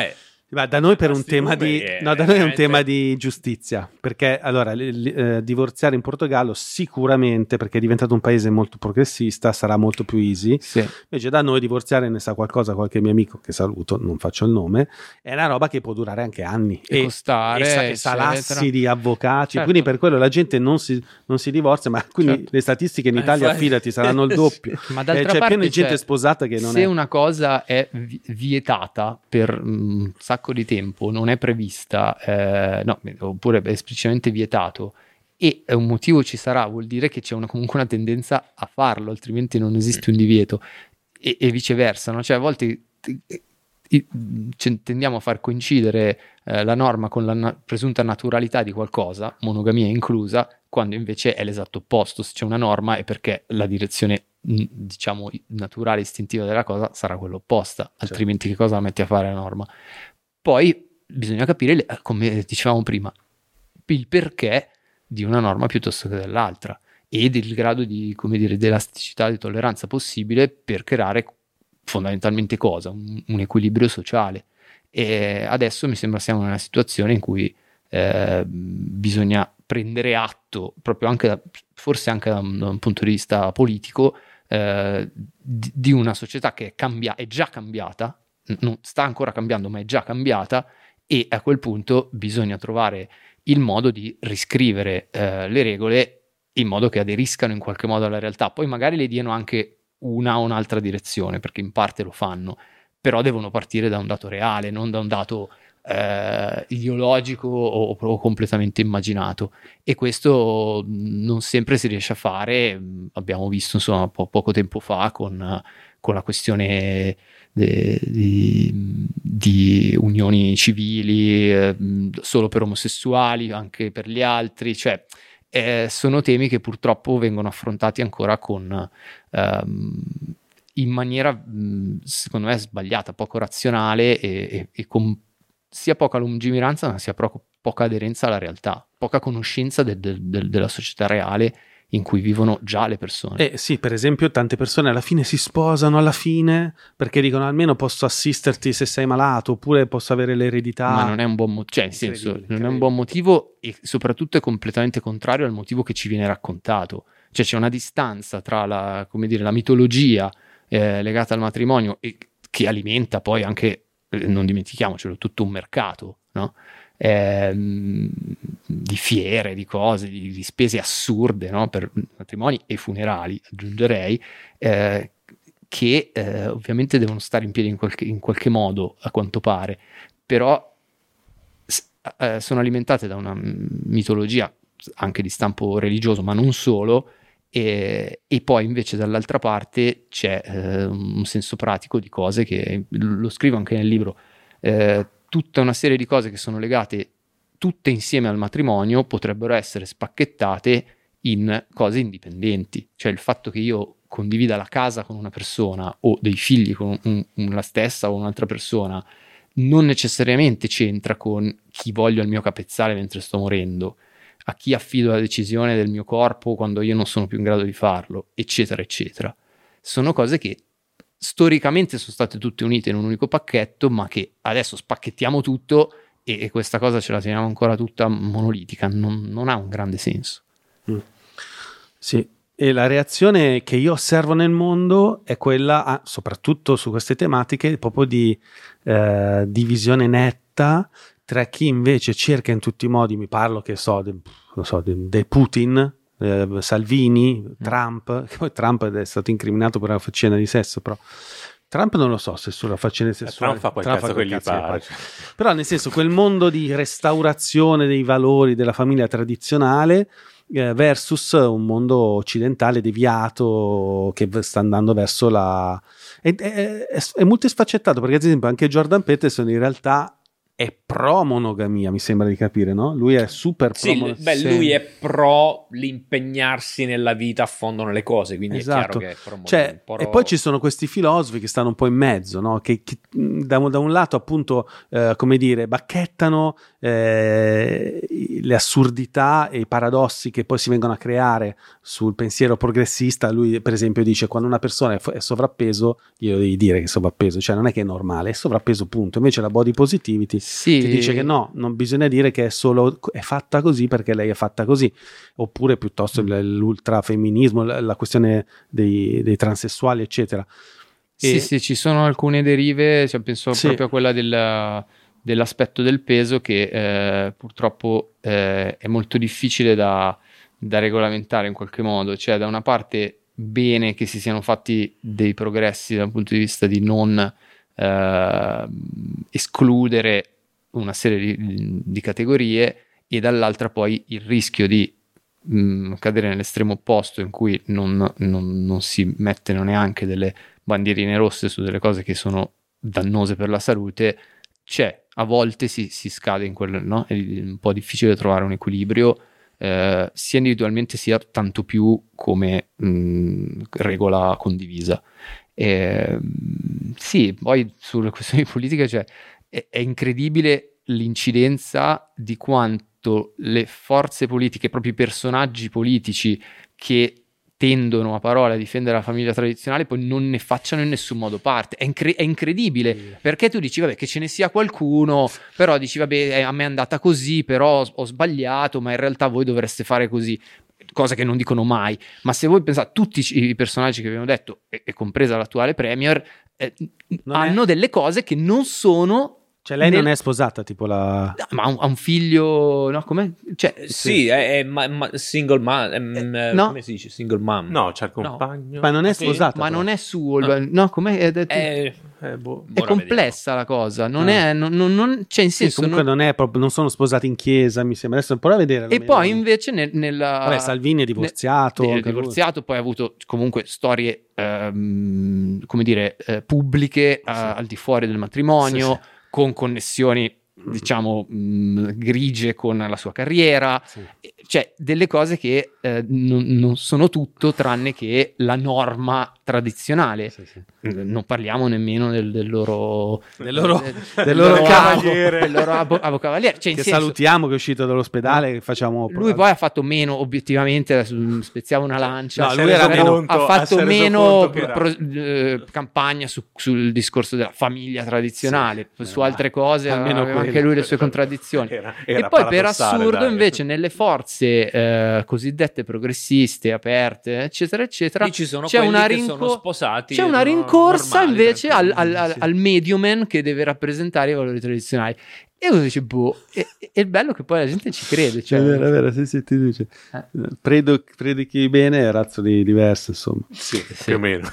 Ma da noi per un tema di numeri, no, da noi è un veramente- tema di giustizia, perché allora li- li- eh, divorziare in Portogallo sicuramente, perché è diventato un paese molto progressista, sarà molto più easy. Sì. Invece da noi divorziare, ne sa qualcosa qualche mio amico che saluto, non faccio il nome, è una roba che può durare anche anni E costare, e, sa- e eccetera. salassi di avvocati, Certo. quindi per quello la gente non si, non si divorzia, ma quindi Certo. le statistiche in Eh, Italia, infatti- affidati, saranno il doppio. Ma Eh, d'altra c'è parte pieno di gente c'è- sposata che non se è... una cosa è vi- vietata per mm, un sacco di tempo, non è prevista, eh, no, oppure è esplicitamente vietato, e un motivo ci sarà, vuol dire che c'è una, comunque una tendenza a farlo, altrimenti non esiste un divieto, e, e viceversa, no? Cioè a volte t- i- c- tendiamo a far coincidere eh, la norma con la na- presunta naturalità di qualcosa, monogamia inclusa, quando invece è l'esatto opposto. Se c'è una norma è perché la direzione mh, diciamo naturale, istintiva della cosa sarà quella opposta, altrimenti che cosa la metti a fare la norma? Poi bisogna capire, le- come dicevamo prima, il perché di una norma piuttosto che dell'altra ed il grado di, come dire, di elasticità, di tolleranza possibile per creare fondamentalmente cosa? Un, un equilibrio sociale. E adesso mi sembra siamo in una situazione in cui eh, bisogna prendere atto, proprio anche da, forse anche da un, da un punto di vista politico, eh, di, di una società che è, cambia, è già cambiata, non sta ancora cambiando, ma è già cambiata, e a quel punto bisogna trovare il modo di riscrivere eh, le regole in modo che aderiscano in qualche modo alla realtà. Poi magari le diano anche una o un'altra direzione, perché in parte lo fanno, però devono partire da un dato reale, non da un dato eh, ideologico o, o completamente immaginato, e questo non sempre si riesce a fare. Abbiamo visto insomma po- poco tempo fa con, con la questione de, di, di unioni civili eh, solo per omosessuali, anche per gli altri, cioè eh, sono temi che purtroppo vengono affrontati ancora con ehm, in maniera mh, secondo me sbagliata, poco razionale e, e, e con sia poca lungimiranza ma sia pro- poca aderenza alla realtà, poca conoscenza del, del, del, della società reale in cui vivono già le persone. Eh sì, per esempio tante persone alla fine si sposano alla fine perché dicono almeno posso assisterti se sei malato, oppure posso avere l'eredità. Ma non è un buon motivo, cioè nel senso Incredibile, non è un buon motivo, e soprattutto è completamente contrario al motivo che ci viene raccontato. Cioè c'è una distanza tra la, come dire, la mitologia eh, legata al matrimonio, e che alimenta poi anche, eh, non dimentichiamocelo, tutto un mercato, no? Eh, di fiere, di cose, di, di spese assurde, no? Per matrimoni e funerali, aggiungerei, eh, che eh, ovviamente devono stare in piedi in qualche, in qualche modo, a quanto pare, però s- eh, sono alimentate da una mitologia anche di stampo religioso, ma non solo, e, e poi invece dall'altra parte c'è eh, un senso pratico di cose che, lo scrivo anche nel libro, eh, tutta una serie di cose che sono legate tutte insieme al matrimonio potrebbero essere spacchettate in cose indipendenti. Cioè il fatto che io condivida la casa con una persona o dei figli con un, un, la stessa o un'altra persona non necessariamente c'entra con chi voglio al mio capezzale mentre sto morendo, a chi affido la decisione del mio corpo quando io non sono più in grado di farlo, eccetera eccetera. Sono cose che storicamente sono state tutte unite in un unico pacchetto, ma che adesso spacchettiamo tutto e, e questa cosa ce la teniamo ancora tutta monolitica. Non, non ha un grande senso. Mm. Sì, e la reazione che io osservo nel mondo è quella, ah, soprattutto su queste tematiche, proprio di eh, divisione netta tra chi invece cerca in tutti i modi, mi parlo che so, de, non so, de, de Putin, eh, Salvini, Trump, che poi Trump è stato incriminato per una faccenda di sesso, però Trump non lo so se sulla faccenda sessuale Trump fa quel Trump cazzo fa che gli pare. Però nel senso quel mondo di restaurazione dei valori della famiglia tradizionale eh, versus un mondo occidentale deviato che sta andando verso la... È, è, è, è molto sfaccettato, perché ad esempio anche Jordan Peterson in realtà è pro monogamia, mi sembra di capire, no? Lui è super pro sì, monogamia. beh, sì. lui è pro l'impegnarsi nella vita a fondo nelle cose, quindi Esatto. è chiaro che è pro Cioè, pro... e poi ci sono questi filosofi che stanno un po' in mezzo, no? Che, che da, da un lato appunto eh, come dire bacchettano eh, le assurdità e i paradossi che poi si vengono a creare sul pensiero progressista. Lui per esempio dice: quando una persona è, è sovrappeso, glielo devi dire che è sovrappeso, cioè non è che è normale, è sovrappeso punto. Invece la body positivity sì. ti dice che no, non bisogna dire che è solo è fatta così perché lei è fatta così, oppure piuttosto mm. l'ultrafemminismo, la, la questione dei, dei transessuali eccetera. Sì, e... sì, ci sono alcune derive, cioè penso sì. proprio a quella del, dell'aspetto del peso che eh, purtroppo eh, è molto difficile da, da regolamentare in qualche modo. Cioè da una parte bene che si siano fatti dei progressi dal punto di vista di non eh, escludere una serie di, di categorie, e dall'altra poi il rischio di mh, cadere nell'estremo opposto, in cui non, non, non si mettono neanche delle bandierine rosse su delle cose che sono dannose per la salute. C'è, a volte si, si scade in quel, no? È un po' difficile trovare un equilibrio eh, sia individualmente sia tanto più come mh, regola condivisa. E, sì, poi sulle questioni politiche, cioè, è, è incredibile l'incidenza di quanto le forze politiche, proprio i personaggi politici che tendono a parole a difendere la famiglia tradizionale, poi non ne facciano in nessun modo parte. È, incre- è incredibile, sì. Perché tu dici vabbè che ce ne sia qualcuno, però dici vabbè a me è andata così, però ho, ho sbagliato, ma in realtà voi dovreste fare così, cosa che non dicono mai. Ma se voi pensate, tutti i personaggi che abbiamo detto, e, e compresa l'attuale premier, eh, hanno è... delle cose che non sono... Cioè lei nel... non è sposata, tipo la... Ma ha un, ha un figlio, no? Com'è? Cioè, sì, sì, è, è ma, ma, single mom, eh, no? Come si dice? Single mom. No, c'è il compagno. No. Ma non è sposata. Ma però. non è suo, no, no com'è? È, è, è, è, boh, è complessa la cosa, non no. è... Non, non, non, cioè in senso... Sì, comunque non... non è proprio, non sono sposati in chiesa, mi sembra. Adesso prova a vedere. E poi invece nel, nella... Vabbè, Salvini è divorziato. Ne, è divorziato, poi ha avuto comunque storie, ehm, come dire, eh, pubbliche sì. a, al di fuori del matrimonio, sì, sì. con connessioni diciamo mh, grigie con la sua carriera, sì. Cioè delle cose che eh, non, non sono tutto tranne che la norma tradizionale, sì, sì. Non parliamo nemmeno del, del loro del loro, del, del del loro loro cavaliere, del loro avo, avocavaliere, cioè, che senso, salutiamo, che è uscito dall'ospedale, no, che facciamo lui poi ha fatto meno obiettivamente, spezziamo una lancia, no, lui era meno, conto, ha fatto meno pro, pro, eh, campagna su, sul discorso della famiglia tradizionale, sì, su altre cose aveva quello, anche lui le sue contraddizioni. Era, era e poi per assurdo dai. Invece nelle forze eh, cosiddette progressiste, aperte, eccetera eccetera, lì ci sono c'è quelli una che rinco- sono sposati, c'è una rincorsa normali, invece al, al, al, sì. al medioman che deve rappresentare i valori tradizionali. E uno dice boh, e, e il bello è che poi la gente ci crede, cioè, è vero, è vero, sì, sì, ti dice eh. Predo, predichi bene e razzoli diverse, insomma, sì, sì. Più o meno.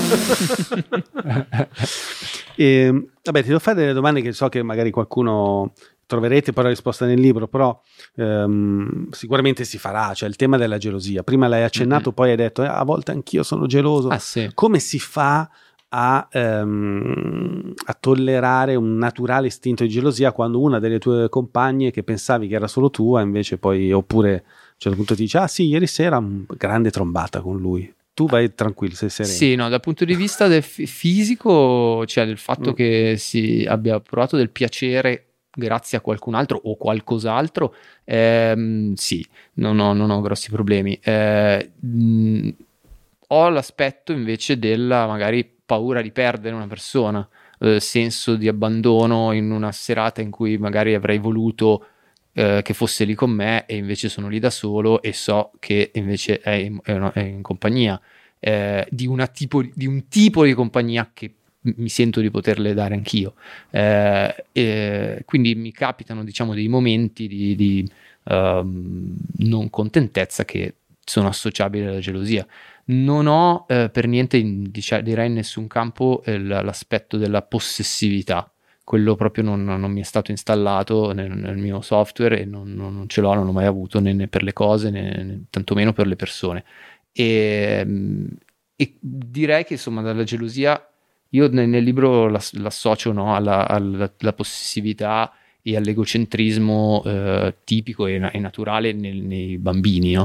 E, vabbè, ti devo fare delle domande che so che magari qualcuno troverete poi la risposta nel libro, però um, sicuramente si farà. Cioè il tema della gelosia, prima l'hai accennato, mm-hmm. poi hai detto eh, a volte anch'io sono geloso. Ah, sì. Come si fa a, um, a tollerare un naturale istinto di gelosia quando una delle tue compagne che pensavi che era solo tua invece poi, oppure a un certo punto ti dice ah sì, ieri sera grande trombata con lui, tu vai tranquillo, sei sereno. Sì, no, dal punto di vista del f- fisico, cioè del fatto mm. che si abbia provato del piacere grazie a qualcun altro o qualcos'altro, ehm, sì, non ho, non ho grossi problemi. Eh, mh, ho l'aspetto invece della magari paura di perdere una persona, eh, senso di abbandono in una serata in cui magari avrei voluto eh, che fosse lì con me e invece sono lì da solo e so che invece è in, è una, è in compagnia eh, di, una tipo, di un tipo di compagnia che mi sento di poterle dare anch'io, eh, eh, quindi mi capitano diciamo dei momenti di, di um, non contentezza che sono associabili alla gelosia. Non ho eh, per niente in, dic- direi in nessun campo eh, l'aspetto della possessività, quello proprio non, non mi è stato installato nel, nel mio software e non, non, non ce l'ho, non l'ho mai avuto né, né per le cose né, né tantomeno per le persone, e, e direi che insomma dalla gelosia io nel, nel libro l'associo no, alla, alla, alla possessività e all'egocentrismo eh, tipico e, e naturale nel, nei bambini, no?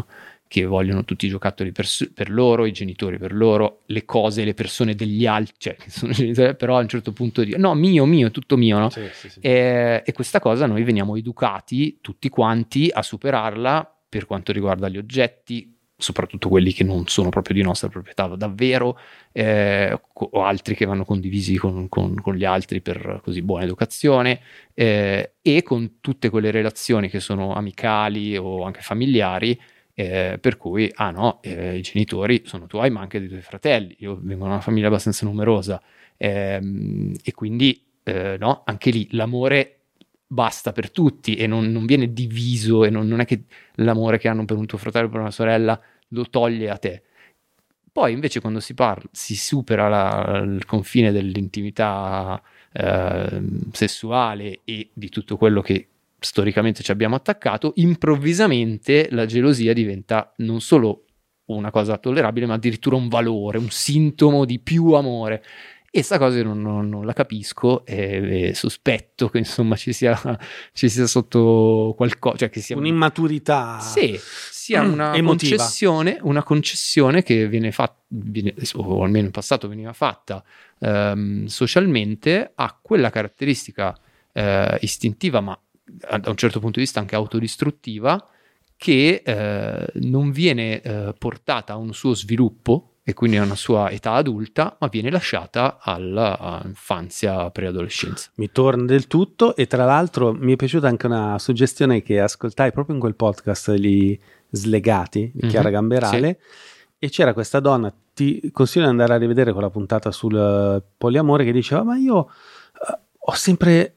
che vogliono tutti i giocattoli per, per loro, i genitori per loro, le cose, le persone degli altri, cioè che sono genitori, però a un certo punto di no, mio, mio, è tutto mio, no? Sì, sì, sì. E, e questa cosa noi veniamo educati tutti quanti a superarla per quanto riguarda gli oggetti, soprattutto quelli che non sono proprio di nostra proprietà davvero, eh, o altri che vanno condivisi con, con, con gli altri per così buona educazione, eh, e con tutte quelle relazioni che sono amicali o anche familiari, eh, per cui ah no, eh, i genitori sono tuoi ma anche dei tuoi fratelli, io vengo da una famiglia abbastanza numerosa, ehm, e quindi eh, no, anche lì l'amore basta per tutti e non, non viene diviso, e non, non è che l'amore che hanno per un tuo fratello o per una sorella lo toglie a te. Poi invece quando si parla, si supera la, il confine dell'intimità eh, sessuale e di tutto quello che storicamente ci abbiamo attaccato, improvvisamente la gelosia diventa non solo una cosa tollerabile ma addirittura un valore, un sintomo di più amore. E sta cosa io non, non, non la capisco e, e sospetto che insomma ci sia, ci sia sotto qualcosa, cioè che sia un'immaturità, sì, sia una emotiva. concessione, una concessione che viene fatta, viene, o almeno in passato veniva fatta ehm, socialmente a quella caratteristica eh, istintiva, ma da un certo punto di vista anche autodistruttiva, che eh, non viene eh, portata a un suo sviluppo e quindi a una sua età adulta, ma viene lasciata all'infanzia, preadolescenza. Mi torna del tutto, e tra l'altro mi è piaciuta anche una suggestione che ascoltai proprio in quel podcast Gli Slegati di Chiara Mm-hmm, Gamberale, sì. E c'era questa donna, ti consiglio di andare a rivedere quella puntata sul poliamore, che diceva ma io uh, ho sempre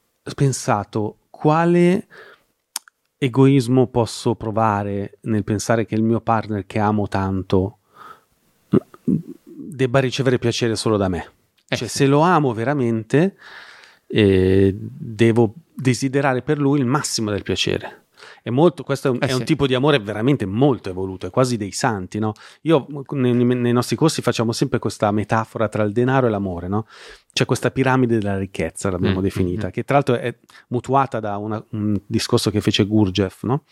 pensato quale egoismo posso provare nel pensare che il mio partner che amo tanto debba ricevere piacere solo da me. Eh cioè sì. Se lo amo veramente eh, devo desiderare per lui il massimo del piacere. È molto, questo è, un, eh è sì. un tipo di amore veramente molto evoluto, è quasi dei santi, no? Io nei, nei nostri corsi facciamo sempre questa metafora tra il denaro e l'amore, no? C'è questa piramide della ricchezza, l'abbiamo Mm, definita, mm, che tra l'altro è mutuata da una, un discorso che fece Gurdjieff, no?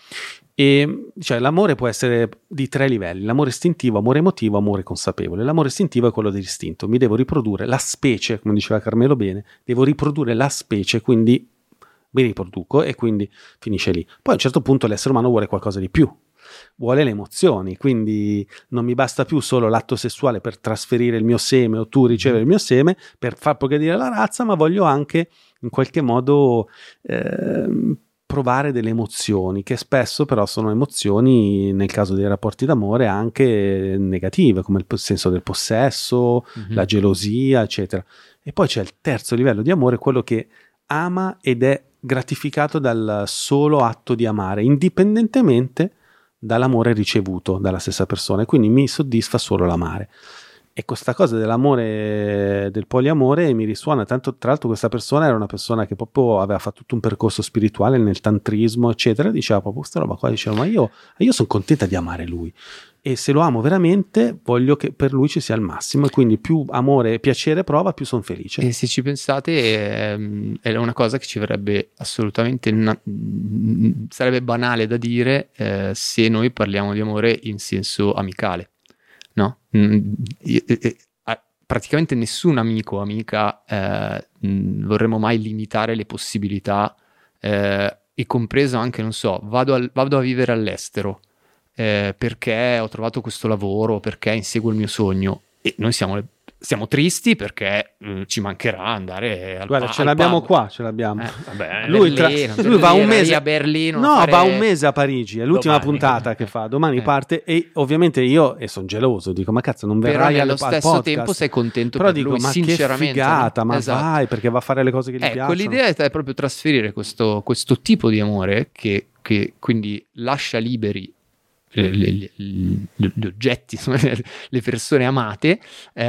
E cioè l'amore può essere di tre livelli: l'amore istintivo, amore emotivo, amore consapevole. L'amore istintivo è quello dell'istinto, mi devo riprodurre la specie, come diceva Carmelo bene, devo riprodurre la specie, quindi mi riproduco e quindi finisce lì. Poi a un certo punto l'essere umano vuole qualcosa di più, vuole le emozioni, quindi non mi basta più solo l'atto sessuale per trasferire il mio seme o tu ricevere il mio seme per far progredire la razza, ma voglio anche in qualche modo eh, provare delle emozioni, che spesso però sono emozioni, nel caso dei rapporti d'amore, anche negative, come il senso del possesso, mm-hmm. la gelosia, eccetera. E poi c'è il terzo livello di amore, quello che ama ed è gratificato dal solo atto di amare, indipendentemente dall'amore ricevuto dalla stessa persona, e quindi mi soddisfa solo l'amare. E questa cosa dell'amore, del poliamore, mi risuona tanto. Tra l'altro questa persona era una persona che proprio aveva fatto tutto un percorso spirituale nel tantrismo, eccetera, diceva proprio questa roba qua, diceva ma io, io sono contenta di amare lui, e se lo amo veramente voglio che per lui ci sia il massimo, e quindi più amore e piacere prova, più sono felice. E se ci pensate è, è una cosa che ci verrebbe assolutamente na- sarebbe banale da dire eh, se noi parliamo di amore in senso amicale, no? Mm, e, e, praticamente nessun amico o amica eh, vorremmo mai limitare le possibilità, eh, e compreso anche, non so, vado, al, vado a vivere all'estero Eh, perché ho trovato questo lavoro, perché inseguo il mio sogno, e noi siamo, le, siamo tristi perché mh, ci mancherà andare al Guarda, pa- ce al l'abbiamo pub. qua, ce l'abbiamo. Eh, vabbè, lui, Berlino, tra, lui va un mese a Berlino, no, a fare... va un mese a Parigi, è l'ultima Domani. puntata che fa, domani Eh. parte, e ovviamente io e sono geloso, dico ma cazzo non Però verrai nello al, al stesso podcast. tempo sei contento Però per dico lui, ma che sinceramente, figata, no? ma Esatto. vai, perché va a fare le cose che gli Ecco, piacciono. l'idea è proprio trasferire questo, questo tipo di amore che, che quindi lascia liberi Le, le, le, gli oggetti, insomma, le persone amate,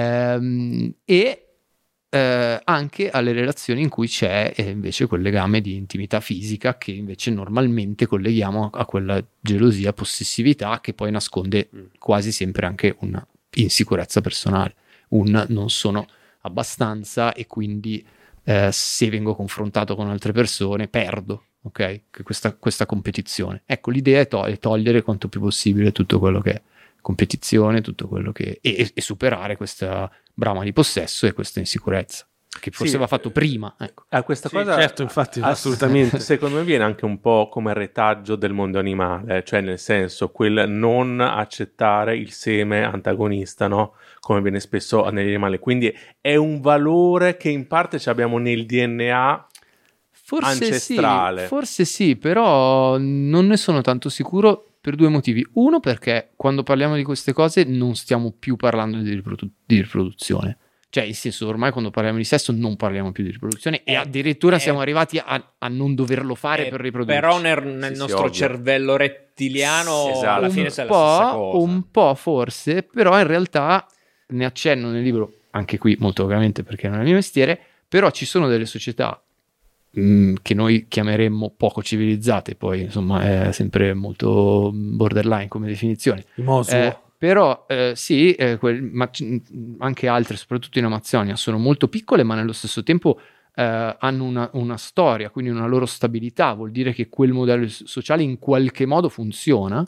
ehm, e eh, anche alle relazioni in cui c'è eh, invece quel legame di intimità fisica che invece normalmente colleghiamo a, a quella gelosia, possessività, che poi nasconde quasi sempre anche una insicurezza personale, un non sono abbastanza e quindi eh, se vengo confrontato con altre persone perdo. ok? Che questa, questa competizione. Ecco, l'idea è, to- è togliere quanto più possibile tutto quello che è competizione, tutto quello che e, e superare questa brama di possesso e questa insicurezza che forse Sì, va fatto prima, ecco. A questa Sì, cosa, certo, infatti, a- assolutamente. Secondo me viene anche un po' come retaggio del mondo animale, cioè nel senso quel non accettare il seme antagonista, no? Come viene spesso negli animali. Quindi è un valore che in parte ci abbiamo nel D N A Forse ancestrale. sì, forse sì, però non ne sono tanto sicuro per due motivi. Uno, perché quando parliamo di queste cose non stiamo più parlando di, riprodu- di riproduzione. Cioè, in senso, ormai quando parliamo di sesso non parliamo più di riproduzione e Eh, addirittura eh, siamo arrivati a, a non doverlo fare Eh, per riprodurci. Però nel, nel Sì, sì, nostro ovvio. cervello rettiliano Sì, esatto. alla un fine c'è po', la stessa cosa. un po' forse, però in realtà ne accenno nel libro, anche qui molto ovviamente perché non è il mio mestiere, però ci sono delle società mh, che noi chiameremmo poco civilizzate, poi insomma è sempre molto borderline come definizione. Il Mosuo. Eh, però eh, sì, eh, quel- ma c- anche altre, soprattutto in Amazzonia, sono molto piccole, ma nello stesso tempo eh, hanno una, una storia, quindi una loro stabilità. Vuol dire che quel modello sociale in qualche modo funziona,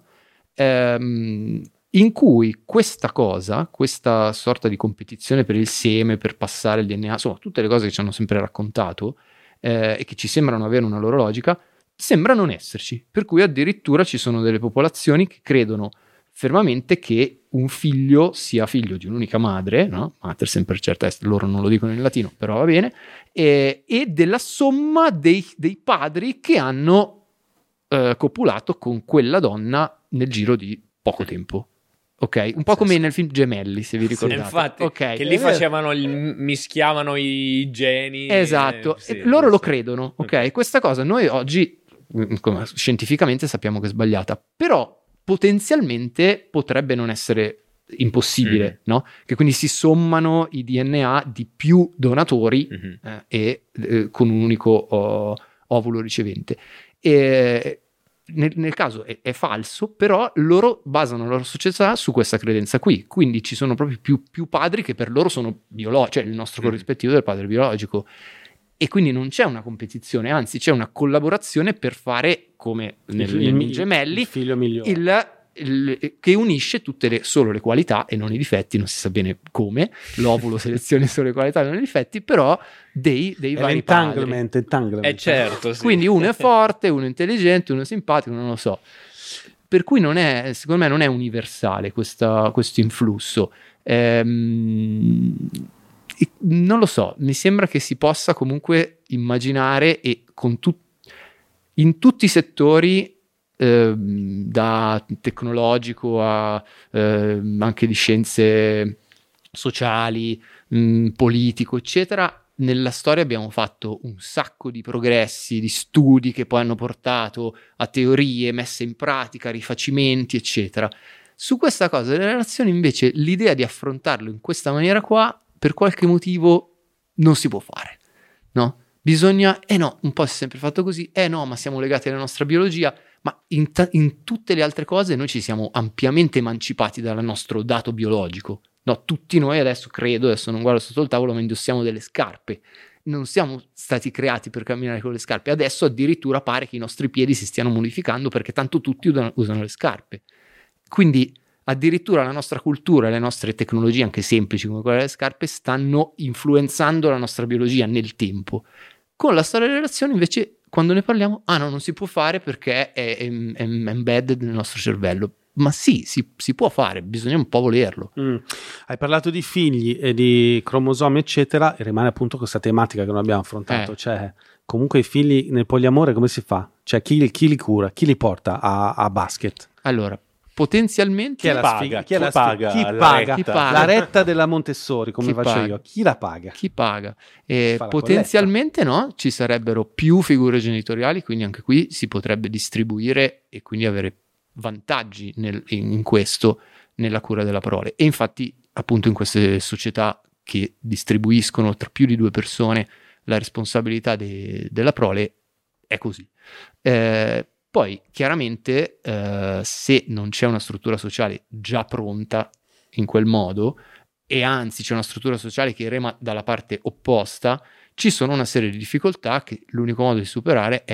ehm, in cui questa cosa, questa sorta di competizione per il seme, per passare il D N A, insomma, tutte le cose che ci hanno sempre raccontato eh, e che ci sembrano avere una loro logica, sembra non esserci. Per cui addirittura ci sono delle popolazioni che credono fermamente che un figlio sia figlio di un'unica madre, no? Mater semper certa est, loro non lo dicono in latino, però va bene, e, e della somma dei, dei padri che hanno eh, copulato con quella donna nel giro di poco tempo. Ok? Un po' come nel film Gemelli, se vi ricordate. Infatti, Ok. che lì facevano il, mischiavano i geni. Esatto, eh, sì, e loro lo giusto. credono, ok? Questa cosa noi oggi mm, come, scientificamente sappiamo che è sbagliata, però potenzialmente potrebbe non essere impossibile, Mm. no? Che quindi si sommano i D N A di più donatori Mhm. eh, e eh, con un unico oh, ovulo ricevente. E nel, nel caso è, è falso, però loro basano la loro società su questa credenza qui, quindi ci sono proprio più, più padri che per loro sono biologici, cioè il nostro Mm. corrispettivo del padre biologico. E quindi non c'è una competizione, anzi c'è una collaborazione per fare, come nel, Il- il- nei il- Gemelli, il figlio migliore. il, il- che unisce tutte le, solo le qualità e non i difetti, non si sa bene come, l'ovulo selezioni solo le qualità e non i difetti, però dei, dei È vari padri. l'entanglement, entanglement. Eh certo, sì. Quindi uno è forte, uno è intelligente, uno è simpatico, non lo so. Per cui non è, secondo me non è universale questa- questo influsso. Ehm, e non lo so, mi sembra che si possa comunque immaginare e con tu- in tutti i settori, ehm, da tecnologico a ehm, anche di scienze sociali, mh, politico, eccetera, nella storia abbiamo fatto un sacco di progressi, di studi che poi hanno portato a teorie messe in pratica, rifacimenti, eccetera. Su questa cosa delle relazioni, invece, l'idea di affrontarlo in questa maniera qua, per qualche motivo, non si può fare, no? Bisogna, eh no, un po' si è sempre fatto così, eh no, ma siamo legati alla nostra biologia, ma in, ta- in tutte le altre cose noi ci siamo ampiamente emancipati dal nostro dato biologico. No, tutti noi adesso, credo, adesso non guardo sotto il tavolo, ma indossiamo delle scarpe. Non siamo stati creati per camminare con le scarpe. Adesso addirittura pare che i nostri piedi si stiano modificando perché tanto tutti usano, usano le scarpe. Quindi addirittura la nostra cultura e le nostre tecnologie, anche semplici come quelle delle scarpe, stanno influenzando la nostra biologia nel tempo. Con la storia delle relazioni, invece, quando ne parliamo, ah no, non si può fare perché è, è, è embedded nel nostro cervello. Ma sì, si, si può fare, bisogna un po' volerlo. Mm. Hai parlato di figli e di cromosomi, eccetera, e rimane appunto questa tematica che non abbiamo affrontato. Eh. Cioè, comunque i figli nel poliamore come si fa? Cioè, chi, chi li cura? Chi li porta a, a basket? Allora, potenzialmente Chi è la paga? sfiga? Chi, è Chi la sfiga? paga Chi la paga? retta? Chi paga? La retta della Montessori, come Chi faccio paga? io. Chi la paga? Chi paga? E Fa la potenzialmente no, ci sarebbero più figure genitoriali, quindi anche qui si potrebbe distribuire e quindi avere vantaggi nel- in, in questo nella cura della prole. E infatti appunto in queste società che distribuiscono tra più di due persone la responsabilità de- della prole è così. Eh, poi chiaramente eh, se non c'è una struttura sociale già pronta in quel modo, e anzi c'è una struttura sociale che rema dalla parte opposta, ci sono una serie di difficoltà che l'unico modo di superare è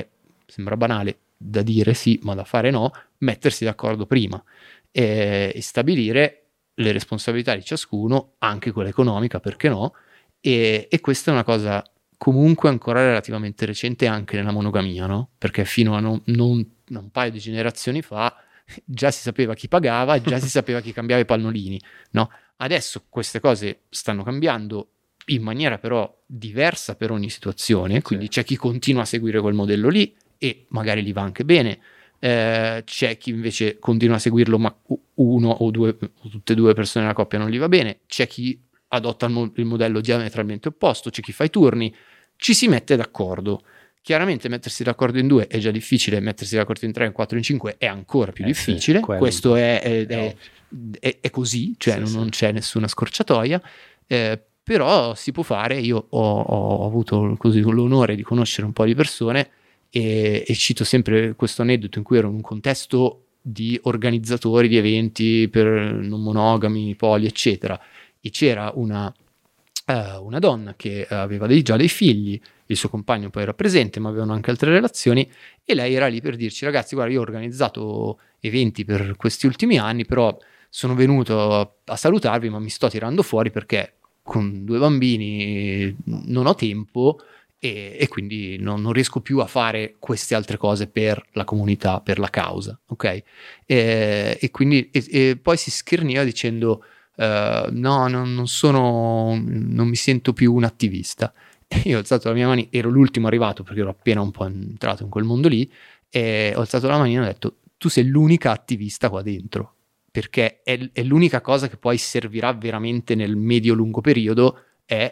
sembra banale da dire sì, ma da fare no, mettersi d'accordo prima e, e stabilire le responsabilità di ciascuno, anche quella economica, perché no, e, e questa è una cosa comunque ancora relativamente recente anche nella monogamia, no? Perché fino a non, non, un paio di generazioni fa già si sapeva chi pagava e già si sapeva chi cambiava i pannolini, no? Adesso queste cose stanno cambiando in maniera però diversa per ogni situazione, quindi sì. C'è chi continua a seguire quel modello lì e magari gli va anche bene, eh, c'è chi invece continua a seguirlo ma uno o due o tutte e due persone nella coppia non gli va bene, c'è chi adotta il, mo- il modello diametralmente opposto, c'è chi fa i turni, ci si mette d'accordo. Chiaramente mettersi d'accordo in due è già difficile, mettersi d'accordo in tre, in quattro, in cinque è ancora più eh difficile, sì, questo è, è, è, è, è così, cioè sì, non, sì. non c'è nessuna scorciatoia, eh, però si può fare. Io ho, ho avuto così l'onore di conoscere un po' di persone e, e cito sempre questo aneddoto in cui ero in un contesto di organizzatori di eventi per non monogami, poli, eccetera, e c'era una, uh, una donna che aveva dei, già dei figli, il suo compagno poi era presente, ma avevano anche altre relazioni, e lei era lì per dirci: ragazzi, guarda, io ho organizzato eventi per questi ultimi anni, però sono venuto a, a salutarvi, ma mi sto tirando fuori perché con due bambini non ho tempo e, e quindi non, non riesco più a fare queste altre cose per la comunità, per la causa, ok? E, e quindi e, e poi si scherniva dicendo uh, no, non, non sono, non mi sento più un attivista. E io ho alzato la mia mano, ero l'ultimo arrivato perché ero appena un po' entrato in quel mondo lì, e ho alzato la manina e ho detto: tu sei l'unica attivista qua dentro, perché è, è l'unica cosa che poi servirà veramente nel medio-lungo periodo, è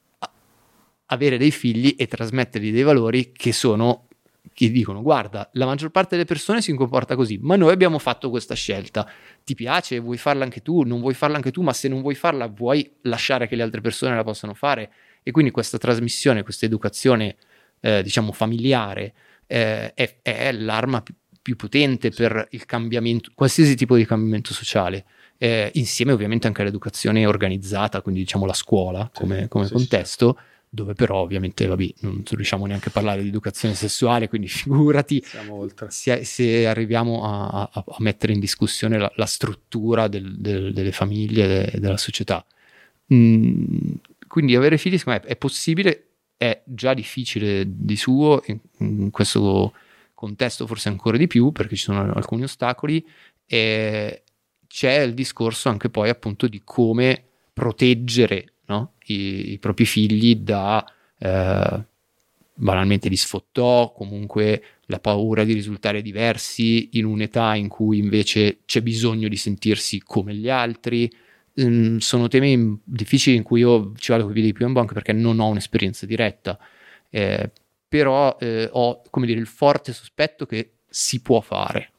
avere dei figli e trasmettergli dei valori che sono, che dicono: guarda, la maggior parte delle persone si comporta così, ma noi abbiamo fatto questa scelta, ti piace, vuoi farla anche tu, non vuoi farla anche tu, ma se non vuoi farla vuoi lasciare che le altre persone la possano fare. E quindi questa trasmissione, questa educazione eh, diciamo familiare eh, è, è l'arma più, più potente per il cambiamento, qualsiasi tipo di cambiamento sociale, eh, insieme ovviamente anche all'educazione organizzata, quindi diciamo la scuola come, come sì, contesto, sì. Dove però ovviamente vabbè, non riusciamo neanche a parlare di educazione sessuale, quindi figurati se, se arriviamo a, a, a mettere in discussione la, la struttura del, del, delle famiglie e della società. Mm, quindi avere figli secondo me è possibile, è già difficile di suo, in, in questo contesto forse ancora di più perché ci sono alcuni ostacoli, e c'è il discorso anche poi appunto di come proteggere, no? I, i propri figli da eh, banalmente gli sfottò, comunque la paura di risultare diversi in un'età in cui invece c'è bisogno di sentirsi come gli altri. Mm, sono temi difficili in cui io ci vado con i piedi più in banco perché non ho un'esperienza diretta, eh, però eh, ho, come dire, il forte sospetto che si può fare.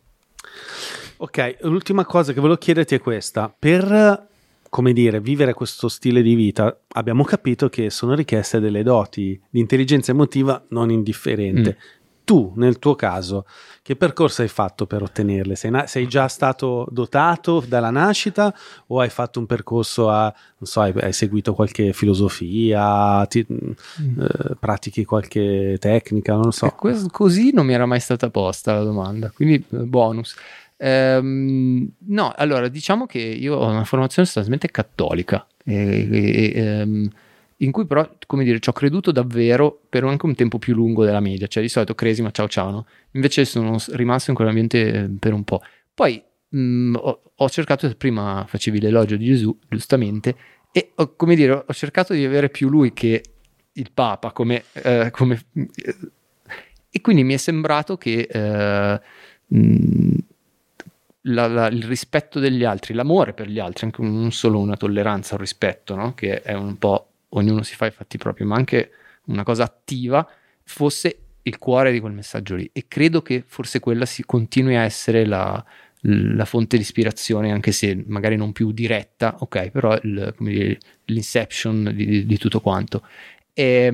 Ok, l'ultima cosa che volevo chiederti è questa: per, come dire, vivere questo stile di vita abbiamo capito che sono richieste delle doti di intelligenza emotiva non indifferente. Mm. Tu, nel tuo caso, che percorso hai fatto per ottenerle? Sei, na- sei già stato dotato dalla nascita o hai fatto un percorso a, non so, hai, hai seguito qualche filosofia, ti, mm. eh, pratichi qualche tecnica, non lo so. Questo, così non mi era mai stata posta la domanda, quindi bonus. Ehm, no, allora diciamo che io ho una formazione sostanzialmente cattolica e, e, e, ehm, in cui però, come dire, ci ho creduto davvero per anche un tempo più lungo della media, cioè di solito cresima ciao ciao, no? Invece sono rimasto in quell'ambiente per un po'. Poi mh, ho, ho cercato, prima facevi l'elogio di Gesù, giustamente, e ho, come dire, ho cercato di avere più lui che il Papa, come, eh, come eh, e quindi mi è sembrato che eh, mh, La, la, il rispetto degli altri, l'amore per gli altri, anche non solo una tolleranza, un rispetto, no? Che è un po' ognuno si fa i fatti propri, ma anche una cosa attiva, fosse il cuore di quel messaggio lì. E credo che forse quella si continui a essere la, la fonte di ispirazione, anche se magari non più diretta, ok, però il, come dire, l'inception di, di, di tutto quanto. E,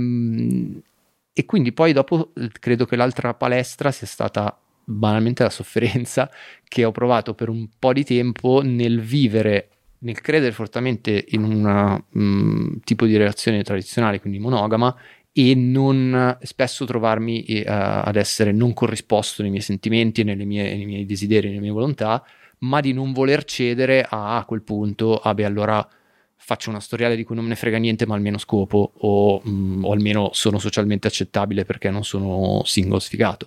e quindi poi dopo credo che l'altra palestra sia stata banalmente la sofferenza che ho provato per un po' di tempo nel vivere, nel credere fortemente in un um, tipo di relazione tradizionale, quindi monogama, e non spesso trovarmi eh, ad essere non corrisposto nei miei sentimenti, nelle mie, nei miei desideri, nelle mie volontà, ma di non voler cedere a, a quel punto, ah beh allora faccio una storiale di cui non me ne frega niente ma almeno scopo, o, mh, o almeno sono socialmente accettabile perché non sono single sfigato.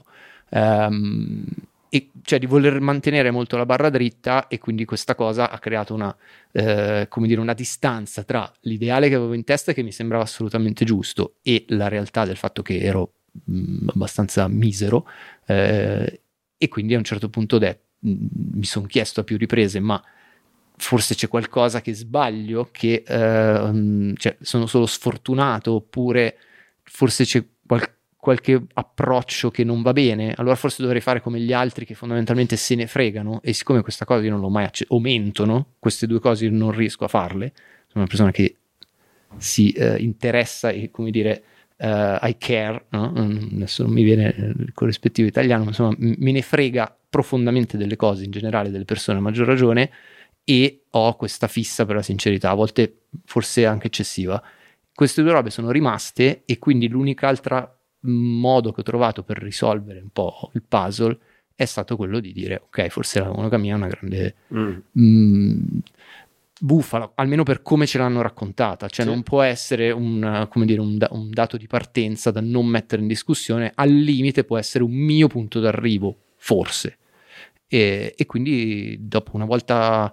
Um, e cioè di voler mantenere molto la barra dritta, e quindi questa cosa ha creato una eh, come dire una distanza tra l'ideale che avevo in testa, che mi sembrava assolutamente giusto, e la realtà del fatto che ero mh, abbastanza misero, eh, e quindi a un certo punto de- mh, mi sono chiesto a più riprese, ma forse c'è qualcosa che sbaglio, che eh, cioè, sono solo sfortunato, oppure forse c'è qual- qualche approccio che non va bene, allora forse dovrei fare come gli altri che fondamentalmente se ne fregano, e siccome questa cosa io non l'ho mai accettato, o mentono, queste due cose io non riesco a farle, sono una persona che si eh, interessa e come dire uh, I care, no? Adesso non mi viene il corrispettivo italiano, ma insomma me ne frega profondamente delle cose, in generale delle persone a maggior ragione, e ho questa fissa per la sincerità, a volte forse anche eccessiva. Queste due robe sono rimaste, e quindi l'unica altra modo che ho trovato per risolvere un po' il puzzle è stato quello di dire ok, forse la monogamia è una grande mm. mh, bufala, almeno per come ce l'hanno raccontata, cioè sì. Non può essere un, come dire, un, un dato di partenza da non mettere in discussione, al limite può essere un mio punto d'arrivo, forse, e, e quindi dopo una volta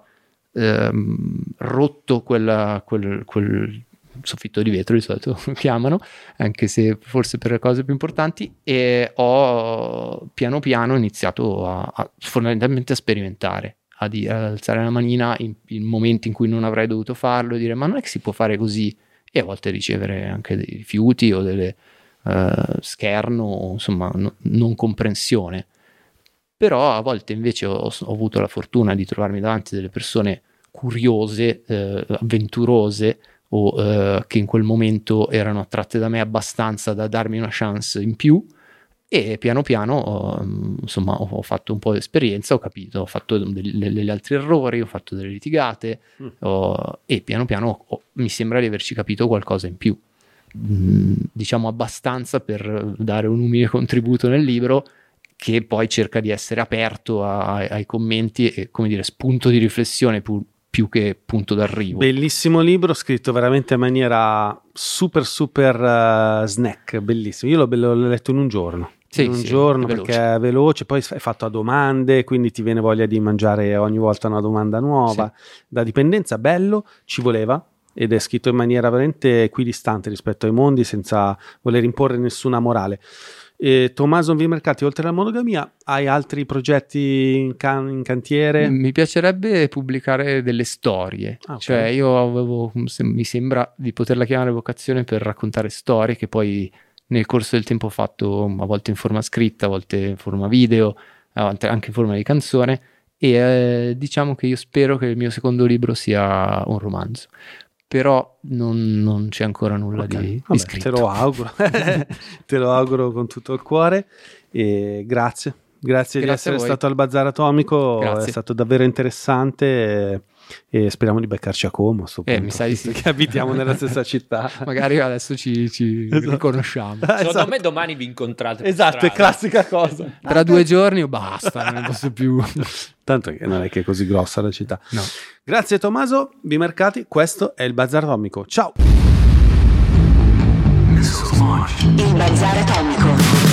ehm, rotto quella, quel, quel soffitto di vetro, di solito lo chiamano, anche se forse per le cose più importanti, e ho piano piano iniziato a, a fondamentalmente a sperimentare, a, di, ad alzare la manina in, in momenti in cui non avrei dovuto farlo, e dire ma non è che si può fare così, e a volte ricevere anche dei rifiuti o delle uh, scherno, o, insomma no, non comprensione. Però a volte invece ho, ho avuto la fortuna di trovarmi davanti delle persone curiose, eh, avventurose, o uh, che in quel momento erano attratte da me abbastanza da darmi una chance in più, e piano piano ho, insomma ho fatto un po' di esperienza, ho capito, ho fatto degli, degli altri errori, ho fatto delle litigate mm. ho, e piano piano ho, mi sembra di averci capito qualcosa in più, mm, diciamo abbastanza per dare un umile contributo nel libro, che poi cerca di essere aperto a, ai commenti e, come dire, spunto di riflessione più più che punto d'arrivo. Bellissimo libro, scritto veramente in maniera super super uh, snack, bellissimo. Io l'ho, l'ho letto in un giorno, sì, in un sì, giorno, è perché è veloce, poi è fatto a domande, quindi ti viene voglia di mangiare ogni volta una domanda nuova. Sì. Da dipendenza, bello, ci voleva, ed è scritto in maniera veramente equidistante rispetto ai mondi, senza voler imporre nessuna morale. E Tommaso Vimercati, oltre alla monogamia, hai altri progetti in, can- in cantiere? Mi piacerebbe pubblicare delle storie, ah, okay. Cioè io avevo, mi sembra di poterla chiamare vocazione per raccontare storie, che poi nel corso del tempo ho fatto a volte in forma scritta, a volte in forma video, a volte anche in forma di canzone, e eh, diciamo che io spero che il mio secondo libro sia un romanzo. Però non, non c'è ancora nulla okay. di, Vabbè, di scritto. Te lo auguro, te lo auguro con tutto il cuore, e grazie, grazie, grazie di essere stato al Bazar Atomico, grazie. È stato davvero interessante, e, e speriamo di beccarci a Como a sto punto, eh, mi sa di sì. Che abitiamo nella stessa città. Magari adesso ci, ci esatto. riconosciamo. Secondo esatto. me domani vi incontrate. Esatto, è classica cosa. Tra due giorni o basta, non ne posso più. Tanto che non è che è così grossa la città. No. Grazie Tommaso Vimercati, questo è il Bazar Atomico. Ciao! Il Bazar Atomico.